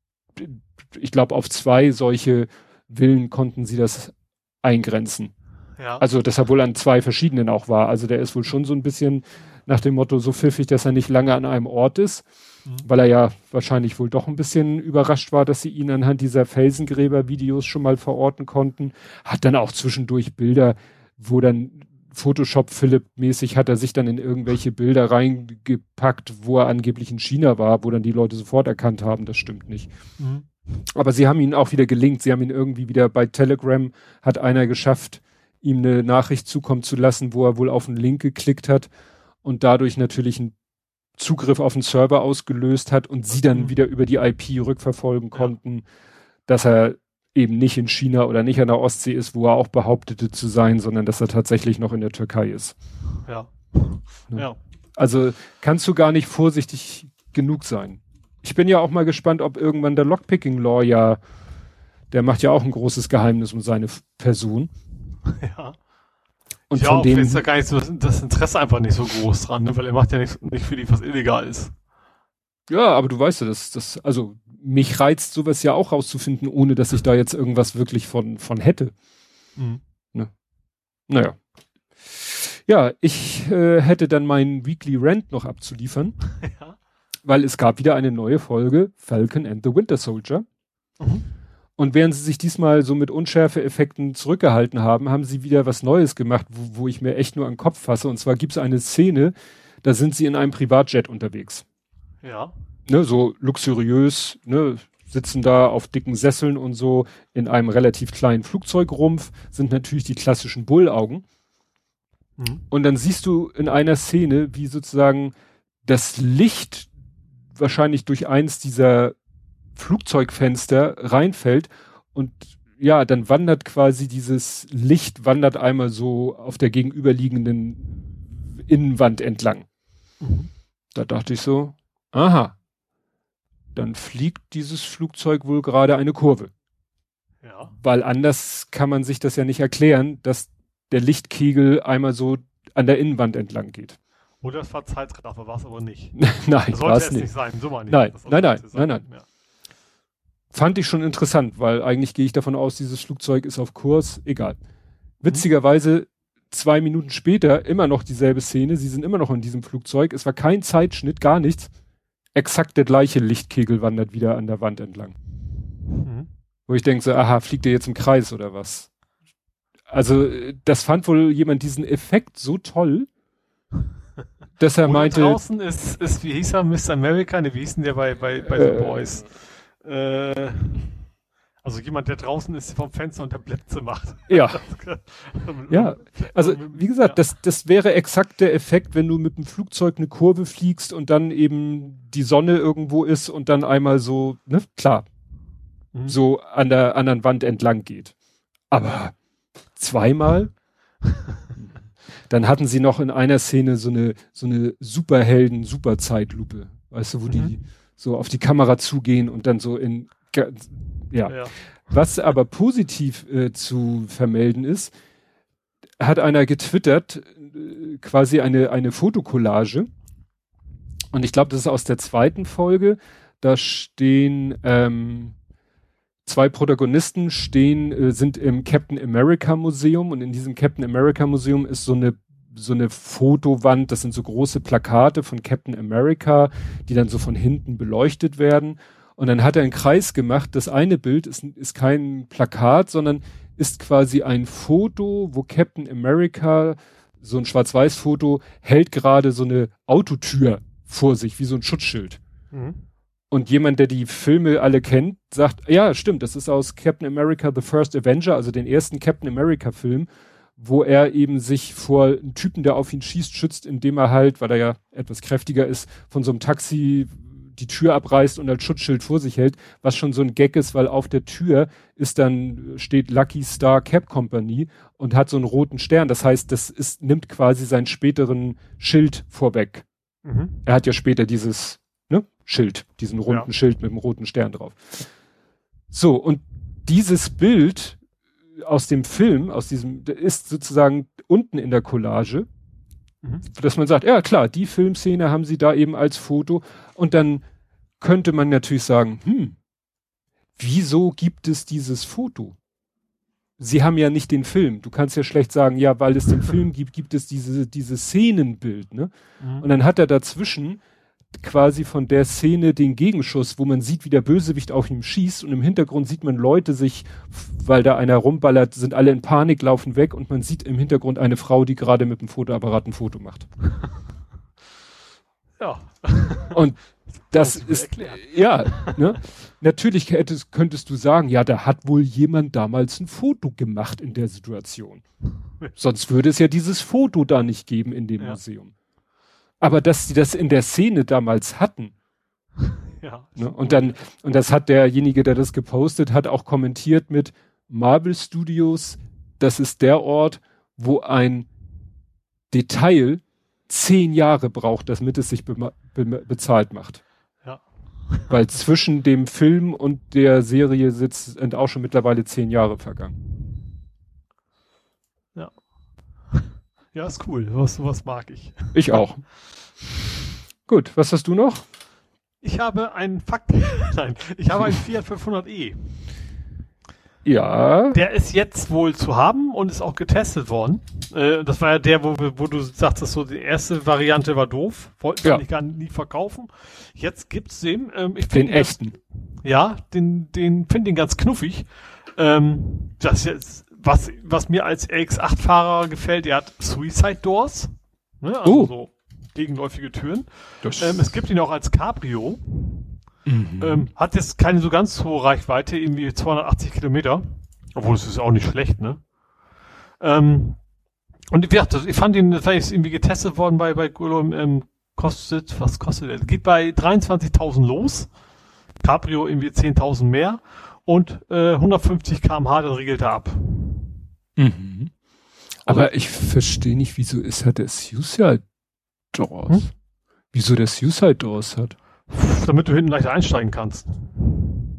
ich glaube, auf 2 solche Villen konnten sie das eingrenzen. Ja. Also, dass er wohl an 2 verschiedenen auch war. Also, der ist wohl schon so ein bisschen nach dem Motto so pfiffig, dass er nicht lange an einem Ort ist, weil er ja wahrscheinlich wohl doch ein bisschen überrascht war, dass sie ihn anhand dieser Felsengräber-Videos schon mal verorten konnten. Hat dann auch zwischendurch Bilder, wo dann Photoshop-Philipp-mäßig hat er sich dann in irgendwelche Bilder reingepackt, wo er angeblich in China war, wo dann die Leute sofort erkannt haben, das stimmt nicht. Mhm. Aber sie haben ihn auch wieder gelingt. Sie haben ihn irgendwie wieder bei Telegram, hat einer geschafft, ihm eine Nachricht zukommen zu lassen, wo er wohl auf einen Link geklickt hat und dadurch natürlich einen Zugriff auf den Server ausgelöst hat und sie dann wieder über die IP rückverfolgen konnten, dass er eben nicht in China oder nicht an der Ostsee ist, wo er auch behauptete zu sein, sondern dass er tatsächlich noch in der Türkei ist. Ja. Also kannst du gar nicht vorsichtig genug sein. Ich bin ja auch mal gespannt, ob irgendwann der Lockpicking-Lawyer, der macht ja auch ein großes Geheimnis um seine Person. Ja. Und von dem ist ja gar nicht so das Interesse einfach nicht so groß dran, ne? Weil er macht ja nicht für die, was illegal ist. Ja, aber du weißt ja, also mich reizt sowas ja auch rauszufinden, ohne dass ich da jetzt irgendwas wirklich von hätte. Mhm. Ne? Naja. Ja, ich hätte dann meinen Weekly Rant noch abzuliefern, weil es gab wieder eine neue Folge Falcon and the Winter Soldier. Mhm. Und während sie sich diesmal so mit Unschärfe-Effekten zurückgehalten haben, haben sie wieder was Neues gemacht, wo ich mir echt nur an den Kopf fasse. Und zwar gibt es eine Szene, da sind sie in einem Privatjet unterwegs. Ja. Ne, so luxuriös, ne, sitzen da auf dicken Sesseln und so in einem relativ kleinen Flugzeugrumpf, sind natürlich die klassischen Bullaugen. Mhm. Und dann siehst du in einer Szene, wie sozusagen das Licht wahrscheinlich durch eins dieser Flugzeugfenster reinfällt und ja, dann wandert quasi dieses Licht einmal so auf der gegenüberliegenden Innenwand entlang. Mhm. Da dachte ich so, aha, dann fliegt dieses Flugzeug wohl gerade eine Kurve. Ja. Weil anders kann man sich das ja nicht erklären, dass der Lichtkegel einmal so an der Innenwand entlang geht. Oder es war Zeitraffer, war es aber nicht. Nein, sollte es nicht sein, so meine ich. Nein. Ja. Fand ich schon interessant, weil eigentlich gehe ich davon aus, dieses Flugzeug ist auf Kurs, egal. Witzigerweise 2 Minuten später immer noch dieselbe Szene, sie sind immer noch in diesem Flugzeug, es war kein Zeitschnitt, gar nichts. Exakt der gleiche Lichtkegel wandert wieder an der Wand entlang. Wo ich denke so, aha, fliegt der jetzt im Kreis oder was? Also, das fand wohl jemand diesen Effekt so toll, dass er meinte... draußen ist, wie hieß er, Mr. America? Ne, wie hieß denn der bei The Boys? Also jemand, der draußen ist vom Fenster und der Blitze macht. Ja. Ja, also wie gesagt, das wäre exakt der Effekt, wenn du mit dem Flugzeug eine Kurve fliegst und dann eben die Sonne irgendwo ist und dann einmal so, ne, klar, so an der anderen Wand entlang geht. Aber zweimal? Dann hatten sie noch in einer Szene so eine Superhelden-Superzeitlupe, weißt du, wo die so auf die Kamera zugehen und dann so ja. Was aber positiv zu vermelden ist, hat einer getwittert, quasi eine Fotokollage. Und ich glaube, das ist aus der 2. Folge. Da stehen 2 Protagonisten sind im Captain America Museum, und in diesem Captain America Museum ist so eine Fotowand, das sind so große Plakate von Captain America, die dann so von hinten beleuchtet werden. Und dann hat er einen Kreis gemacht. Das eine Bild ist kein Plakat, sondern ist quasi ein Foto, wo Captain America, so ein Schwarz-Weiß-Foto, hält gerade so eine Autotür vor sich, wie so ein Schutzschild. Und jemand, der die Filme alle kennt, sagt, ja, stimmt, das ist aus Captain America The First Avenger, also den ersten Captain America Film, wo er eben sich vor einem Typen, der auf ihn schießt, schützt, indem er halt, weil er ja etwas kräftiger ist, von so einem Taxi die Tür abreißt und als Schutzschild vor sich hält, was schon so ein Gag ist, weil auf der Tür steht Lucky Star Cab Company und hat so einen roten Stern. Das heißt, nimmt quasi seinen späteren Schild vorweg. Er hat ja später dieses Schild, diesen runden Schild mit dem roten Stern drauf. So, und dieses Bild aus dem Film, ist sozusagen unten in der Collage, dass man sagt, ja klar, die Filmszene haben sie da eben als Foto, und dann könnte man natürlich sagen, wieso gibt es dieses Foto? Sie haben ja nicht den Film. Du kannst ja schlecht sagen, ja, weil es den Film gibt es dieses Szenenbild, ne? Und dann hat er dazwischen quasi von der Szene den Gegenschuss, wo man sieht, wie der Bösewicht auf ihm schießt, und im Hintergrund sieht man Leute weil da einer rumballert, sind alle in Panik, laufen weg, und man sieht im Hintergrund eine Frau, die gerade mit dem Fotoapparat ein Foto macht. Ja. Und das ist, ja, ne? Natürlich könntest du sagen, ja, da hat wohl jemand damals ein Foto gemacht in der Situation. Sonst würde es ja dieses Foto da nicht geben in dem Museum. Aber dass sie das in der Szene damals hatten. Ja. Ne? Und das hat derjenige, der das gepostet hat, auch kommentiert mit Marvel Studios, das ist der Ort, wo ein Detail 10 Jahre braucht, damit es sich bezahlt macht. Ja. Weil zwischen dem Film und der Serie sind auch schon mittlerweile 10 Jahre vergangen. Ja. Ja, ist cool. Sowas mag ich. Ich auch. Gut, was hast du noch? Ich habe einen ich habe einen Fiat 500e. Ja. Der ist jetzt wohl zu haben und ist auch getestet worden. Das war ja der, wo du sagtest, so die erste Variante war doof. Wollten wir gar nie verkaufen. Jetzt gibt's den. Den echten. Den finde ich ganz knuffig. Das jetzt, was mir als RX-8-Fahrer gefällt, der hat Suicide Doors. Ne? Also so gegenläufige Türen. Es gibt ihn auch als Cabrio. Hat jetzt keine so ganz hohe Reichweite, irgendwie 280 Kilometer. Obwohl, es ist auch nicht schlecht, ne? Und ich fand ihn, das war jetzt irgendwie getestet worden bei Gullo, was kostet der? Geht bei 23.000 los. Cabrio irgendwie 10.000 mehr. Und 150 km/h, dann regelt er ab. Aber ich verstehe nicht, wieso hat der Suicide Doors? Wieso der Suicide Doors hat? Damit du hinten leichter einsteigen kannst.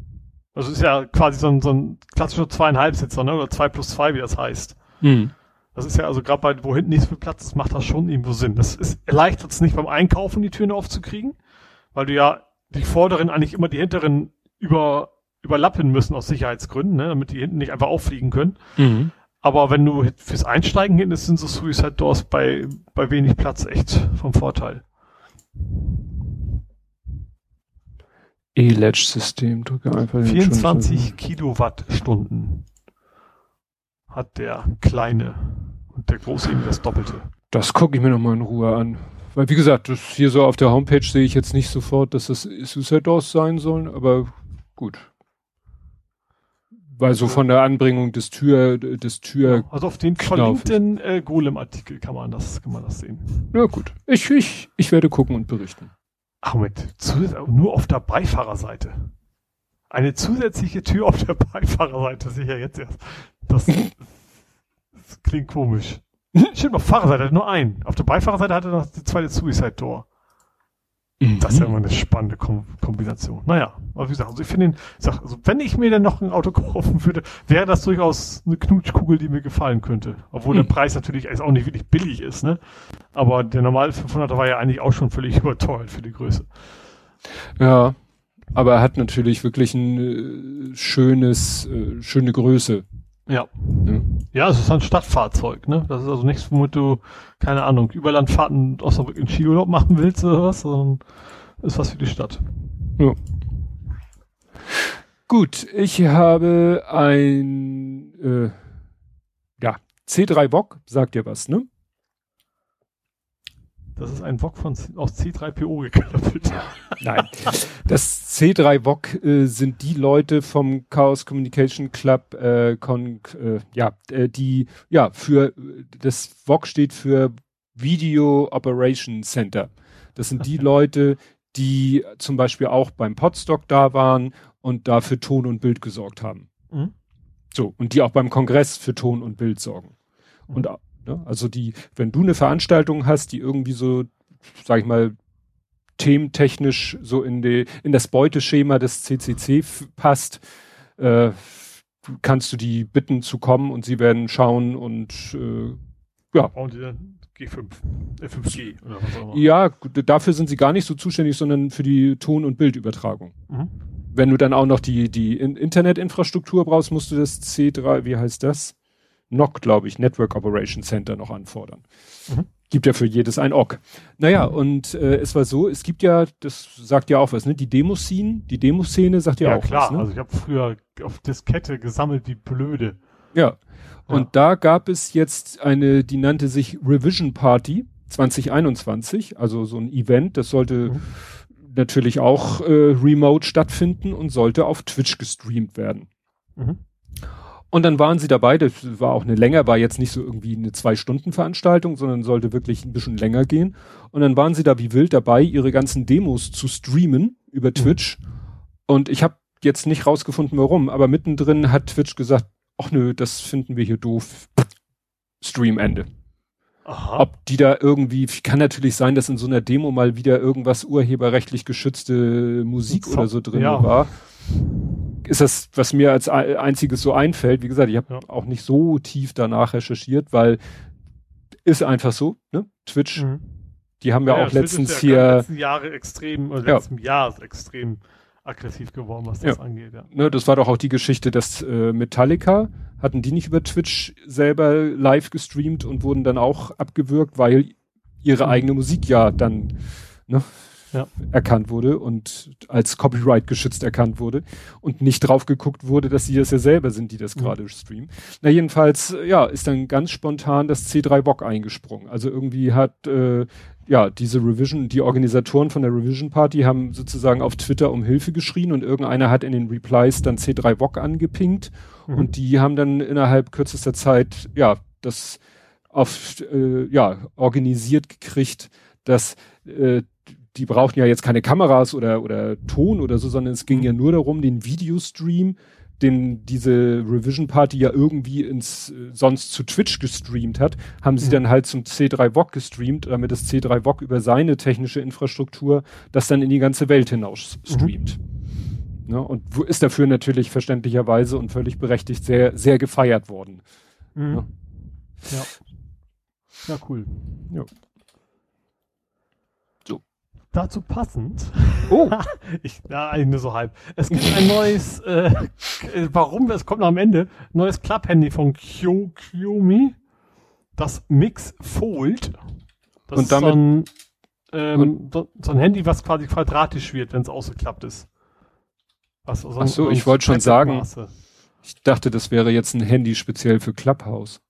Also ist ja quasi so ein klassischer 2,5 Sitzer, ne? Oder 2+2, wie das heißt. Das ist ja also gerade bei, wo hinten nicht so viel Platz ist, macht das schon irgendwo Sinn. Das erleichtert es nicht beim Einkaufen, die Türen aufzukriegen, weil du ja die vorderen eigentlich immer die hinteren überlappen müssen aus Sicherheitsgründen, ne, damit die hinten nicht einfach auffliegen können. Mhm. Aber wenn du fürs Einsteigen hin ist, sind so Suicide Doors bei wenig Platz echt vom Vorteil. E-Ledge-System, drücke einfach 24 Kilowattstunden hat der kleine und der große eben das Doppelte. Das gucke ich mir nochmal in Ruhe an. Weil, wie gesagt, das hier so auf der Homepage sehe ich jetzt nicht sofort, dass das Suicide Doors sein sollen, aber gut. Weil so von der Anbringung des Tür. Also auf den verlinkten Golem-Artikel kann man das sehen. Ja gut. Ich werde gucken und berichten. Ach Moment, nur auf der Beifahrerseite. Eine zusätzliche Tür auf der Beifahrerseite, sicher jetzt erst. Das klingt komisch. Stimmt, auf Fahrerseite hat nur einen. Auf der Beifahrerseite hat er noch die zweite Suicide Door. Das ist ja immer eine spannende Kombination. Naja, aber wie gesagt, also ich finde also wenn ich mir denn noch ein Auto kaufen würde, wäre das durchaus eine Knutschkugel, die mir gefallen könnte. Obwohl der Preis natürlich auch nicht wirklich billig ist, ne? Aber der normale 500er war ja eigentlich auch schon völlig überteuert für die Größe. Ja, aber er hat natürlich wirklich ein schöne Größe. Ja. Ja, es ist ein Stadtfahrzeug, ne? Das ist also nichts, womit du, keine Ahnung, Überlandfahrten aus Osnabrück in Skiurlaub machen willst oder was, sondern ist was für die Stadt. Ja. Gut, ich habe ein C3 VOG, sagt dir was, ne? Das ist ein VOG aus C3PO geklöppelt. Nein. Das C3 VOG sind die Leute vom Chaos Communication Club, die für das VOG steht für Video Operation Center. Das sind die Leute, die zum Beispiel auch beim Podstock da waren und da für Ton und Bild gesorgt haben. Mhm. So, und die auch beim Kongress für Ton und Bild sorgen. Mhm. Und also wenn du eine Veranstaltung hast, die irgendwie so, sag ich mal, thementechnisch so in das Beuteschema des CCC passt, kannst du die bitten zu kommen und sie werden schauen und Brauchen die dann G5, 5G oder was auch immer? Ja, dafür sind sie gar nicht so zuständig, sondern für die Ton- und Bildübertragung. Mhm. Wenn du dann auch noch die Internetinfrastruktur brauchst, musst du das C3, wie heißt das? NOC, glaube ich, Network Operation Center noch anfordern. Mhm. Gibt ja für jedes ein OC. Naja, und es war so, es gibt ja, das sagt ja auch was, ne? Die Demoszene sagt ja auch klar. was. Ne? Also ich habe früher auf Diskette gesammelt wie blöde. Ja, und da gab es jetzt die nannte sich Revision Party 2021, also so ein Event, das sollte natürlich auch remote stattfinden und sollte auf Twitch gestreamt werden. Mhm. Und dann waren sie dabei, das war auch war jetzt nicht so irgendwie eine 2-Stunden-Veranstaltung, sondern sollte wirklich ein bisschen länger gehen. Und dann waren sie da wie wild dabei, ihre ganzen Demos zu streamen über Twitch. Und ich habe jetzt nicht rausgefunden, warum, aber mittendrin hat Twitch gesagt, ach nö, das finden wir hier doof. Streamende. Aha. Ob die da irgendwie, kann natürlich sein, dass in so einer Demo mal wieder irgendwas urheberrechtlich geschützte Musik oder so drin war. Ist das, was mir als einziges so einfällt. Wie gesagt, ich habe auch nicht so tief danach recherchiert, weil ist einfach so, ne? Twitch, die haben ja auch letztens hier letzten Jahre letzten Jahr extrem aggressiv geworden, was das angeht. Ja. Ne, das war doch auch die Geschichte, dass Metallica, hatten die nicht über Twitch selber live gestreamt und wurden dann auch abgewürgt, weil ihre eigene Musik ja dann erkannt wurde und als Copyright geschützt erkannt wurde und nicht drauf geguckt wurde, dass sie das ja selber sind, die das gerade streamen. Na jedenfalls, ist dann ganz spontan das C3 VOG eingesprungen. Also irgendwie hat diese Revision, die Organisatoren von der Revision Party haben sozusagen auf Twitter um Hilfe geschrien und irgendeiner hat in den Replies dann C3 VOG angepinkt und die haben dann innerhalb kürzester Zeit das organisiert gekriegt, dass die brauchten ja jetzt keine Kameras oder Ton oder so, sondern es ging ja nur darum, den Videostream, den diese Revision Party ja irgendwie sonst zu Twitch gestreamt hat, haben sie dann halt zum C3 VOG gestreamt, damit das C3 VOG über seine technische Infrastruktur das dann in die ganze Welt hinaus streamt. Ne? Und ist dafür natürlich verständlicherweise und völlig berechtigt sehr, sehr gefeiert worden. Ne? Ja. Ja, cool. Ja. So. Dazu passend. Oh. Eigentlich nur so halb. Es gibt ein neues, es kommt noch am Ende, neues Club-Handy von Xiaomi. Das Mix Fold. Das Und ist damit, so ein Handy, was quasi quadratisch wird, wenn es ausgeklappt ist. Ach so, ich wollte schon sagen, ich dachte, das wäre jetzt ein Handy speziell für Clubhouse.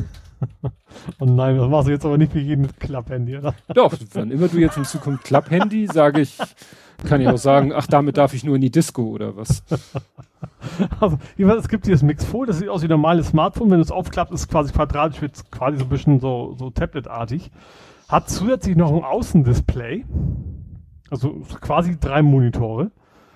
Oh nein, das machst du jetzt aber nicht für jeden Club-Handy, oder? Doch, wann immer du jetzt in Zukunft Club-Handy, sage ich, kann ich auch sagen, ach, damit darf ich nur in die Disco oder was. Also, es gibt dieses Mix Fold, das sieht aus wie ein normales Smartphone, wenn du es aufklappst, ist es quasi quadratisch, wird quasi so ein bisschen so Tablet-artig. Hat zusätzlich noch ein Außendisplay, also quasi 3 Monitore.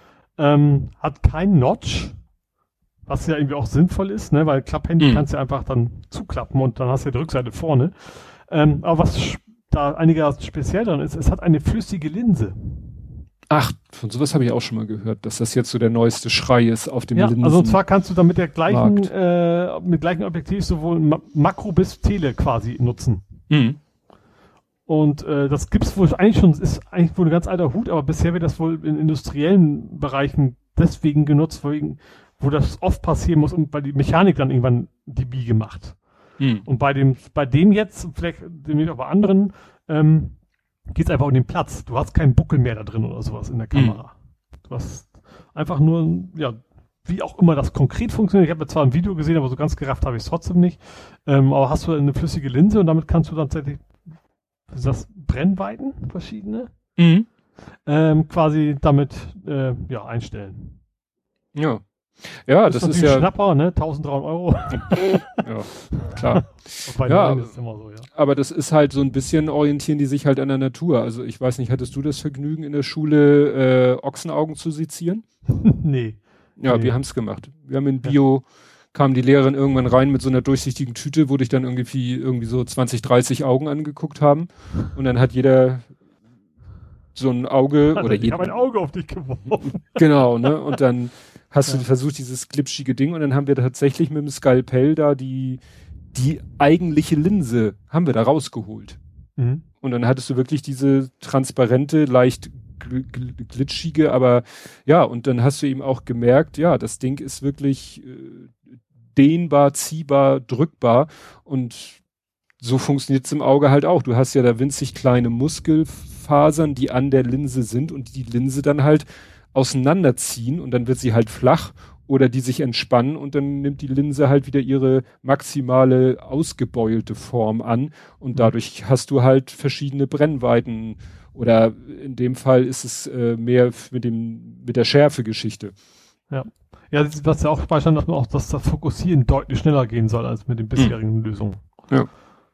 Hat kein Notch, was ja irgendwie auch sinnvoll ist, ne, weil Klapphandy kannst du einfach dann zuklappen und dann hast du ja die Rückseite vorne. Aber was da einiger speziell dran ist, es hat eine flüssige Linse. Ach, von sowas habe ich auch schon mal gehört, dass das jetzt so der neueste Schrei ist auf dem Linsen. Also und zwar kannst du da mit der gleichen, mit gleichen Objektiv sowohl Makro bis Tele quasi nutzen. Mhm. Und das gibt's wohl eigentlich schon, ist eigentlich wohl ein ganz alter Hut, aber bisher wird das wohl in industriellen Bereichen deswegen genutzt, wo das oft passieren muss und weil die Mechanik dann irgendwann die Biege macht. Mhm. Und bei dem jetzt, vielleicht demnächst auch bei anderen, geht's einfach um den Platz. Du hast keinen Buckel mehr da drin oder sowas in der Kamera. Du hast einfach nur, ja, wie auch immer das konkret funktioniert. Ich habe ja zwar ein Video gesehen, aber so ganz gerafft habe ich es trotzdem nicht. Aber hast du eine flüssige Linse und damit kannst du dann tatsächlich das Brennweiten verschiedene quasi damit einstellen. Ja. Ja, das ist ja Schnapper, ne? 1.300 Euro. Ja, klar. Bei ja, ist es immer so, ja. Aber das ist halt so ein bisschen, orientieren die sich halt an der Natur. Also ich weiß nicht, hattest du das Vergnügen in der Schule Ochsenaugen zu sezieren? Nee. Ja, Nee. wir haben es gemacht. Wir haben in Bio, kam die Lehrerin irgendwann rein mit so einer durchsichtigen Tüte, wo dich dann irgendwie so 20, 30 Augen angeguckt haben. Und dann hat jeder so ein Auge oder ich habe ein Auge auf dich geworfen. Genau, ne? Und dann hast du versucht, dieses glitschige Ding, und dann haben wir tatsächlich mit dem Skalpell da die eigentliche Linse haben wir da rausgeholt. Mhm. Und dann hattest du wirklich diese transparente, leicht glitschige, aber ja, und dann hast du eben auch gemerkt, ja, das Ding ist wirklich dehnbar, ziehbar, drückbar, und so funktioniert es im Auge halt auch. Du hast ja da winzig kleine Muskelfasern, die an der Linse sind und die Linse dann halt auseinanderziehen, und dann wird sie halt flach oder die sich entspannen, und dann nimmt die Linse halt wieder ihre maximale ausgebeulte Form an, und dadurch hast du halt verschiedene Brennweiten, oder in dem Fall ist es mehr mit der Schärfe-Geschichte. Ja. Ja, was ja auch speichern, dass das Fokussieren deutlich schneller gehen soll als mit den bisherigen Lösungen. Ja.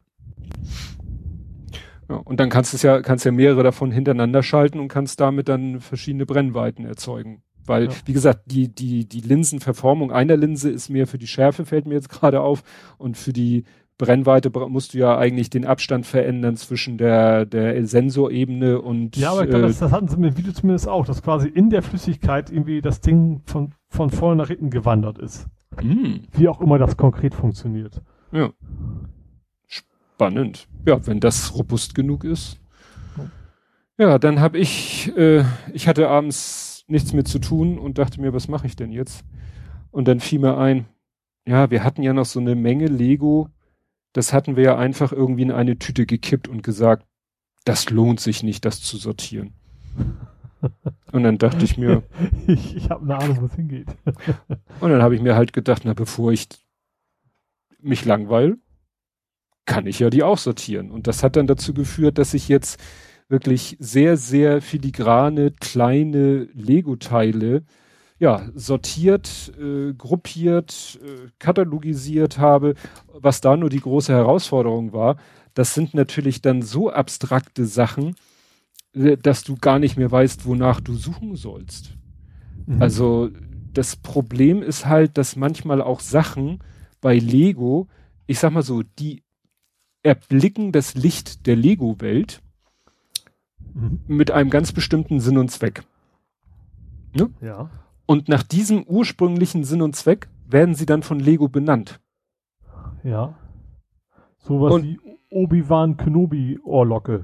Ja, und dann kannst ja mehrere davon hintereinander schalten und kannst damit dann verschiedene Brennweiten erzeugen. Weil, wie gesagt, die Linsenverformung einer Linse ist mehr für die Schärfe, fällt mir jetzt gerade auf, und für die Brennweite musst du ja eigentlich den Abstand verändern zwischen der Sensorebene und... Ja, aber ich glaube, das hatten sie im Video zumindest auch, dass quasi in der Flüssigkeit irgendwie das Ding von vorne nach hinten gewandert ist. Wie auch immer das konkret funktioniert. Ja. Spannend. Ja, wenn das robust genug ist. Ja, dann habe ich hatte abends nichts mehr zu tun und dachte mir, was mache ich denn jetzt? Und dann fiel mir ein, ja, wir hatten ja noch so eine Menge Lego, das hatten wir ja einfach irgendwie in eine Tüte gekippt und gesagt, das lohnt sich nicht, das zu sortieren. Und dann dachte ich mir... ich habe eine Ahnung, wo es hingeht. Und dann habe ich mir halt gedacht, na, bevor ich mich langweile, kann ich ja die auch sortieren. Und das hat dann dazu geführt, dass ich jetzt wirklich sehr, sehr filigrane, kleine Lego-Teile sortiert, gruppiert, katalogisiert habe. Was da nur die große Herausforderung war, das sind natürlich dann so abstrakte Sachen, dass du gar nicht mehr weißt, wonach du suchen sollst. Also das Problem ist halt, dass manchmal auch Sachen bei Lego, ich sag mal so, die erblicken das Licht der Lego-Welt mit einem ganz bestimmten Sinn und Zweck. Ne? Ja. Und nach diesem ursprünglichen Sinn und Zweck werden sie dann von Lego benannt. Ja. Sowas wie Obi-Wan Kenobi-Ohrlocke.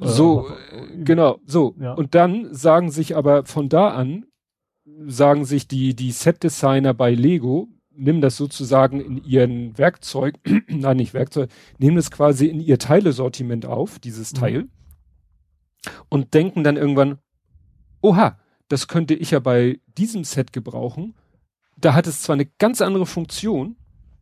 Genau, so. Ja. Und dann sagen sich aber von da an, sagen sich die Set-Designer bei Lego, nimm das sozusagen in ihren Werkzeug, nein, nicht Werkzeug, nehmen es quasi in ihr Teilesortiment auf, dieses Teil, und denken dann irgendwann, oha, das könnte ich ja bei diesem Set gebrauchen. Da hat es zwar eine ganz andere Funktion,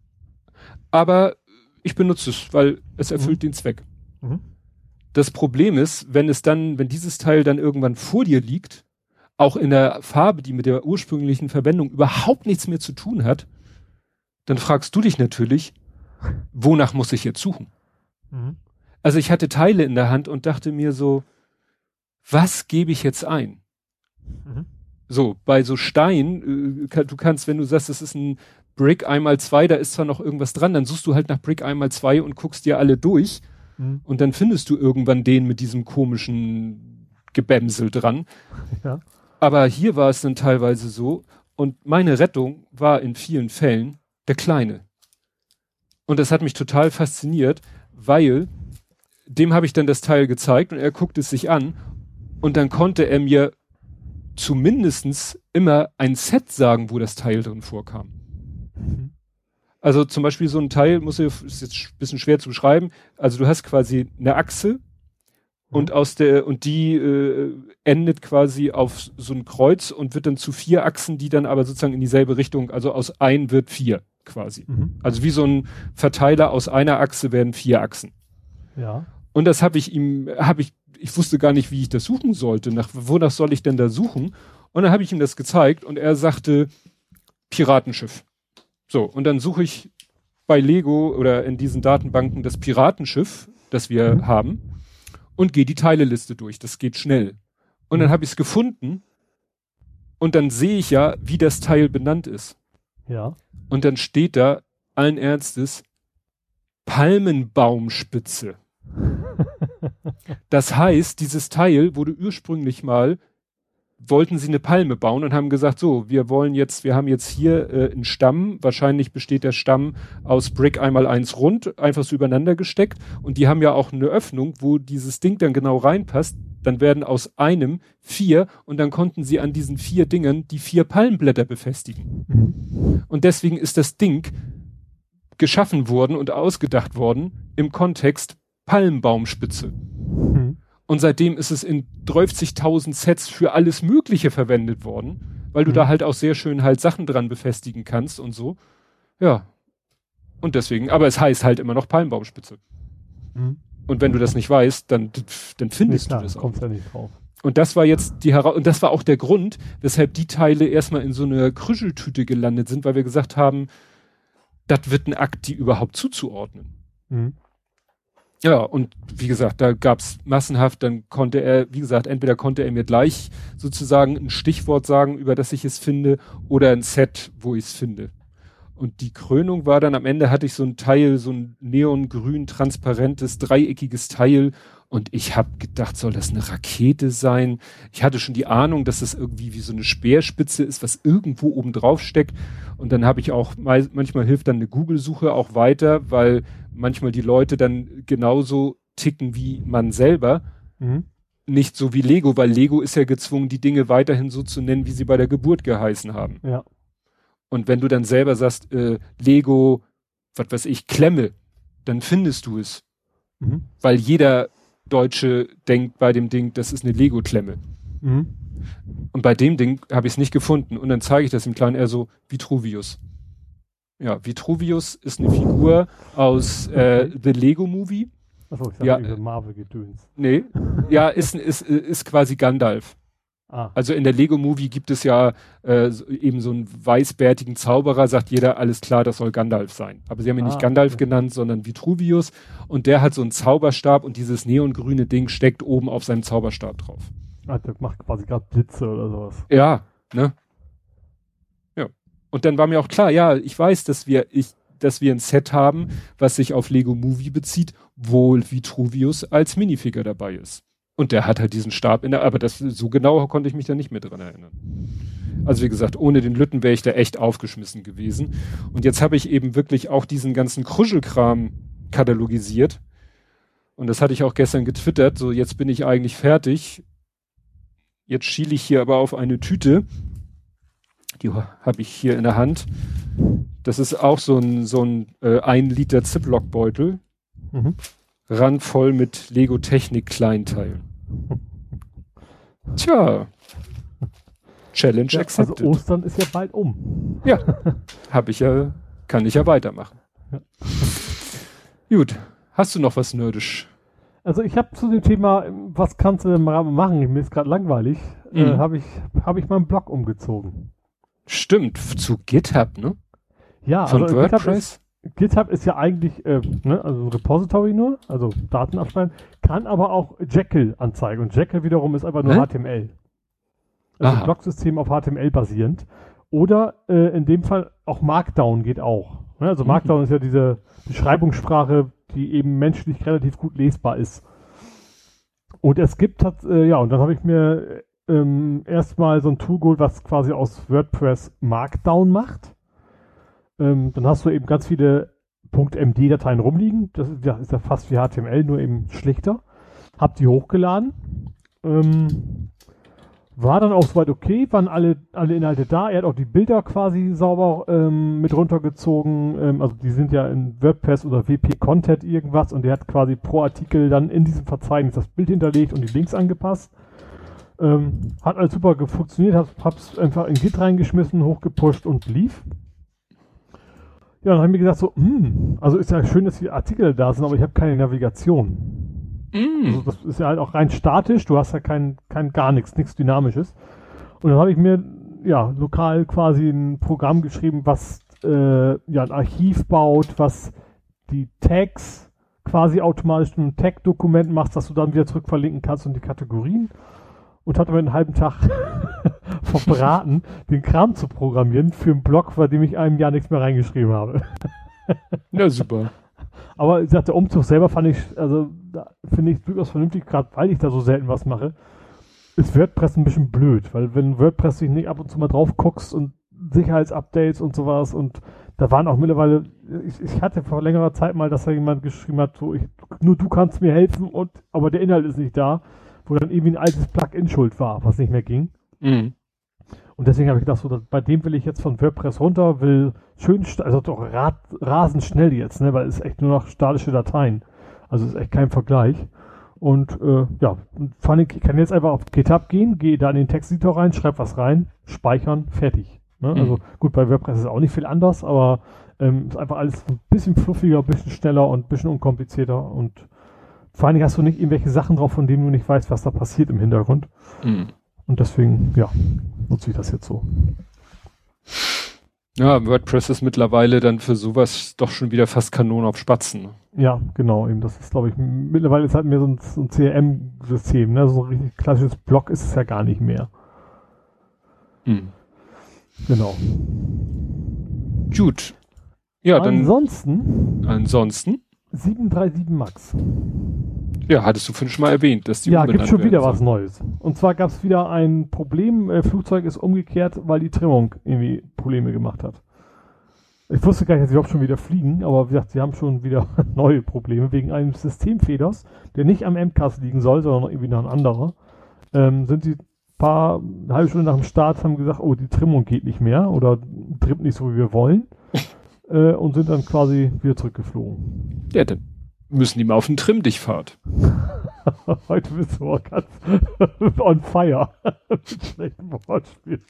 aber ich benutze es, weil es erfüllt den Zweck. Mhm. Das Problem ist, wenn dieses Teil dann irgendwann vor dir liegt, auch in der Farbe, die mit der ursprünglichen Verwendung überhaupt nichts mehr zu tun hat, dann fragst du dich natürlich, wonach muss ich jetzt suchen? Mhm. Also ich hatte Teile in der Hand und dachte mir so, was gebe ich jetzt ein? Mhm. So, bei so Stein, du kannst, wenn du sagst, das ist ein Brick 1x2, da ist zwar noch irgendwas dran, dann suchst du halt nach Brick 1x2 und guckst dir alle durch und dann findest du irgendwann den mit diesem komischen Gebämsel dran. Ja. Aber hier war es dann teilweise so und meine Rettung war in vielen Fällen der Kleine. Und das hat mich total fasziniert, weil dem habe ich dann das Teil gezeigt und er guckt es sich an und dann konnte er mir zumindestens immer ein Set sagen, wo das Teil drin vorkam. Mhm. Also zum Beispiel so ein Teil, ist jetzt ein bisschen schwer zu beschreiben, also du hast quasi eine Achse und die endet quasi auf so ein Kreuz und wird dann zu 4 Achsen, die dann aber sozusagen in dieselbe Richtung, also aus 1 wird 4 quasi. Mhm. Also wie so ein Verteiler aus einer Achse werden 4 Achsen. Ja. Und das ich wusste gar nicht, wie ich das suchen sollte. Wonach soll ich denn da suchen? Und dann habe ich ihm das gezeigt und er sagte Piratenschiff. So, und dann suche ich bei Lego oder in diesen Datenbanken das Piratenschiff, das wir haben, und gehe die Teileliste durch. Das geht schnell. Und dann habe ich es gefunden und dann sehe ich ja, wie das Teil benannt ist. Ja. Und dann steht da allen Ernstes Palmenbaumspitze. Das heißt, dieses Teil wurde ursprünglich wollten sie eine Palme bauen und haben gesagt, so, wir haben jetzt hier einen Stamm, wahrscheinlich besteht der Stamm aus Brick 1x1 rund, einfach so übereinander gesteckt und die haben ja auch eine Öffnung, wo dieses Ding dann genau reinpasst, dann werden aus einem 4 und dann konnten sie an diesen 4 Dingern die 4 Palmblätter befestigen. Mhm. Und deswegen ist das Ding geschaffen worden und ausgedacht worden im Kontext Palmbaumspitze. Mhm. Und seitdem ist es in 30.000 Sets für alles Mögliche verwendet worden, weil du da halt auch sehr schön halt Sachen dran befestigen kannst und so. Ja. Und deswegen, aber es heißt halt immer noch Palmbaumspitze. Mhm. Und wenn du das nicht weißt, dann findest du das auch. Kommst ja nicht drauf. Und das war jetzt und das war auch der Grund, weshalb die Teile erstmal in so einer Krüscheltüte gelandet sind, weil wir gesagt haben, das wird ein Akt, die überhaupt zuzuordnen. Mhm. Ja, und wie gesagt, da gab's massenhaft, dann konnte er, wie gesagt, entweder konnte er mir gleich sozusagen ein Stichwort sagen, über das ich es finde, oder ein Set, wo ich es finde. Und die Krönung war dann, am Ende hatte ich so ein Teil, so ein neongrün, transparentes, dreieckiges Teil und ich habe gedacht, soll das eine Rakete sein? Ich hatte schon die Ahnung, dass das irgendwie wie so eine Speerspitze ist, was irgendwo oben drauf steckt. Und dann habe ich auch, manchmal hilft dann eine Google-Suche auch weiter, weil manchmal die Leute dann genauso ticken wie man selber. Mhm. Nicht so wie Lego, weil Lego ist ja gezwungen, die Dinge weiterhin so zu nennen, wie sie bei der Geburt geheißen haben. Ja. Und wenn du dann selber sagst, Lego, was weiß ich, Klemme, dann findest du es. Mhm. Weil jeder Deutsche denkt bei dem Ding, das ist eine Lego-Klemme. Mhm. Und bei dem Ding habe ich es nicht gefunden. Und dann zeige ich das dem Kleinen eher so, Vitruvius. Ja, Vitruvius ist eine Figur aus The Lego Movie. Achso, ich sag Ja, über Marvel-Gedöns. Nee, ja, ist quasi Gandalf. Ah. Also in der Lego-Movie gibt es ja eben so einen weißbärtigen Zauberer, sagt jeder, alles klar, das soll Gandalf sein. Aber sie haben ihn nicht Gandalf genannt, sondern Vitruvius. Und der hat so einen Zauberstab und dieses neongrüne Ding steckt oben auf seinem Zauberstab drauf. Ah, der macht quasi gerade Blitze oder sowas. Ja, ne? Ja. Und dann war mir auch klar, ja, ich weiß, dass wir ein Set haben, was sich auf Lego Movie bezieht, wo Vitruvius als Minifigur dabei ist. Und der hat halt diesen Stab aber so genau konnte ich mich da nicht mehr dran erinnern. Also wie gesagt, ohne den Lütten wäre ich da echt aufgeschmissen gewesen. Und jetzt habe ich eben wirklich auch diesen ganzen Kruschelkram katalogisiert. Und das hatte ich auch gestern getwittert, so jetzt bin ich eigentlich fertig. Jetzt schiele ich hier aber auf eine Tüte. Die habe ich hier in der Hand. Das ist auch so ein 1 Liter Ziploc-Beutel. Randvoll mit Lego-Technik-Kleinteilen. Tja. Challenge accepted. Also Ostern ist ja bald um. Ja, kann ich ja weitermachen. Ja. Gut, hast du noch was nerdisch? Also ich habe zu dem Thema, was kannst du denn mal machen? Mir ist gerade langweilig. Habe ich meinen Blog umgezogen. Stimmt, zu GitHub, ne? Ja, von also WordPress. GitHub ist ja eigentlich also ein Repository nur, also Daten abschneiden, kann aber auch Jekyll anzeigen. Und Jekyll wiederum ist einfach nur HTML. Also ein Blogsystem auf HTML basierend. Oder in dem Fall auch Markdown geht auch. Ne? Also Markdown ist ja diese Beschreibungssprache, die eben menschlich relativ gut lesbar ist. Und es gibt, und dann habe ich mir erstmal so ein Tool geholt, was quasi aus WordPress Markdown macht. Dann hast du eben ganz viele .md-Dateien rumliegen. Das ist ja fast wie HTML, nur eben schlichter. Hab die hochgeladen. War dann auch soweit okay, waren alle Inhalte da. Er hat auch die Bilder quasi sauber mit runtergezogen. Also die sind ja in WordPress oder WP-Content irgendwas und der hat quasi pro Artikel dann in diesem Verzeichnis das Bild hinterlegt und die Links angepasst. Hat alles super funktioniert, hab's einfach in Git reingeschmissen, hochgepusht und lief. Ja, dann haben wir gesagt so, also ist ja schön, dass die Artikel da sind, aber ich habe keine Navigation. Also das ist ja halt auch rein statisch, du hast ja gar nichts Dynamisches. Und dann habe ich mir lokal quasi ein Programm geschrieben, was ein Archiv baut, was die Tags quasi automatisch in einem Tag-Dokument macht, dass du dann wieder zurück verlinken kannst und die Kategorien. Und hatte mir einen halben Tag verbraten, den Kram zu programmieren für einen Blog, bei dem ich einem Jahr nichts mehr reingeschrieben habe. Ja, super. Aber ich sagte, der Umzug selber finde ich durchaus vernünftig, gerade weil ich da so selten was mache. Ist WordPress ein bisschen blöd, weil wenn WordPress sich nicht ab und zu mal drauf guckst und Sicherheitsupdates und sowas und da waren auch mittlerweile, ich hatte vor längerer Zeit mal, dass da jemand geschrieben hat, so, nur du kannst mir helfen aber der Inhalt ist nicht da, wo dann irgendwie ein altes Plugin schuld war, was nicht mehr ging. Und deswegen habe ich gedacht, so, bei dem will ich jetzt von WordPress runter, will schön, also doch rasend schnell jetzt, ne, weil es echt nur noch statische Dateien. Also ist echt kein Vergleich. Und vor allem, ich kann jetzt einfach auf GitHub gehen, gehe da in den Texteditor rein, schreibe was rein, speichern, fertig. Ne? Also gut, bei WordPress ist auch nicht viel anders, aber ist einfach alles ein bisschen fluffiger, ein bisschen schneller und ein bisschen unkomplizierter. Und vor allem hast du nicht irgendwelche Sachen drauf, von denen du nicht weißt, was da passiert im Hintergrund. Und deswegen, nutze ich das jetzt so. Ja, WordPress ist mittlerweile dann für sowas doch schon wieder fast Kanon auf Spatzen. Ja, genau, eben. Das ist, glaube ich, mittlerweile ist halt mehr so ein CRM-System, ne? So ein richtig klassisches Blog ist es ja gar nicht mehr. Genau. Gut. Ja, dann. Ansonsten 737 Max. Ja, hattest du vorhin schon mal erwähnt, dass die gibt schon wieder was Neues. Und zwar gab es wieder ein Problem, Flugzeug ist umgekehrt, weil die Trimmung irgendwie Probleme gemacht hat. Ich wusste gar nicht, dass sie überhaupt schon wieder fliegen, aber wie gesagt, sie haben schon wieder neue Probleme wegen einem Systemfehlers, der nicht am MCAS liegen soll, sondern irgendwie noch ein anderer. Sind sie eine halbe Stunde nach dem Start, haben gesagt, oh, die Trimmung geht nicht mehr oder trimmt nicht so, wie wir wollen. Und sind dann quasi wieder zurückgeflogen. Ja, dann müssen die mal auf den Trimm-Dich-Fahrt. Heute bist du auch ganz on fire. Mit schlechten Wortspielen.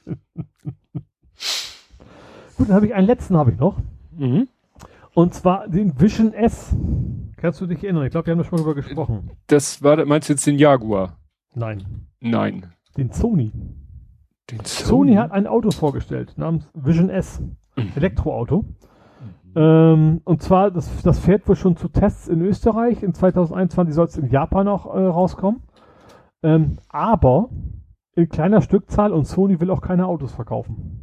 Gut, dann habe ich einen letzten noch. Und zwar den Vision S. Kannst du dich erinnern? Ich glaube, wir haben da schon mal drüber gesprochen. Meinst du jetzt den Jaguar? Nein. Den Sony. Sony hat ein Auto vorgestellt namens Vision S. Elektroauto. Und zwar, das fährt wohl schon zu Tests in Österreich. In 2021 soll es in Japan auch rauskommen. Aber in kleiner Stückzahl und Sony will auch keine Autos verkaufen.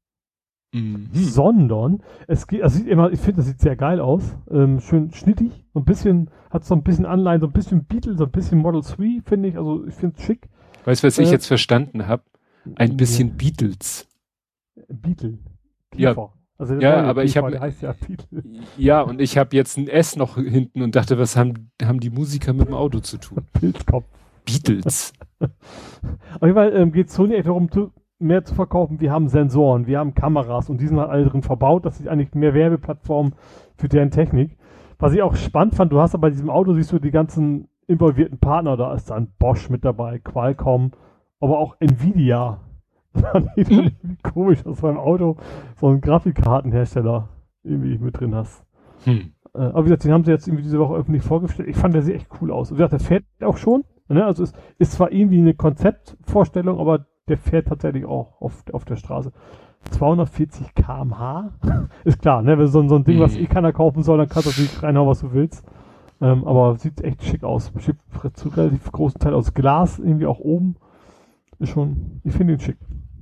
Sondern es geht, also ich finde, das sieht sehr geil aus. Schön schnittig. Hat so ein bisschen Anleihen, so ein bisschen Beetle, so ein bisschen Model 3, finde ich. Also ich finde es schick. Weißt du, was ich jetzt verstanden habe? Ein bisschen Beatles. Beetle. Ja. Also Ja, aber ich habe der heißt ja Beetle. ja, und ich habe jetzt ein S noch hinten und dachte, was haben die Musiker mit dem Auto zu tun? Pilzkopf. Beatles. Auf jeden Fall geht Sony echt darum, mehr zu verkaufen. Wir haben Sensoren, wir haben Kameras und die sind halt alle drin verbaut. Das ist eigentlich mehr Werbeplattform für deren Technik. Was ich auch spannend fand, du hast aber bei diesem Auto, siehst du die ganzen involvierten Partner, da ist dann Bosch mit dabei, Qualcomm, aber auch Nvidia. Das fand ich dann irgendwie komisch, dass du beim Auto so einen Grafikkartenhersteller irgendwie mit drin hast. Aber wie gesagt, den haben sie jetzt irgendwie diese Woche öffentlich vorgestellt. Ich fand, der sieht echt cool aus. Und wie gesagt, der fährt auch schon. Ne? Also es ist zwar irgendwie eine Konzeptvorstellung, aber der fährt tatsächlich auch auf der Straße. 240 km/h. Ist klar, ne? Wenn so ein Ding, was keiner kaufen soll, dann kannst du natürlich reinhauen, was du willst. Aber sieht echt schick aus. Besteht zu relativ großen Teil aus Glas, irgendwie auch oben. Ist schon, ich finde ihn schick.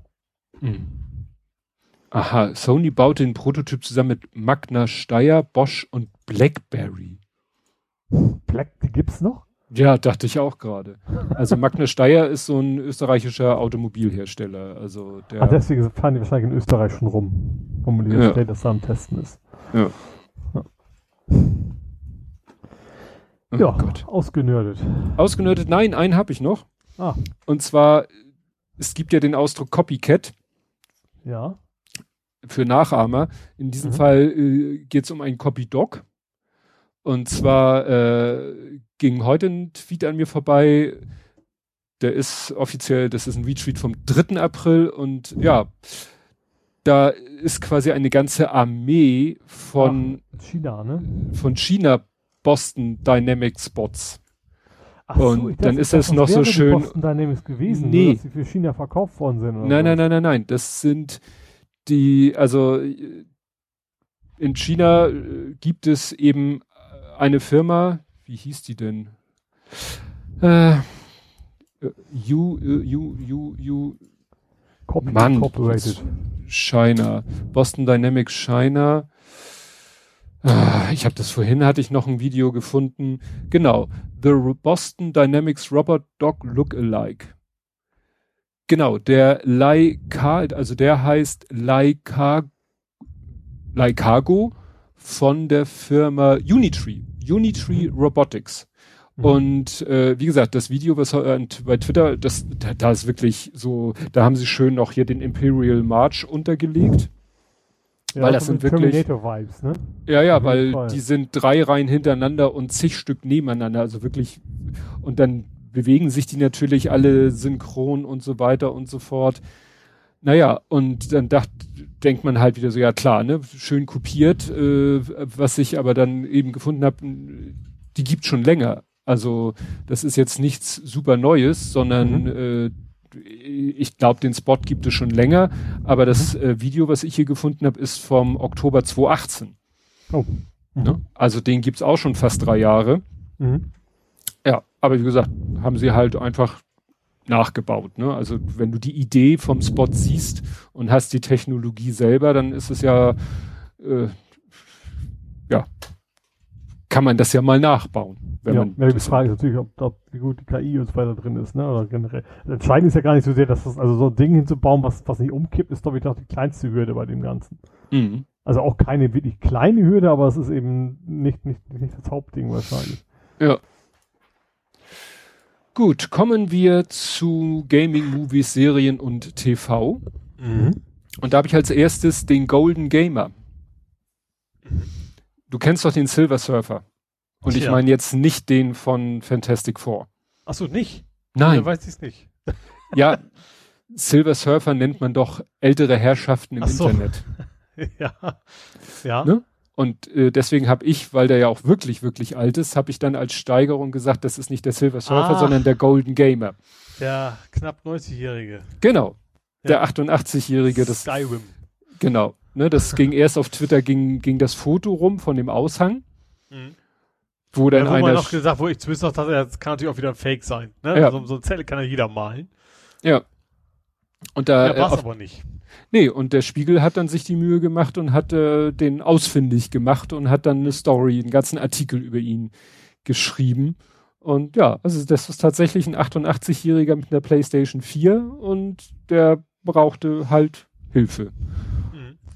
Aha, Sony baut den Prototyp zusammen mit Magna Steyr, Bosch und BlackBerry. Die gibt's noch? Ja, dachte ich auch gerade. Also Magna Steyr ist so ein österreichischer Automobilhersteller. Also der. Deswegen fahren die wahrscheinlich in Österreich schon rum. Formuliert steht, dass da am Testen ist. Ja. Oh ja, Gott. Ausgenördet. Ausgenördet? Nein, einen habe ich noch. Und zwar, es gibt ja den Ausdruck Copycat. Ja. Für Nachahmer. In diesem Fall geht es um einen Copy-Dog. Und zwar ging heute ein Tweet an mir vorbei. Der ist offiziell, das ist ein Retweet vom 3. April. Und ja, da ist quasi eine ganze Armee von China, ne? Von China Boston Dynamics Bots. Ach so, und dann ist das noch so schön. Boston Dynamics gewesen, nee. Dass sie für China verkauft worden sind. Oder nein. Das sind die, also in China gibt es eben eine Firma, wie hieß die denn? Incorporated. China. Boston Dynamics China. Hatte ich noch ein Video gefunden. Genau. The Boston Dynamics Robot Dog Look-alike. Genau, der der heißt Laikago von der Firma Unitree Robotics. Und wie gesagt, das Video, was bei Twitter, da ist wirklich so, da haben sie schön noch hier den Imperial March untergelegt. Ja, weil das sind wirklich Terminator-Vibes, ne? Ja, weil die sind 3 Reihen hintereinander und zig Stück nebeneinander, also wirklich, und dann bewegen sich die natürlich alle synchron und so weiter und so fort. Naja, und dann denkt man halt wieder so, ja klar, ne, schön kopiert, was ich aber dann eben gefunden habe, die gibt schon länger. Also das ist jetzt nichts super Neues, sondern ich glaube, den Spot gibt es schon länger, aber das Video, was ich hier gefunden habe, ist vom Oktober 2018. Oh. Ne? Also den gibt's auch schon fast 3 Jahre. Ja, aber wie gesagt, haben sie halt einfach nachgebaut. Ne? Also wenn du die Idee vom Spot siehst und hast die Technologie selber, dann ist es ja, kann man das ja mal nachbauen. Die Frage ist natürlich, ob wie gut die KI und so weiter drin ist, ne? Oder generell. Entscheidend ist ja gar nicht so sehr, dass das, also so ein Ding hinzubauen, was nicht umkippt, ist, glaube ich, doch die kleinste Hürde bei dem Ganzen. Also auch keine wirklich kleine Hürde, aber es ist eben nicht das Hauptding wahrscheinlich. Ja. Gut, kommen wir zu Gaming, Movies, Serien und TV. Und da habe ich als erstes den Golden Gamer. Du kennst doch den Silver Surfer. Und ich meine jetzt nicht den von Fantastic Four. Ach so, nicht? Nein. Da weiß ich es nicht. Ja, Silver Surfer nennt man doch ältere Herrschaften im Internet. Ja. Ne? Und deswegen habe ich, weil der ja auch wirklich, wirklich alt ist, habe ich dann als Steigerung gesagt, das ist nicht der Silver Surfer, sondern der Golden Gamer. Der knapp 90-Jährige. Genau. Der 88-Jährige. Skyrim. Genau. Ne, das ging erst auf Twitter, ging das Foto rum von dem Aushang. Wo dann wo man noch gesagt, wo ich zumindest noch dachte, das kann natürlich auch wieder ein Fake sein. Ne? Ja. So ein Zettel kann ja jeder malen. Ja. Und da war es aber nicht. Nee, und der Spiegel hat dann sich die Mühe gemacht und hat den ausfindig gemacht und hat dann eine Story, einen ganzen Artikel über ihn geschrieben. Und ja, also das ist tatsächlich ein 88-Jähriger mit einer PlayStation 4 und der brauchte halt Hilfe.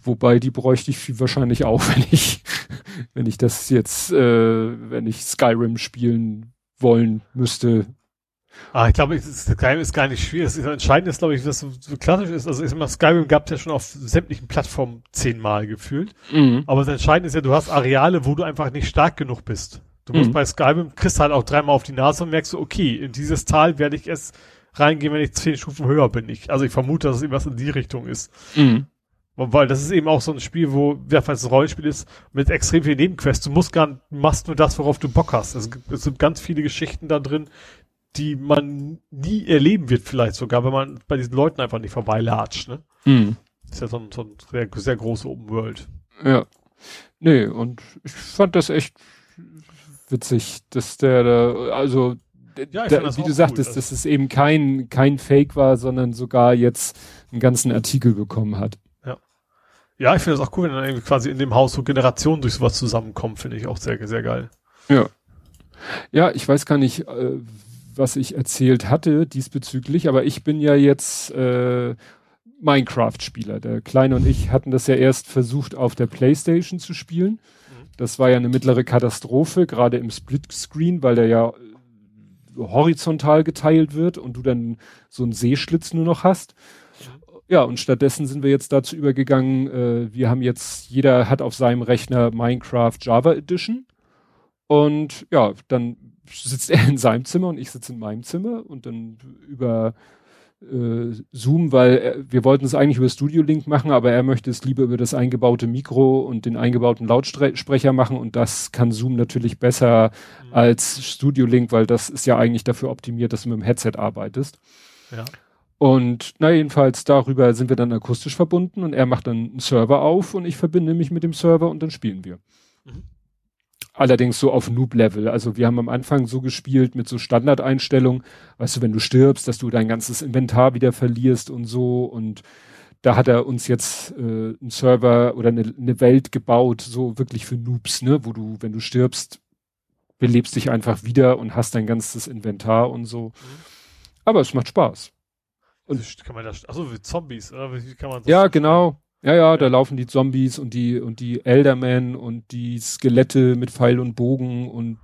Wobei die bräuchte ich wahrscheinlich auch, wenn ich das jetzt, wenn ich Skyrim spielen wollen müsste. Ich glaube, Skyrim ist gar nicht schwierig. Das Entscheidende ist, glaube ich, dass so klassisch ist. Also Skyrim gab es ja schon auf sämtlichen Plattformen 10-mal gefühlt. Mhm. Aber das Entscheidende ist ja, du hast Areale, wo du einfach nicht stark genug bist. Du musst bei Skyrim, kriegst halt auch 3-mal auf die Nase und merkst so, okay, in dieses Tal werde ich erst reingehen, wenn ich 10 Stufen höher bin. Also ich vermute, dass es irgendwas in die Richtung ist. Mhm. Weil das ist eben auch so ein Spiel, wo, falls es ein Rollenspiel ist, mit extrem viel Nebenquests. Du machst nur das, worauf du Bock hast. Es sind ganz viele Geschichten da drin, die man nie erleben wird, vielleicht sogar, wenn man bei diesen Leuten einfach nicht vorbeilatscht, ne? Mhm. Das ist ja so ein sehr, sehr große Open World. Ja. Nee, und ich fand das echt witzig, dass der da, also, Ja, wie du sagtest, dass es eben kein Fake war, sondern sogar jetzt einen ganzen Artikel bekommen hat. Ja, ich finde das auch cool, wenn dann irgendwie quasi in dem Haus so Generationen durch sowas zusammenkommen, finde ich auch sehr, sehr geil. Ja. Ja, ich weiß gar nicht, was ich erzählt hatte diesbezüglich, aber ich bin ja jetzt Minecraft-Spieler. Der Kleine und ich hatten das ja erst versucht auf der PlayStation zu spielen. Das war ja eine mittlere Katastrophe, gerade im Splitscreen, weil der ja horizontal geteilt wird und du dann so einen Seeschlitz nur noch hast. Ja, und stattdessen sind wir jetzt dazu übergegangen, jeder hat auf seinem Rechner Minecraft Java Edition. Und ja, dann sitzt er in seinem Zimmer und ich sitze in meinem Zimmer und dann über Zoom, weil wir wollten es eigentlich über Studio Link machen, aber er möchte es lieber über das eingebaute Mikro und den eingebauten Lautsprecher machen und das kann Zoom natürlich besser als Studio Link, weil das ist ja eigentlich dafür optimiert, dass du mit dem Headset arbeitest. Ja. Und jedenfalls darüber sind wir dann akustisch verbunden und er macht dann einen Server auf und ich verbinde mich mit dem Server und dann spielen wir. Mhm. Allerdings so auf Noob-Level. Also wir haben am Anfang so gespielt mit so Standardeinstellungen, weißt du, wenn du stirbst, dass du dein ganzes Inventar wieder verlierst und so. Und da hat er uns jetzt einen Server oder eine Welt gebaut, so wirklich für Noobs, ne, wo du, wenn du stirbst, belebst dich einfach wieder und hast dein ganzes Inventar und so. Aber es macht Spaß. Und kann man das, achso, wie Zombies, oder? Wie kann man das? Ja, genau. Ja, da laufen die Zombies und die Eldermen und die Skelette mit Pfeil und Bogen und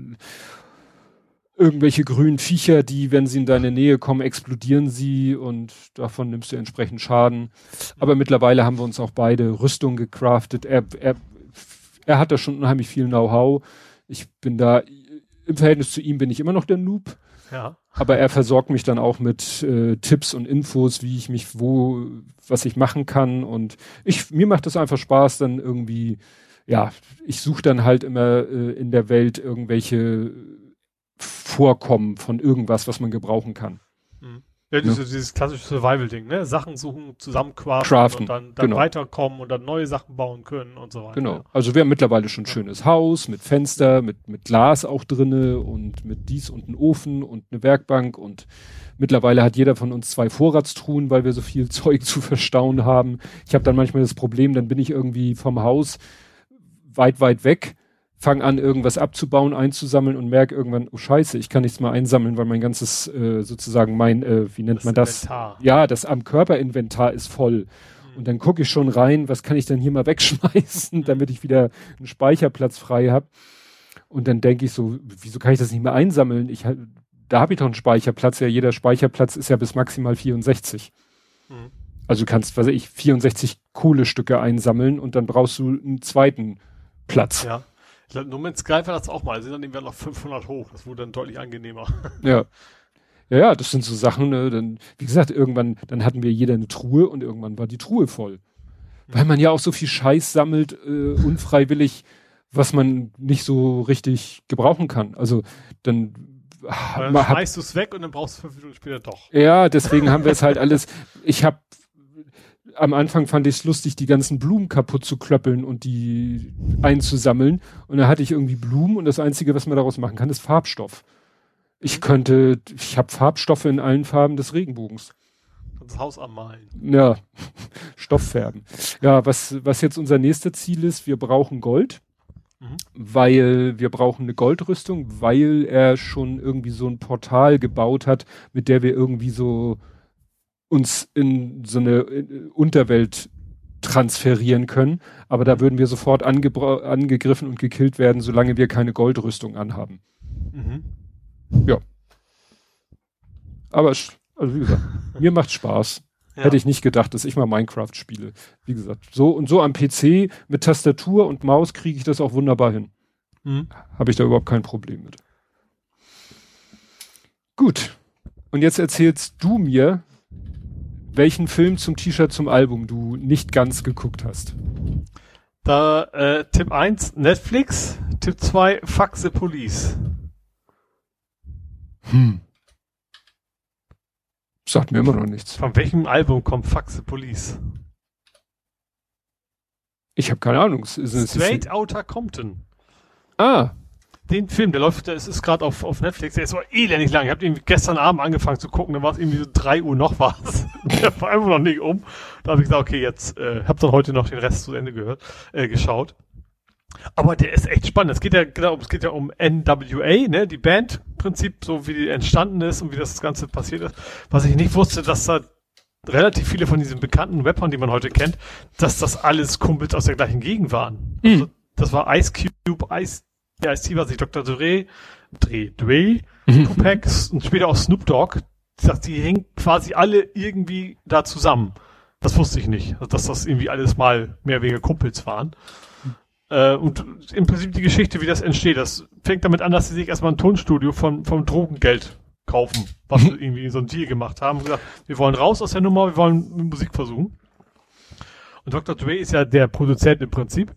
irgendwelche grünen Viecher, die, wenn sie in deine Nähe kommen, explodieren sie und davon nimmst du entsprechend Schaden. Aber mittlerweile haben wir uns auch beide Rüstung gecraftet. Er hat da schon unheimlich viel Know-how. Ich bin da, im Verhältnis zu ihm bin ich immer noch der Noob. Ja. Aber er versorgt mich dann auch mit Tipps und Infos, wie ich mich was ich machen kann. Und mir macht das einfach Spaß, dann irgendwie, ja, ich suche dann halt immer in der Welt irgendwelche Vorkommen von irgendwas, was man gebrauchen kann. Mhm. Ja, dieses klassische Survival-Ding, ne? Sachen suchen, craften und dann genau. Weiterkommen und dann neue Sachen bauen können und so weiter. Genau. Also wir haben mittlerweile schon ein schönes Haus mit Fenster, mit Glas auch drinne und mit dies und einen Ofen und eine Werkbank und mittlerweile hat jeder von uns 2 Vorratstruhen, weil wir so viel Zeug zu verstauen haben. Ich habe dann manchmal das Problem, dann bin ich irgendwie vom Haus weit weg, fange an, irgendwas abzubauen, einzusammeln und merke irgendwann, oh Scheiße, ich kann nichts mehr einsammeln, weil mein ganzes, sozusagen wie nennt man das? Inventar. Ja, das am Körperinventar ist voll. Und dann gucke ich schon rein, was kann ich denn hier mal wegschmeißen, damit ich wieder einen Speicherplatz frei habe. Und dann denke ich so, wieso kann ich das nicht mehr einsammeln? Da habe ich doch einen Speicherplatz. Ja, jeder Speicherplatz ist ja bis maximal 64. Mhm. Also du kannst, 64 Kohlestücke einsammeln und dann brauchst du einen zweiten Platz. Ja. Ich glaube, No Man's Sky war das auch mal. Sind dann eben noch 500 hoch. Das wurde dann deutlich angenehmer. Ja. Ja, das sind so Sachen, ne, dann, wie gesagt, dann hatten wir jeder eine Truhe und irgendwann war die Truhe voll. Weil man ja auch so viel Scheiß sammelt, unfreiwillig, was man nicht so richtig gebrauchen kann. Also, dann schmeißt du es weg und dann brauchst du 5 Minuten später doch. Ja, deswegen haben wir es halt alles, am Anfang fand ich es lustig, die ganzen Blumen kaputt zu klöppeln und die einzusammeln. Und da hatte ich irgendwie Blumen und das Einzige, was man daraus machen kann, ist Farbstoff. Ich habe Farbstoffe in allen Farben des Regenbogens. Das Haus anmalen. Ja, Stofffärben. Ja, was jetzt unser nächstes Ziel ist, wir brauchen Gold, weil wir brauchen eine Goldrüstung, weil er schon irgendwie so ein Portal gebaut hat, mit der wir irgendwie so uns in so eine Unterwelt transferieren können, aber da würden wir sofort angegriffen und gekillt werden, solange wir keine Goldrüstung anhaben. Mhm. Ja. Aber, also wie gesagt, mir macht Spaß. Ja. Hätte ich nicht gedacht, dass ich mal Minecraft spiele. Wie gesagt, so am PC mit Tastatur und Maus kriege ich das auch wunderbar hin. Mhm. Habe ich da überhaupt kein Problem mit. Gut. Und jetzt erzählst du mir, welchen Film zum T-Shirt zum Album du nicht ganz geguckt hast. Da Tipp 1 Netflix, Tipp 2 Fuck the Police. Sagt mir immer noch nichts. Von welchem Album kommt Fuck the Police? Ich habe keine Ahnung. Straight Outta Compton. Ah. Den Film, der läuft, es ist gerade auf Netflix, der ist so elendig lang. Ich habe den gestern Abend angefangen zu gucken, dann war es irgendwie so 3 Uhr noch was. Der war einfach noch nicht um. Da habe ich gesagt, okay, jetzt hab dann heute noch den Rest zu Ende geschaut. Aber der ist echt spannend. Es geht ja um NWA, ne, die Band, im Prinzip, so wie die entstanden ist und wie das Ganze passiert ist. Was ich nicht wusste, dass da relativ viele von diesen bekannten Rappern, die man heute kennt, dass das alles Kumpels aus der gleichen Gegend waren. Mhm. Also, das war Ice Cube, Ice-T war sich Dr. Dre, Tupac und später auch Snoop Dogg. Die hängen quasi alle irgendwie da zusammen. Das wusste ich nicht, dass das irgendwie alles mal mehr wegen Kumpels waren. Und im Prinzip die Geschichte, wie das entsteht, das fängt damit an, dass sie sich erstmal ein Tonstudio vom Drogengeld kaufen, was sie irgendwie so ein Deal gemacht haben und gesagt, wir wollen raus aus der Nummer, wir wollen mit Musik versuchen. Und Dr. Dre ist ja der Produzent im Prinzip.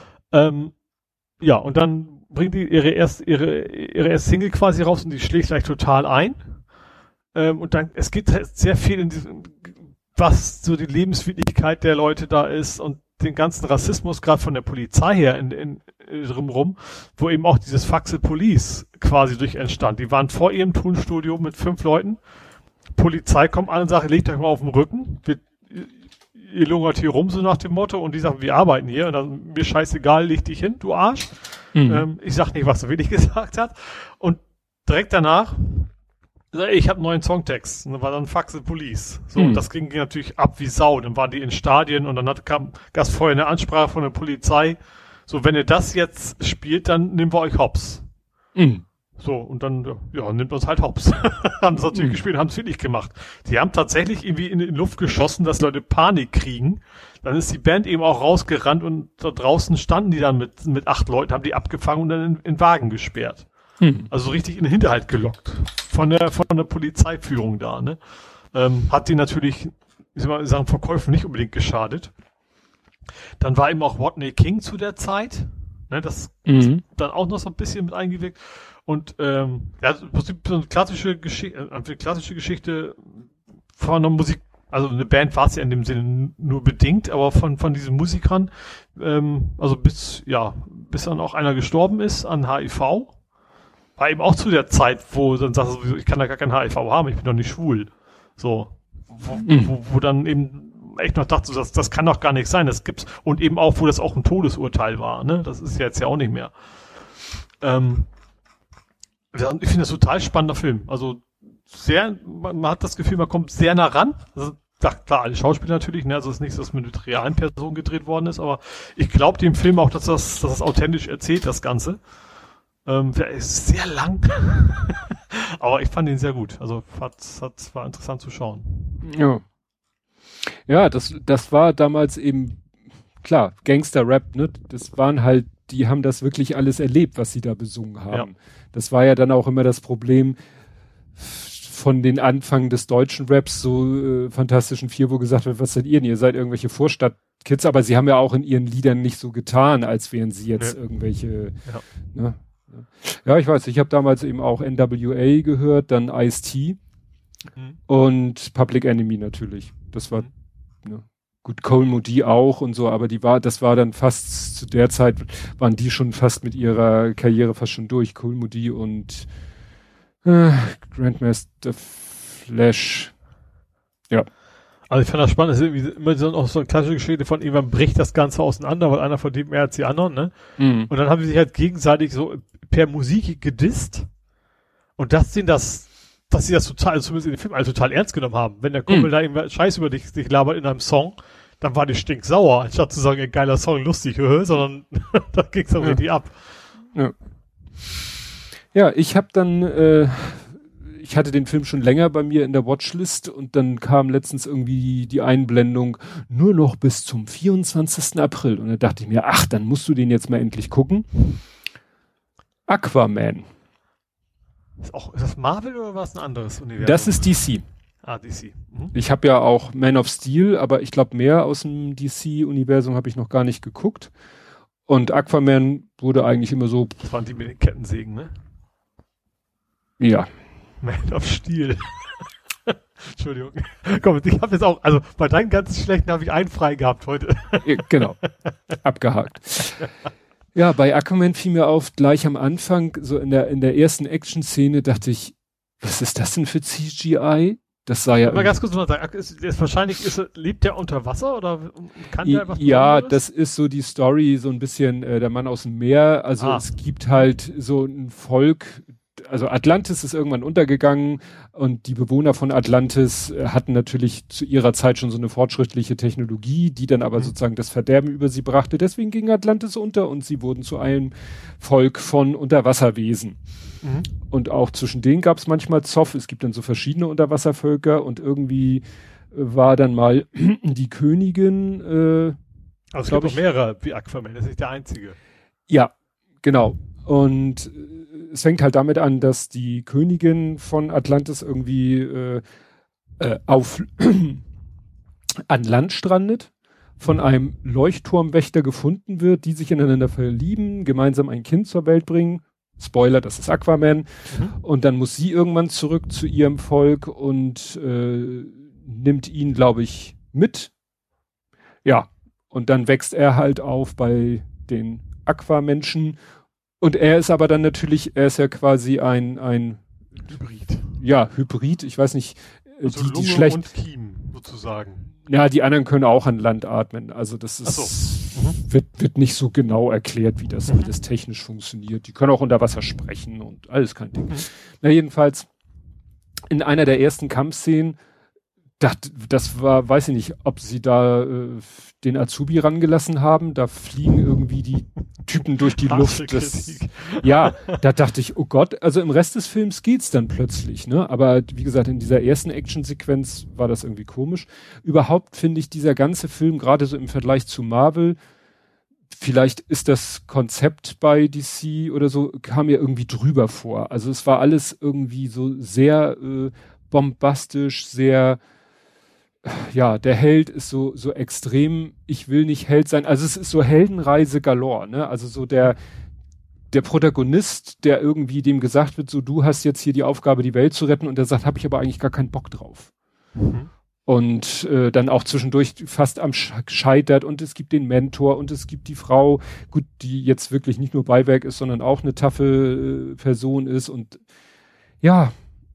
Ja, und dann bringt die ihre erste Single quasi raus und die schlägt gleich total ein. Und dann, es geht sehr viel in diesem, was so die Lebenswidrigkeit der Leute da ist und den ganzen Rassismus gerade von der Polizei her in drumherum, wo eben auch dieses Fuck the Police quasi durch entstand. Die waren vor ihrem Tonstudio mit 5 Leuten. Polizei kommt an und sagt, legt euch mal auf den Rücken. Ihr lungert hier rum, so nach dem Motto. Und die sagen, wir arbeiten hier. Und dann, mir scheißegal, leg dich hin, du Arsch. Mhm. Ich sag nicht, was er wirklich gesagt hat. Und direkt danach, ich habe einen neuen Songtext. Und dann war dann Fuck the Police. So, und das ging natürlich ab wie Sau. Dann waren die in Stadien und dann gab es vorher eine Ansprache von der Polizei. So, wenn ihr das jetzt spielt, dann nehmen wir euch hops. Mhm. So, und dann, ja, nimmt uns halt hops. Haben es natürlich gespielt, haben es wirklich gemacht. Die haben tatsächlich irgendwie in die Luft geschossen, dass Leute Panik kriegen. Dann ist die Band eben auch rausgerannt und da draußen standen die dann mit 8 Leuten, haben die abgefangen und dann in Wagen gesperrt. Also so richtig in den Hinterhalt gelockt. Von der Polizeiführung da, ne? Hat die natürlich, ich soll mal sagen, Verkäufen nicht unbedingt geschadet. Dann war eben auch Rodney King zu der Zeit. Ne, das ist dann auch noch so ein bisschen mit eingewirkt. Und ja, im Prinzip so eine klassische Geschichte von der Musik. Also eine Band war es ja in dem Sinne nur bedingt, aber von diesen Musikern, also bis dann auch einer gestorben ist an HIV. War eben auch zu der Zeit, wo dann sagst du, ich kann da gar kein HIV haben, ich bin doch nicht schwul. So. Wo dann eben echt noch dachte, das kann doch gar nicht sein, das gibt's. Und eben auch, wo das auch ein Todesurteil war, ne? Das ist ja jetzt ja auch nicht mehr. Ich finde das total spannender Film. Also man hat das Gefühl, man kommt sehr nah ran. Also, klar, alle Schauspieler natürlich, ne? Also es ist nichts, was mit realen Personen gedreht worden ist, aber ich glaube dem Film auch, dass das authentisch erzählt, das Ganze. Der ist sehr lang. Aber ich fand ihn sehr gut. Also war interessant zu schauen. Ja. Ja, das war damals eben, klar, Gangster-Rap, ne? Das waren halt, die haben das wirklich alles erlebt, was sie da besungen haben. Ja. Das war ja dann auch immer das Problem von den Anfang des deutschen Raps, so Fantastischen Vier, wo gesagt wird, was seid ihr denn? Ihr seid irgendwelche Vorstadtkids, aber sie haben ja auch in ihren Liedern nicht so getan, als wären sie jetzt irgendwelche, ne? Ja, ich weiß, ich habe damals eben auch NWA gehört, dann Ice-T und Public Enemy natürlich. Das war, ne, gut, Kool Moe Dee auch und so, aber das war dann fast, zu der Zeit waren die schon fast mit ihrer Karriere fast schon durch. Kool Moe Dee und Grandmaster Flash. Ja. Also ich fand das spannend, das ist irgendwie immer so eine klassische Geschichte von irgendwann bricht das Ganze auseinander, weil einer verdient mehr als die anderen, ne? Und dann haben sie sich halt gegenseitig so per Musik gedisst und dass sie das total, also zumindest in dem Film, total ernst genommen haben. Wenn der Kumpel da irgendwas Scheiß über sich labert in einem Song, dann war die stinksauer, anstatt zu sagen, ein geiler Song, lustig, sondern da ging's dann richtig ab. Ja. Ja, ich habe dann, ich hatte den Film schon länger bei mir in der Watchlist und dann kam letztens irgendwie die Einblendung nur noch bis zum 24. April und da dachte ich mir, ach, dann musst du den jetzt mal endlich gucken. Aquaman. Ist das Marvel oder war es ein anderes Universum? Das ist DC. Ah, DC. Mhm. Ich habe ja auch Man of Steel, aber ich glaube mehr aus dem DC-Universum habe ich noch gar nicht geguckt. Und Aquaman wurde eigentlich immer so... Das waren die mit den Kettensägen, ne? Ja. Man of Steel. Entschuldigung. Komm, ich habe jetzt auch, also bei deinen ganzen schlechten habe ich einen frei gehabt heute. Genau. Abgehakt. Ja, bei Aquaman fiel mir auf, gleich am Anfang, so in der ersten Action-Szene dachte ich, was ist das denn für CGI? Das sah ja... Mal ganz kurz noch sagen, lebt der unter Wasser oder kann der was Ja, Besonderes? das ist so die Story, so ein bisschen der Mann aus dem Meer. Also es gibt halt so ein Volk, also Atlantis ist irgendwann untergegangen und die Bewohner von Atlantis hatten natürlich zu ihrer Zeit schon so eine fortschrittliche Technologie, die dann aber sozusagen das Verderben über sie brachte. Deswegen ging Atlantis unter und sie wurden zu einem Volk von Unterwasserwesen. Mhm. Und auch zwischen denen gab es manchmal Zoff. Es gibt dann so verschiedene Unterwasservölker und irgendwie war dann mal die Königin. Also es gibt noch mehrere wie Aquaman, das ist nicht der einzige. Ja, genau. Und es fängt halt damit an, dass die Königin von Atlantis irgendwie an Land strandet, von einem Leuchtturmwächter gefunden wird, die sich ineinander verlieben, gemeinsam ein Kind zur Welt bringen. Spoiler, das ist Aquaman. Mhm. Und dann muss sie irgendwann zurück zu ihrem Volk und nimmt ihn, glaube ich, mit. Ja, und dann wächst er halt auf bei den Aquamenschen. Und er ist aber dann natürlich, er ist ja quasi ein Hybrid. Ja, Hybrid, ich weiß nicht, also die Lunge schlecht. Und Kiem, sozusagen. Ja, die anderen können auch an Land atmen. Also das ist, wird nicht so genau erklärt, wie das alles technisch funktioniert. Die können auch unter Wasser sprechen und alles kein Ding. Na, jedenfalls, in einer der ersten Kampfszenen, das war, weiß ich nicht, ob sie da den Azubi rangelassen haben. Da fliegen irgendwie die Typen durch die Luft. Ja, da dachte ich, oh Gott, also im Rest des Films geht's dann plötzlich, ne? Aber wie gesagt, in dieser ersten Actionsequenz war das irgendwie komisch. Überhaupt finde ich dieser ganze Film, gerade so im Vergleich zu Marvel, vielleicht ist das Konzept bei DC oder so, kam mir irgendwie drüber vor. Also es war alles irgendwie so sehr bombastisch, sehr ja, der Held ist so extrem, ich will nicht Held sein. Also es ist so Heldenreise galore, ne? Also so der Protagonist, der irgendwie dem gesagt wird, so du hast jetzt hier die Aufgabe, die Welt zu retten und der sagt, habe ich aber eigentlich gar keinen Bock drauf. Mhm. Und dann auch zwischendurch fast am scheitert und es gibt den Mentor und es gibt die Frau, gut, die jetzt wirklich nicht nur Beiwerk ist, sondern auch eine taffe Person ist und ja,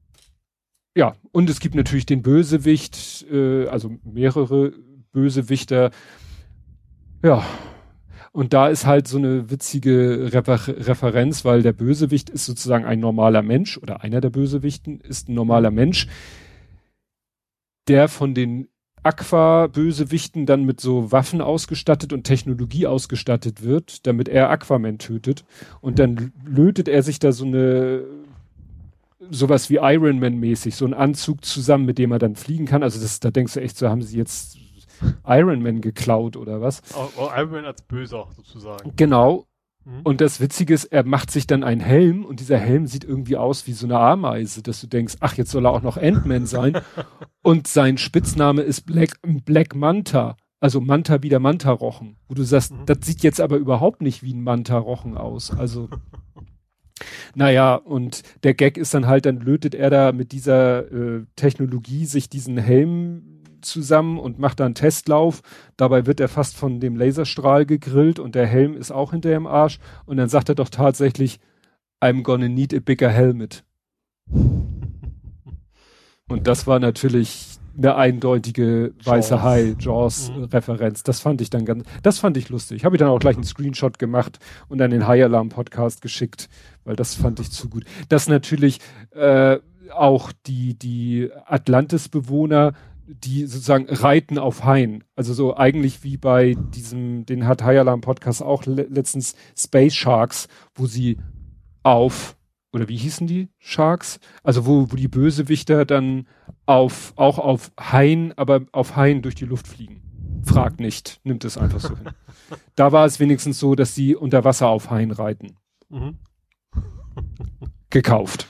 und es gibt natürlich den Bösewicht, also mehrere Bösewichter. Ja, und da ist halt so eine witzige Referenz, weil der Bösewicht ist sozusagen ein normaler Mensch oder einer der Bösewichten ist ein normaler Mensch, der von den Aqua-Bösewichten dann mit so Waffen ausgestattet und Technologie ausgestattet wird, damit er Aquaman tötet. Und dann lötet er sich da sowas wie Iron Man mäßig, so einen Anzug zusammen, mit dem er dann fliegen kann. Also da denkst du echt, so haben sie jetzt Iron Man geklaut oder was? Oh, Iron Man als Böser sozusagen. Genau. Mhm. Und das Witzige ist, er macht sich dann einen Helm und dieser Helm sieht irgendwie aus wie so eine Ameise, dass du denkst, ach, jetzt soll er auch noch Ant-Man sein. Und sein Spitzname ist Black Manta. Also Manta wie der Manta-Rochen. Wo du sagst, das sieht jetzt aber überhaupt nicht wie ein Manta-Rochen aus. Also naja, und der Gag ist dann halt, dann lötet er da mit dieser Technologie sich diesen Helm zusammen und macht da einen Testlauf. Dabei wird er fast von dem Laserstrahl gegrillt und der Helm ist auch hinter im Arsch. Und dann sagt er doch tatsächlich, I'm gonna need a bigger helmet. Und das war natürlich eine eindeutige weiße Hai Jaws Referenz. Das fand ich lustig. Habe ich dann auch gleich einen Screenshot gemacht und dann den High Alarm Podcast geschickt, weil das fand ich zu gut. Dass natürlich auch die Atlantis Bewohner die sozusagen reiten auf Haien. Also so eigentlich wie bei den hat High Alarm Podcast auch letztens Space Sharks, wo sie oder wie hießen die Sharks? Also wo die Bösewichter dann auch auf Haien, aber auf Haien durch die Luft fliegen. Frag nicht, nimmt es einfach so hin. Da war es wenigstens so, dass sie unter Wasser auf Haien reiten. Mhm. Gekauft.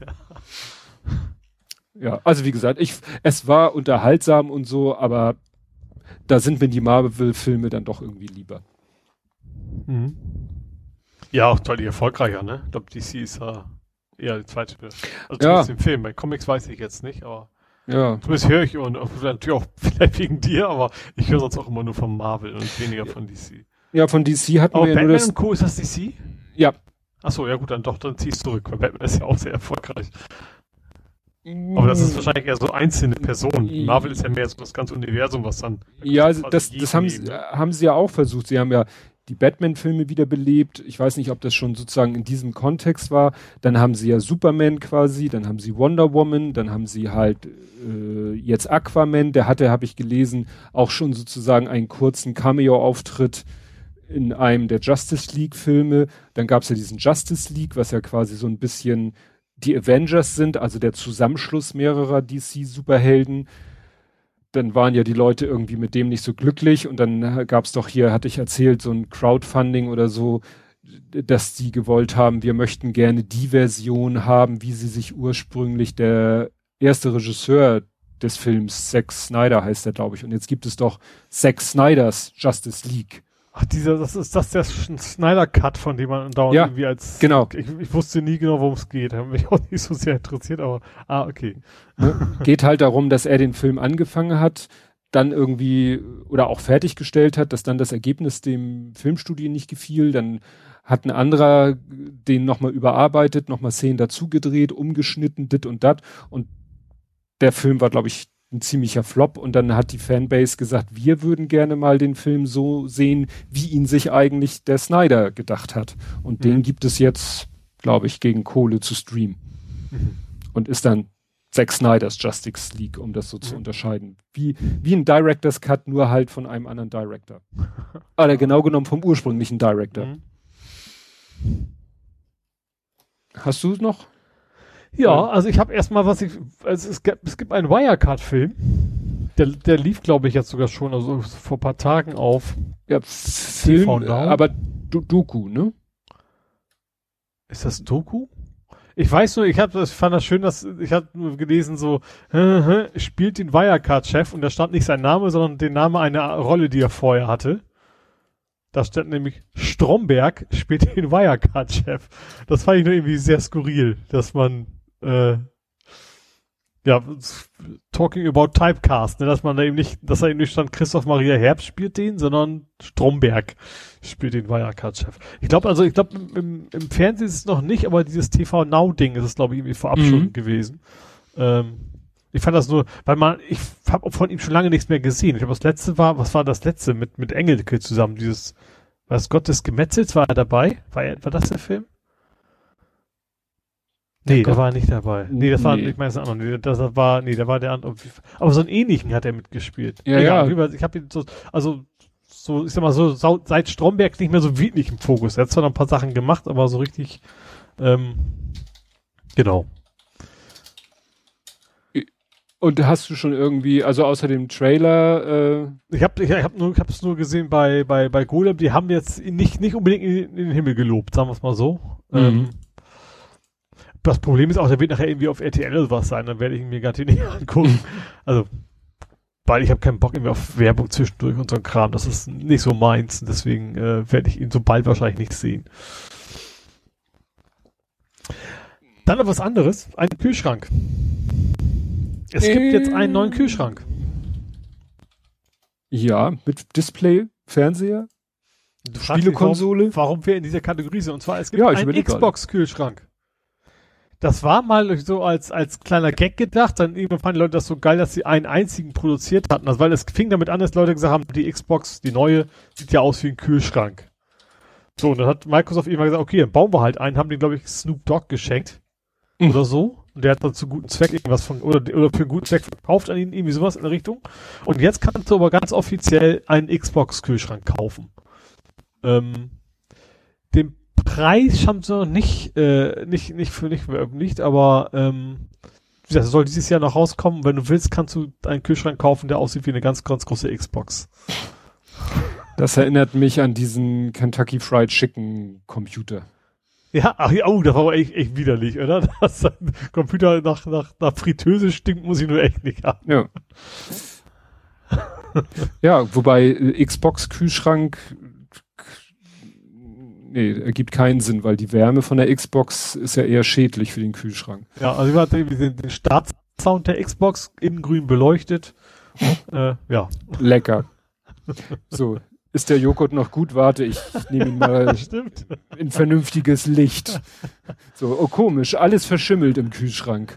Ja, also wie gesagt, es war unterhaltsam und so, aber da sind mir die Marvel-Filme dann doch irgendwie lieber. Mhm. Ja, auch deutlich erfolgreicher, ne? Ich glaube, DC ist eher die zweite. Also zumindest im Film. Bei Comics weiß ich jetzt nicht, aber zumindest höre ich und natürlich auch vielleicht wegen dir, aber ich höre sonst auch immer nur von Marvel und weniger von DC. Ja, von DC hatten aber wir Batman nur das... und Co. ist das DC? Ja. Achso, ja gut, dann ziehst du zurück, weil Batman ist ja auch sehr erfolgreich. Aber das ist wahrscheinlich eher so einzelne Personen. Marvel ist ja mehr so das ganze Universum, was dann... Ja, also das haben sie ja auch versucht. Sie haben ja die Batman-Filme wiederbelebt. Ich weiß nicht, ob das schon sozusagen in diesem Kontext war. Dann haben sie ja Superman quasi, dann haben sie Wonder Woman, dann haben sie halt jetzt Aquaman. Der hatte, habe ich gelesen, auch schon sozusagen einen kurzen Cameo-Auftritt in einem der Justice League-Filme. Dann gab es ja diesen Justice League, was ja quasi so ein bisschen die Avengers sind, also der Zusammenschluss mehrerer DC-Superhelden. Dann waren ja die Leute irgendwie mit dem nicht so glücklich und dann gab es doch hier, hatte ich erzählt, so ein Crowdfunding oder so, dass die gewollt haben, wir möchten gerne die Version haben, wie sie sich ursprünglich der erste Regisseur des Films, Zack Snyder heißt der, glaube ich, und jetzt gibt es doch Zack Snyders Justice League. Ach, das ist der Snyder-Cut, von dem man dauernd irgendwie als... Genau. Ich wusste nie genau, worum es geht. Hat mich auch nicht so sehr interessiert, aber... okay. Geht halt darum, dass er den Film angefangen hat, dann irgendwie oder auch fertiggestellt hat, dass dann das Ergebnis dem Filmstudio nicht gefiel. Dann hat ein anderer den nochmal überarbeitet, nochmal Szenen dazugedreht, umgeschnitten, dit und dat. Und der Film war, glaube ich, ein ziemlicher Flop und dann hat die Fanbase gesagt, wir würden gerne mal den Film so sehen, wie ihn sich eigentlich der Snyder gedacht hat. Und den gibt es jetzt, glaube ich, gegen Kohle zu streamen. Und ist dann Zack Snyders Justice League, um das so zu unterscheiden. Wie ein Director's Cut, nur halt von einem anderen Director. Oder genau genommen vom ursprünglichen Director. Hast du es noch? Ja, also ich habe erstmal es gibt einen Wirecard-Film, der lief, glaube ich, jetzt sogar schon, also vor ein paar Tagen auf. Ja, Film, aber Doku, ne? Ist das Doku? Ich weiß nur, ich fand das schön, ich habe nur gelesen, so, spielt den Wirecard-Chef und da stand nicht sein Name, sondern den Name einer Rolle, die er vorher hatte. Da stand nämlich Stromberg spielt den Wirecard-Chef. Das fand ich nur irgendwie sehr skurril, dass man talking about Typecast, ne, dass er eben nicht stand, Christoph Maria Herbst spielt den, sondern Stromberg spielt den Wirecard-Chef. Ich glaube, im Fernsehen ist es noch nicht, aber dieses TV Now-Ding ist es, glaube ich, irgendwie vorab schon gewesen. Ich fand das nur, weil ich habe von ihm schon lange nichts mehr gesehen. Ich glaube, was war das letzte mit Engelke zusammen? Dieses, was Gott des Gemetzels, war er dabei? War das der Film? Nee, da war er nicht dabei. Nee, das war, ich meine, das andere. Da war der andere. Aber so einen ähnlichen hat er mitgespielt. Ja, egal, ja. Ich habe ihn ich sag mal so, seit Stromberg nicht mehr so wirklich im Fokus. Er hat zwar noch ein paar Sachen gemacht, aber so richtig, genau. Und hast du schon irgendwie, also außer dem Trailer, Ich hab's nur gesehen bei Golem, die haben jetzt nicht unbedingt in den Himmel gelobt, sagen wir es mal so. Das Problem ist auch, der wird nachher irgendwie auf RTL oder was sein, dann werde ich ihn mir gar nicht angucken. Also, weil ich habe keinen Bock irgendwie auf Werbung zwischendurch und so ein Kram, das ist nicht so meins, deswegen werde ich ihn so bald wahrscheinlich nicht sehen. Dann noch was anderes, ein Kühlschrank. Es gibt jetzt einen neuen Kühlschrank. Ja, mit Display, Fernseher, Spielekonsole. Warum wir in dieser Kategorie sind. Und zwar, es gibt einen Xbox-Kühlschrank. Das war mal so als kleiner Gag gedacht, dann irgendwann fanden die Leute das so geil, dass sie einen einzigen produziert hatten. Also, weil es fing damit an, dass Leute gesagt haben, die Xbox, die neue, sieht ja aus wie ein Kühlschrank. So, und dann hat Microsoft irgendwann gesagt, okay, dann bauen wir halt einen, haben den, glaube ich, Snoop Dogg geschenkt. Oder so. Und und der hat dann zu guten Zweck irgendwas oder für einen guten Zweck verkauft an ihn, irgendwie sowas in der Richtung. Und jetzt kannst du aber ganz offiziell einen Xbox-Kühlschrank kaufen. Den Preis haben sie noch nicht veröffentlicht, aber wie gesagt, soll dieses Jahr noch rauskommen. Wenn du willst, kannst du einen Kühlschrank kaufen, der aussieht wie eine ganz, ganz große Xbox. Das erinnert mich an diesen Kentucky Fried Chicken Computer. Ja, ach ja, das war aber echt widerlich, oder? Dass ein Computer nach Fritteuse stinkt, muss ich nur echt nicht haben. Ja. Ja, wobei Xbox-Kühlschrank ergibt keinen Sinn, weil die Wärme von der Xbox ist ja eher schädlich für den Kühlschrank. Ja, also wir hatten den Startsound der Xbox in grün beleuchtet. Ja. Lecker. So, ist der Joghurt noch gut? Warte, ich nehme ihn mal Stimmt. in vernünftiges Licht. So, oh komisch, alles verschimmelt im Kühlschrank.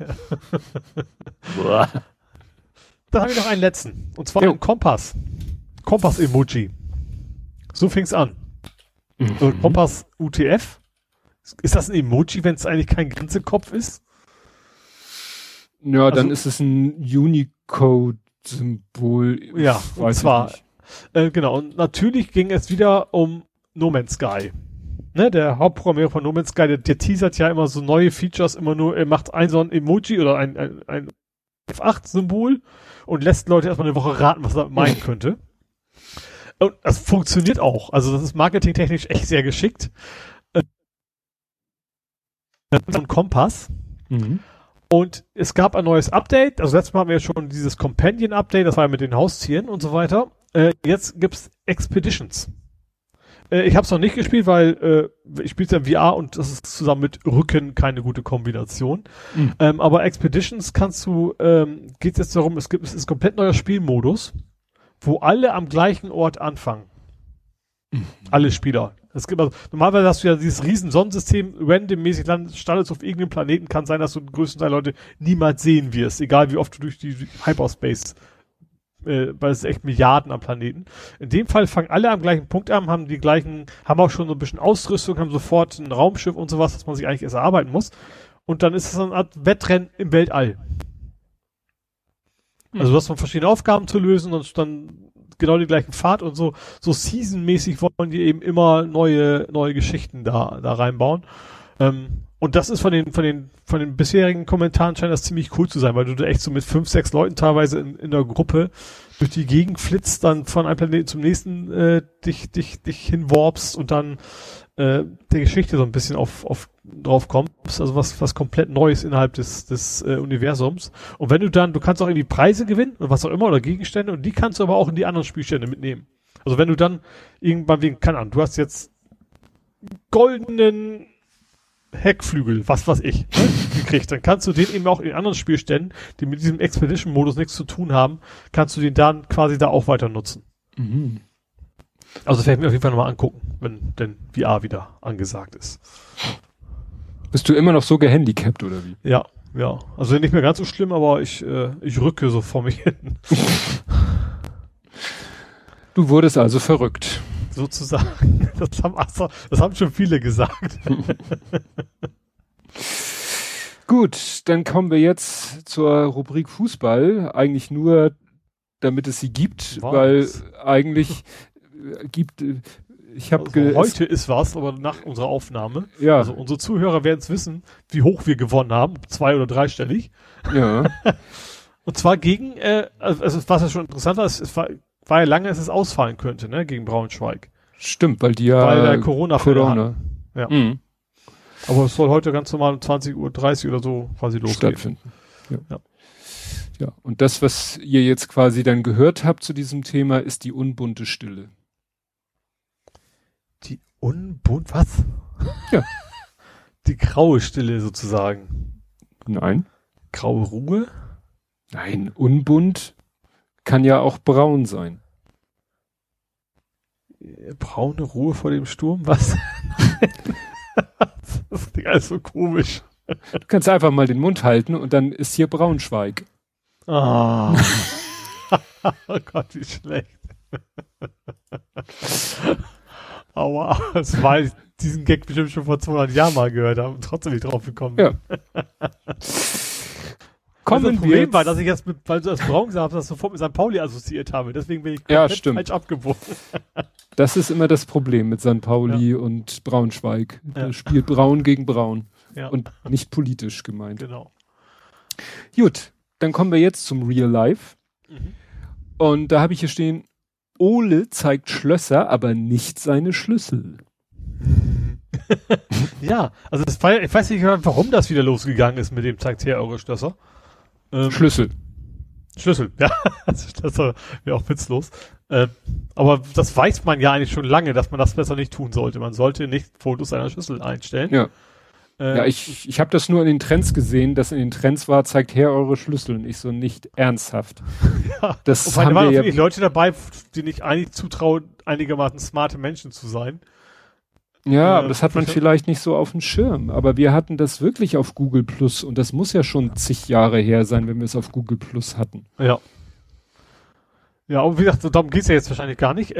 Dann habe ich noch einen letzten. Und zwar einen Kompass. Kompass-Emoji. So fing's an. So ein Kompass UTF. Ist das ein Emoji, wenn es eigentlich kein Gänsekopf ist? Ja, dann ist es ein Unicode-Symbol. Ja, und zwar, genau, und natürlich ging es wieder um No Man's Sky. Ne, der Hauptprogrammierer von No Man's Sky, der teasert ja immer so neue Features, immer nur, er macht so ein Emoji oder ein F8-Symbol und lässt Leute erstmal eine Woche raten, was er meinen könnte. Und das funktioniert auch. Also das ist marketingtechnisch echt sehr geschickt. So ein Kompass. Mhm. Und es gab ein neues Update. Also letztes Mal haben wir ja schon dieses Companion-Update, das war ja mit den Haustieren und so weiter. Jetzt gibt's Expeditions. Ich habe es noch nicht gespielt, weil ich spiele es ja in VR und das ist zusammen mit Rücken keine gute Kombination. Mhm. Aber Expeditions geht es jetzt darum, es ist ein komplett neuer Spielmodus, wo alle am gleichen Ort anfangen. Mhm. Alle Spieler. Es gibt also, normalerweise hast du ja dieses riesen Sonnensystem, randommäßig startest auf irgendeinem Planeten, kann sein, dass du den größten Teil Leute niemals sehen wirst, egal wie oft du durch die Hyperspace, weil es echt Milliarden am Planeten. In dem Fall fangen alle am gleichen Punkt an, haben auch schon so ein bisschen Ausrüstung, haben sofort ein Raumschiff und sowas, was man sich eigentlich erst erarbeiten muss. Und dann ist es so eine Art Wettrennen im Weltall. Also du hast noch verschiedene Aufgaben zu lösen und dann genau die gleichen Fahrt und so seasonmäßig wollen die eben immer neue Geschichten da reinbauen. Und das ist von den bisherigen Kommentaren scheint das ziemlich cool zu sein, weil du da echt so mit 5, 6 Leuten teilweise in der Gruppe durch die Gegend flitzt, dann von einem Planeten zum nächsten dich hinwarpst und dann der Geschichte so ein bisschen drauf kommst, also was komplett Neues innerhalb des Universums. Und wenn du kannst auch irgendwie Preise gewinnen oder was auch immer oder Gegenstände und die kannst du aber auch in die anderen Spielstände mitnehmen. Also wenn du dann irgendwann keine Ahnung, du hast jetzt goldenen Heckflügel, was weiß ich, gekriegt, dann kannst du den eben auch in anderen Spielständen, die mit diesem Expedition-Modus nichts zu tun haben, kannst du den dann quasi da auch weiter nutzen. Mhm. Also das werde ich mir auf jeden Fall nochmal angucken, wenn denn VR wieder angesagt ist. Bist du immer noch so gehandicapt, oder wie? Ja. Also nicht mehr ganz so schlimm, aber ich rücke so vor mich hin. Du wurdest also verrückt. Sozusagen. Das haben schon viele gesagt. Gut, dann kommen wir jetzt zur Rubrik Fußball. Eigentlich nur, damit es sie gibt, weil eigentlich heute ist was, aber nach unserer Aufnahme. Ja. Also unsere Zuhörer werden es wissen, wie hoch wir gewonnen haben. 2- oder 3-stellig. Ja. Und zwar gegen, also was ja schon interessant war, es war ja lange, dass es ausfallen könnte, ne, gegen Braunschweig. Stimmt, weil die ja weil Corona. Ja. Mhm. Aber es soll heute ganz normal um 20:30 Uhr oder so quasi losgehen. Stattfinden. Ja. Und das, was ihr jetzt quasi dann gehört habt zu diesem Thema, ist die unbunte Stille. Die was? Ja. Die graue Stille sozusagen. Nein. Graue Ruhe? Nein, unbunt kann ja auch braun sein. Braune Ruhe vor dem Sturm? Was? Das ist alles so komisch. Du kannst einfach mal den Mund halten und dann ist hier Braunschweig. Ah. Oh Gott, wie schlecht. Aua, das war diesen Gag bestimmt schon vor 200 Jahren mal gehört, haben trotzdem nicht drauf gekommen. Ja. kommen das wir Problem jetzt. war, dass ich jetzt weil du das Braun gesagt hast, das sofort mit St. Pauli assoziiert habe. Deswegen bin ich Ja, komplett stimmt. falsch abgebogen. Das ist immer das Problem mit St. Pauli und Braunschweig. Ja. Da spielt Braun gegen Braun. Ja, Und nicht politisch gemeint. genau. Gut, dann kommen wir jetzt zum Real Life. Mhm. Und da habe ich hier stehen, Ole zeigt Schlösser, aber nicht seine Schlüssel. Ja, also ich weiß nicht, warum das wieder losgegangen ist mit dem zeigt her eure Schlösser. Schlüssel. Schlüssel, ja, das wäre auch witzlos. Aber das weiß man ja eigentlich schon lange, dass man das besser nicht tun sollte. Man sollte nicht Fotos einer Schlüssel einstellen. Ja. Ja, ich habe das nur in den Trends gesehen, dass in den Trends war, zeigt her eure Schlüssel und ich so nicht ernsthaft. Ja. Das Und da haben waren wir natürlich Leute dabei, die nicht eigentlich zutrauen, einigermaßen smarte Menschen zu sein. Ja, aber das hat man ich- vielleicht nicht so auf dem Schirm. Aber wir hatten das wirklich auf Google Plus und das muss ja schon zig Jahre her sein, wenn wir es auf Google Plus hatten. Ja. Ja, und wie gesagt, darum geht's ja jetzt wahrscheinlich gar nicht.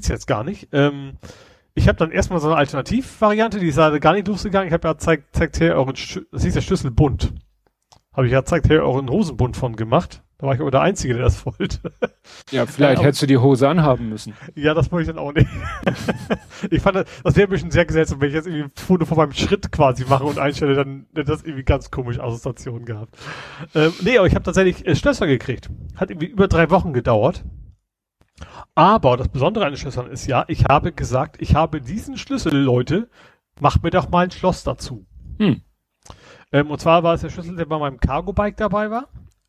Ich habe dann erstmal so eine Alternativvariante, die ist leider gar nicht losgegangen. Ich habe ja zeigt her euren, das hieß der Schlüsselbund. Habe ich ja zeigt her euren Hosenbund von gemacht. Da war ich aber der Einzige, der das wollte. Ja, vielleicht aber- hättest du die Hose anhaben müssen. Ja, das wollte ich dann auch nicht. Ich fand, das wäre ein bisschen sehr gesetzt, wenn ich jetzt irgendwie ein Foto von meinem Schritt quasi mache und einstelle, dann hätte das irgendwie ganz komische Assoziationen gehabt. Nee, aber ich habe tatsächlich Schlösser gekriegt. Hat irgendwie über 3 Wochen gedauert. Aber das Besondere an den Schlössern ist ja, ich habe gesagt, ich habe diesen Schlüssel, Leute, macht mir doch mal ein Schloss dazu. Hm. Und zwar war es der Schlüssel, der bei meinem Cargo-Bike dabei war.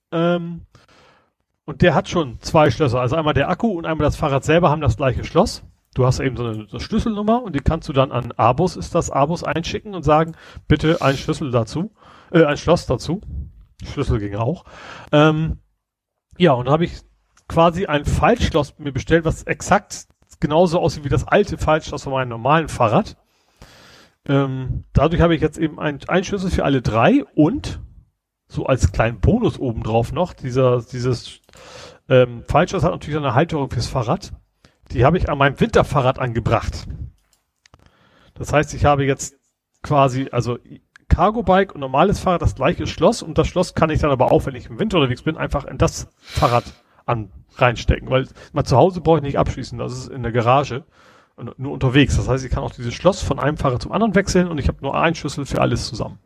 Und der hat schon 2 Schlösser. Also einmal der Akku und einmal das Fahrrad selber haben das gleiche Schloss. Du hast eben so eine Schlüsselnummer und die kannst du dann an Abus einschicken und sagen, bitte ein Schlüssel dazu, ein Schloss dazu. Schlüssel ging auch. Ja, und dann habe ich quasi ein Faltschloss mir bestellt, was exakt genauso aussieht wie das alte Faltschloss von meinem normalen Fahrrad. Dadurch habe ich jetzt eben ein Schlüssel für alle 3 und so als kleinen Bonus obendrauf noch, dieses Faltschloss hat natürlich eine Halterung fürs Fahrrad. Die habe ich an meinem Winterfahrrad angebracht. Das heißt, ich habe jetzt quasi, also Cargo-Bike und normales Fahrrad das gleiche Schloss und das Schloss kann ich dann aber auch, wenn ich im Winter unterwegs bin, einfach in das Fahrrad reinstecken, weil man zu Hause brauche ich nicht abschließen, das ist in der Garage und nur unterwegs. Das heißt, ich kann auch dieses Schloss von einem Fahrrad zum anderen wechseln und ich habe nur einen Schlüssel für alles zusammen.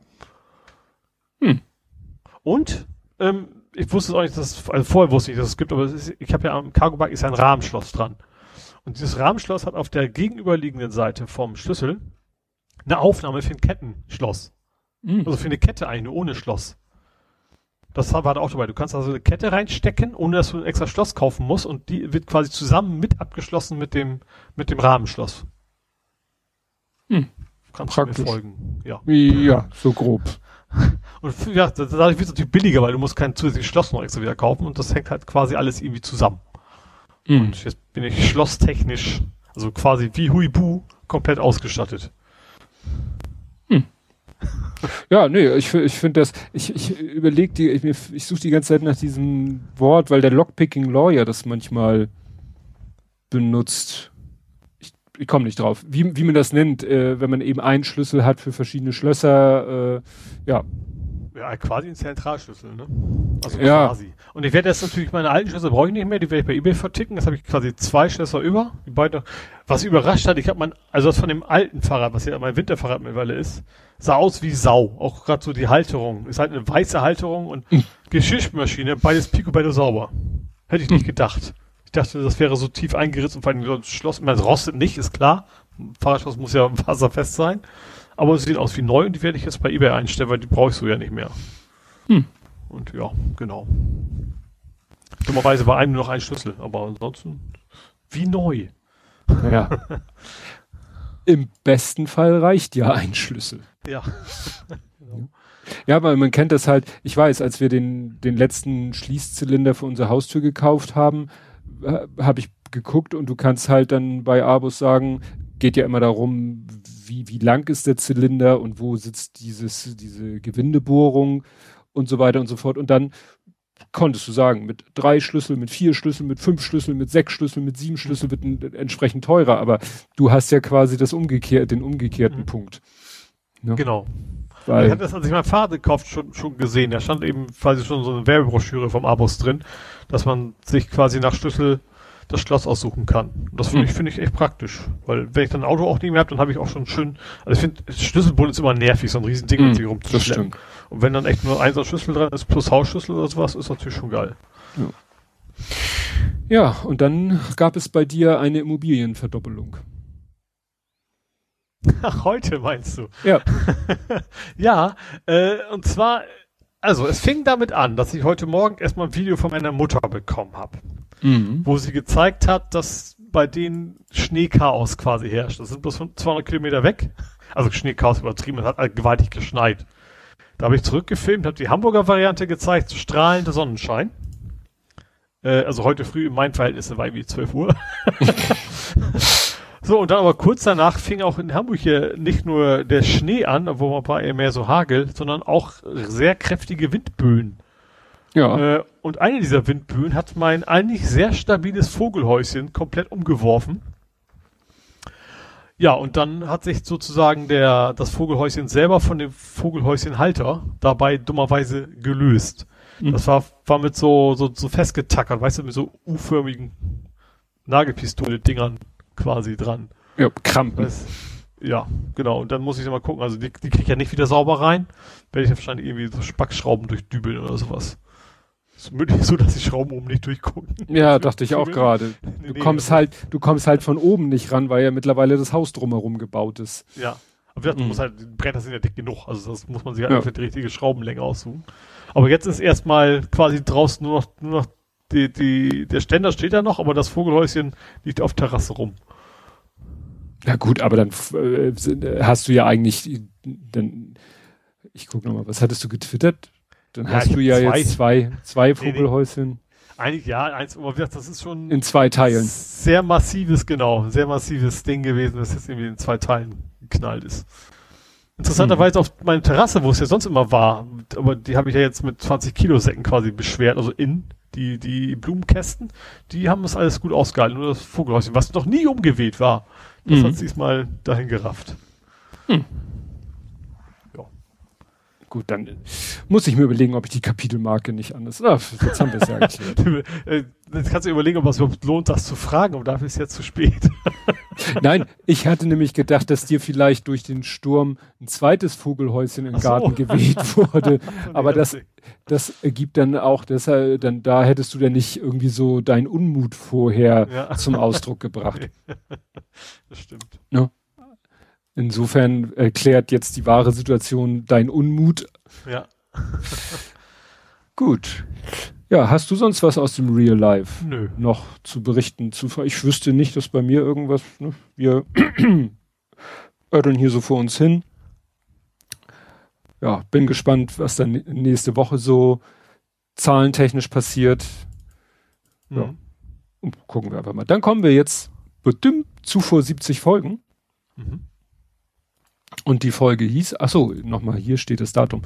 Und ich wusste es auch nicht, also vorher wusste ich, dass es gibt, aber ich habe ja am Cargo-Bike ist ja ein Rahmenschloss dran. Und dieses Rahmenschloss hat auf der gegenüberliegenden Seite vom Schlüssel eine Aufnahme für ein Kettenschloss. Also für eine Kette eigentlich, nur ohne Schloss. Das war da auch dabei. Du kannst also eine Kette reinstecken, ohne dass du ein extra Schloss kaufen musst und die wird quasi zusammen mit abgeschlossen mit dem Rahmenschloss. Kannst du mir Praktisch. folgen. Ja. Ja, so grob. Und ja, dadurch wird es natürlich billiger, weil du musst kein zusätzliches Schloss noch extra wieder kaufen und das hängt halt quasi alles irgendwie zusammen. Und jetzt bin ich schlosstechnisch, also quasi wie Huibu, komplett ausgestattet. Ja, nee, ich finde das, ich überlege ich suche die ganze Zeit nach diesem Wort, weil der Lockpicking Lawyer das manchmal benutzt. Ich komme nicht drauf. Wie man das nennt, wenn man eben einen Schlüssel hat für verschiedene Schlösser, ja. Ja, quasi ein Zentralschlüssel, ne? Also Ja. quasi. Und ich werde jetzt natürlich, meine alten Schlösser brauche ich nicht mehr, die werde ich bei eBay verticken. Jetzt habe ich quasi 2 Schlösser über. Die beiden, was überrascht hat, ich habe also das von dem alten Fahrrad, was ja mein Winterfahrrad mittlerweile ist, sah aus wie Sau. Auch gerade so die Halterung. Ist halt eine weiße Halterung und Geschirrspülmaschine, beides picobello sauber. Hätte ich nicht gedacht. Ich dachte, das wäre so tief eingeritzt und vor allem so ein Schloss, man rostet nicht, ist klar. Ein Fahrradschloss muss ja wasserfest sein. Aber sie sehen aus wie neu und die werde ich jetzt bei eBay einstellen, weil die brauche ich so ja nicht mehr. Und ja, genau. Dummerweise bei einem nur noch ein Schlüssel, aber ansonsten wie neu. Ja. Im besten Fall reicht ja ein Schlüssel. Ja. Ja, weil man kennt das halt, ich weiß, als wir den letzten Schließzylinder für unsere Haustür gekauft haben, habe ich geguckt und du kannst halt dann bei Abus sagen, geht ja immer darum, wie lang ist der Zylinder und wo sitzt diese Gewindebohrung und so weiter und so fort. Und dann konntest du sagen, mit 3 Schlüsseln, mit 4 Schlüsseln, mit 5 Schlüsseln, mit 6 Schlüsseln, mit 7 Schlüsseln wird entsprechend teurer. Aber du hast ja quasi den umgekehrten Punkt. Ne? Genau. Weil, ich hatte das, als ich mein Fahrrad gekauft, schon gesehen. Da stand eben quasi schon so eine Werbebroschüre vom Abos drin, dass man sich quasi nach Schlüssel das Schloss aussuchen kann. Und das finde ich echt praktisch. Weil wenn ich dann ein Auto auch nicht mehr habe, dann habe ich auch schon schön, also ich finde, Schlüsselbund ist immer nervig, so ein riesen Ding mit sich rumzuschleppen. Und wenn dann echt nur ein so ein Schlüssel dran ist, plus Hausschlüssel oder sowas, ist natürlich schon geil. Ja, und dann gab es bei dir eine Immobilienverdoppelung. Ach, heute meinst du? Ja. Ja, und zwar, also es fing damit an, dass ich heute Morgen erstmal ein Video von meiner Mutter bekommen habe, wo sie gezeigt hat, dass bei denen Schneechaos quasi herrscht. Das sind bloß 200 Kilometer weg. Also Schneechaos übertrieben, es hat halt gewaltig geschneit. Da habe ich zurückgefilmt, habe die Hamburger Variante gezeigt, strahlender Sonnenschein. Also heute früh in meinen Verhältnissen war irgendwie 12 Uhr. So, und dann aber kurz danach fing auch in Hamburg hier nicht nur der Schnee an, wo man war eher mehr so Hagel, sondern auch sehr kräftige Windböen. Ja. Und eine dieser Windböen hat mein eigentlich sehr stabiles Vogelhäuschen komplett umgeworfen. Ja, und dann hat sich sozusagen das Vogelhäuschen selber von dem Vogelhäuschenhalter dabei dummerweise gelöst. Das war mit so festgetackert, weißt du, mit so U-förmigen Nagelpistole-Dingern quasi dran. Ja, Krampen. Ja, genau. Und dann muss ich mal gucken. Also die kriege ich ja nicht wieder sauber rein. Werde ich ja wahrscheinlich irgendwie so Spackschrauben durchdübeln oder sowas. Ist möglich so, dass die Schrauben oben nicht durchgucken. Ja, dachte ich auch gerade. Du kommst halt von oben nicht ran, weil ja mittlerweile das Haus drumherum gebaut ist. Ja. Aber du musst halt, die Bretter sind ja dick genug. Also das muss man sich halt für die richtige Schraubenlänge aussuchen. Aber jetzt ist erstmal quasi draußen nur noch der Ständer steht da noch, aber das Vogelhäuschen liegt auf Terrasse rum. Ja gut, aber dann hast du ja eigentlich, ich gucke nochmal, was hattest du getwittert? Dann hast du ja jetzt zwei Vogelhäuschen. Nee. Eigentlich ja, eins, aber das ist schon in 2 Teilen. Sehr massives Ding gewesen, das jetzt irgendwie in 2 Teilen geknallt ist. Interessanterweise auf meine Terrasse, wo es ja sonst immer war, aber die habe ich ja jetzt mit 20 Kilo Säcken quasi beschwert, also die Blumenkästen, die haben es alles gut ausgehalten, nur das Vogelhäuschen, was noch nie umgeweht war, das hat diesmal dahin gerafft. Ja. Gut, dann muss ich mir überlegen, ob ich die Kapitelmarke nicht anders. Jetzt haben wir es ja erklärt. Jetzt kannst du überlegen, ob es überhaupt lohnt, das zu fragen, aber dafür ist jetzt zu spät. Nein, ich hatte nämlich gedacht, dass dir vielleicht durch den Sturm ein zweites Vogelhäuschen im Garten geweht wurde. Aber das ergibt dann auch, deshalb, da hättest du dann nicht irgendwie so deinen Unmut vorher zum Ausdruck gebracht. Das stimmt. Ja. Insofern erklärt jetzt die wahre Situation dein Unmut. Ja. Gut. Ja, hast du sonst was aus dem Real Life noch zu berichten? Ich wüsste nicht, dass bei mir irgendwas, ne? Wir ödeln hier so vor uns hin. Ja, bin gespannt, was dann nächste Woche so zahlentechnisch passiert. Ja. Und gucken wir einfach mal. Dann kommen wir jetzt zu vor 70 Folgen. Und die Folge hieß, nochmal, hier steht das Datum,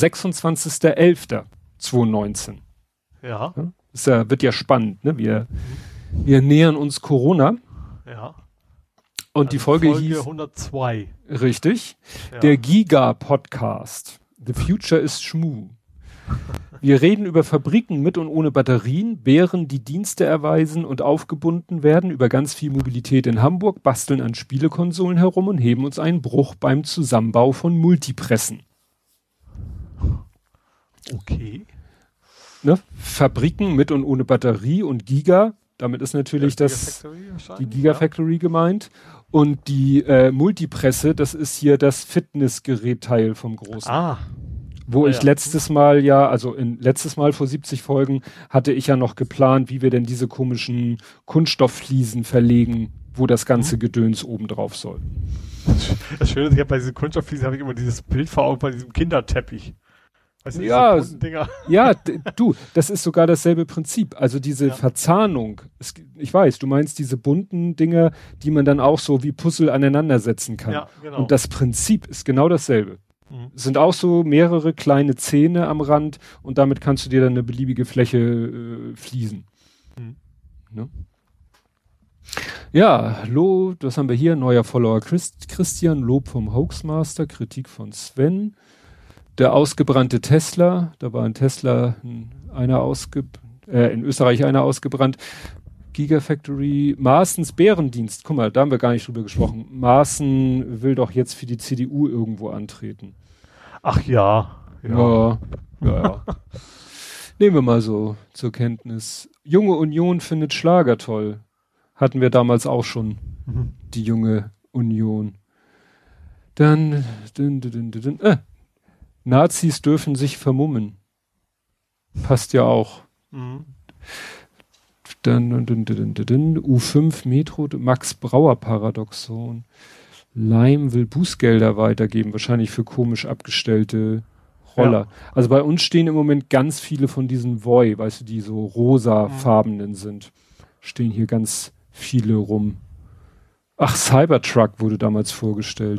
26.11.2019. Ja. Das wird ja spannend, ne? Wir nähern uns Corona. Ja. Und die Folge hieß 102. Richtig. Ja. Der Giga-Podcast. The Future is Schmu. Wir reden über Fabriken mit und ohne Batterien, Bären, die Dienste erweisen und aufgebunden werden, über ganz viel Mobilität in Hamburg, basteln an Spielekonsolen herum und heben uns einen Bruch beim Zusammenbau von Multipressen. Okay. Ne? Fabriken mit und ohne Batterie und Giga, damit ist natürlich die Gigafactory gemeint. Und die Multipresse, das ist hier das Fitnessgerätteil vom Großen. Wo ich letztes Mal vor 70 Folgen hatte ich ja noch geplant, wie wir denn diese komischen Kunststofffliesen verlegen, wo das ganze Gedöns oben drauf soll. Das Schöne ist, ich habe bei diesen Kunststofffliesen habe ich immer dieses Bild vor Augen bei diesem Kinderteppich. Weißt du, ja, das ist sogar dasselbe Prinzip. Also diese Verzahnung, ich weiß, du meinst diese bunten Dinger, die man dann auch so wie Puzzle aneinander setzen kann. Ja, genau. Und das Prinzip ist genau dasselbe. Es sind auch so mehrere kleine Zähne am Rand und damit kannst du dir dann eine beliebige Fläche fließen. Ne? Ja, das haben wir hier, neuer Follower Christian, Lob vom Hoaxmaster, Kritik von Sven. Der ausgebrannte Tesla, da war ein Tesla, in Österreich einer ausgebrannt. Gigafactory, Maaßens Bärendienst, guck mal, da haben wir gar nicht drüber gesprochen. Maaßen will doch jetzt für die CDU irgendwo antreten. Ach ja. Ja. Nehmen wir mal so zur Kenntnis. Junge Union findet Schlager toll. Hatten wir damals auch schon, die junge Union. Dann, Nazis dürfen sich vermummen. Passt ja auch. Dann, U5 Metro, Max Brauer Paradoxon. Leim will Bußgelder weitergeben, wahrscheinlich für komisch abgestellte Roller. Ja. Also bei uns stehen im Moment ganz viele von diesen Voi, weißt du, die so rosafarbenen sind. Stehen hier ganz viele rum. Ach, Cybertruck wurde damals vorgestellt.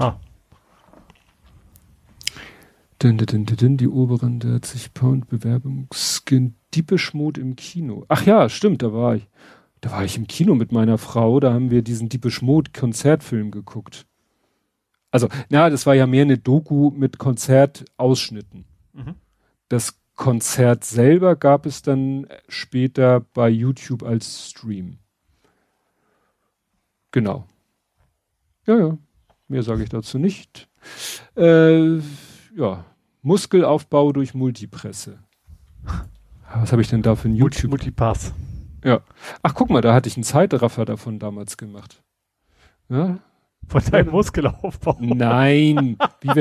Die oberen 30 Pound Bewerbungsskin Deepish Mode im Kino. Ach ja, stimmt, da war ich. Da war ich im Kino mit meiner Frau, da haben wir diesen Deepish Mode Konzertfilm geguckt. Also, das war ja mehr eine Doku mit Konzertausschnitten. Das Konzert selber gab es dann später bei YouTube als Stream. Genau. Ja, mehr sage ich dazu nicht. Muskelaufbau durch Multipresse. Was habe ich denn da für ein YouTube? Multipass. Ja. Ach, guck mal, da hatte ich einen Zeitraffer davon damals gemacht. Ja? Von deinem Muskelaufbau? Nein.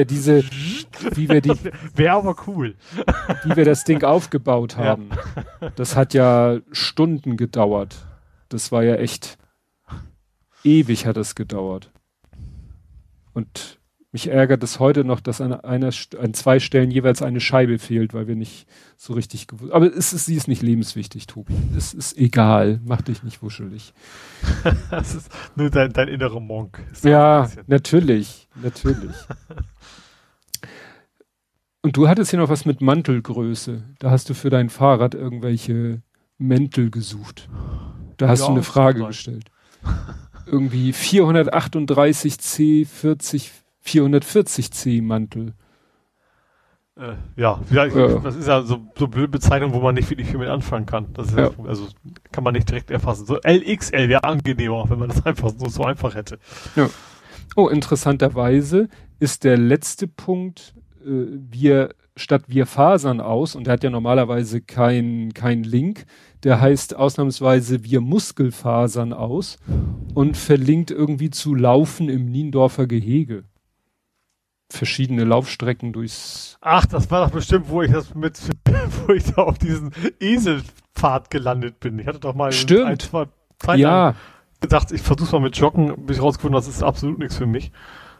Wäre aber cool. Wie wir das Ding aufgebaut haben. Ja. Das hat ja Stunden gedauert. Das war ja echt ewig hat es gedauert. Und mich ärgert es heute noch, dass an 2 Stellen jeweils eine Scheibe fehlt, weil wir nicht so richtig gewusst. Aber sie ist nicht lebenswichtig, Tobi. Es ist egal. Mach dich nicht wuschelig. Das ist nur dein innerer Monk. Ja, natürlich. Und du hattest hier noch was mit Mantelgröße. Da hast du für dein Fahrrad irgendwelche Mäntel gesucht. Da hast du eine Frage gestellt. Irgendwie 440C Mantel. Das ist ja so blöde Bezeichnung, wo man nicht wirklich viel mit anfangen kann. Das ist also kann man nicht direkt erfassen. So LXL wäre angenehmer, wenn man das einfach so einfach hätte. Ja. Oh, interessanterweise ist der letzte Punkt, wir fasern aus, und der hat ja normalerweise kein Link, der heißt ausnahmsweise wir Muskelfasern aus und verlinkt irgendwie zu Laufen im Niendorfer Gehege. Verschiedene Laufstrecken durchs... Ach, das war doch bestimmt, wo ich da auf diesen Eselpfad gelandet bin. Ich hatte doch mal ein, zwei Zeit gedacht, ich versuch's mal mit Joggen, bis ich rausgefunden habe, das ist absolut nichts für mich.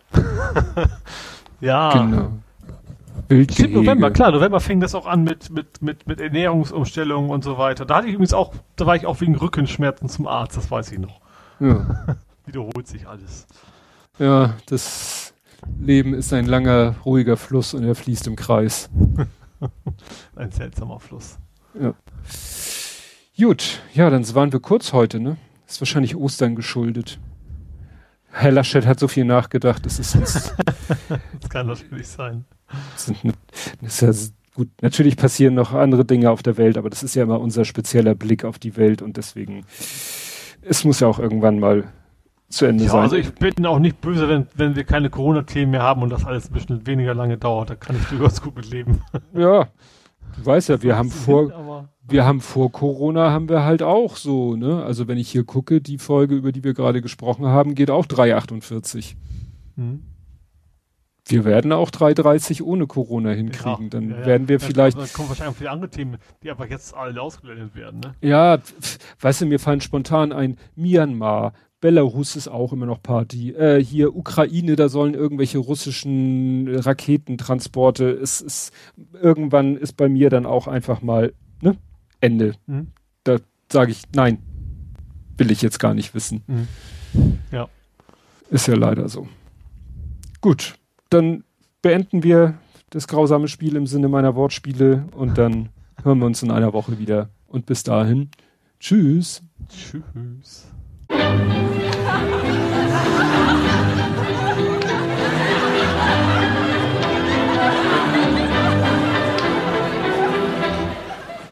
Ja. Genau. Stimmt, November fing das auch an mit Ernährungsumstellungen und so weiter. Da war ich auch wegen Rückenschmerzen zum Arzt, das weiß ich noch. Ja. Wiederholt sich alles. Ja, das Leben ist ein langer, ruhiger Fluss und er fließt im Kreis. Ein seltsamer Fluss. Ja. Gut, ja, dann waren wir kurz heute, ne? Ist wahrscheinlich Ostern geschuldet. Herr Laschet hat so viel nachgedacht, das kann natürlich sein. Das ist ja gut. Natürlich passieren noch andere Dinge auf der Welt, aber das ist ja immer unser spezieller Blick auf die Welt und deswegen, es muss ja auch irgendwann mal zu Ende sein. Also ich bin auch nicht böse, wenn wir keine Corona-Themen mehr haben und das alles ein bisschen weniger lange dauert, da kann ich durchaus gut mit leben. Ja, du weißt ja, wir haben vor Corona haben wir halt auch so, ne? Also wenn ich hier gucke, die Folge, über die wir gerade gesprochen haben, geht auch 3,48. Wir werden auch 3,30 ohne Corona hinkriegen. Dann werden wir vielleicht... Dann kommen wahrscheinlich auch viele andere Themen, die einfach jetzt alle ausgeblendet werden, ne? Ja, weißt du, mir fallen spontan ein Myanmar, Belarus ist auch immer noch Party. Hier Ukraine, da sollen irgendwelche russischen Raketentransporte. Irgendwann ist bei mir dann auch einfach mal Ende. Da sage ich, nein, will ich jetzt gar nicht wissen. Ja. Ist ja leider so. Gut, dann beenden wir das grausame Spiel im Sinne meiner Wortspiele und dann hören wir uns in einer Woche wieder. Und bis dahin, tschüss. Tschüss.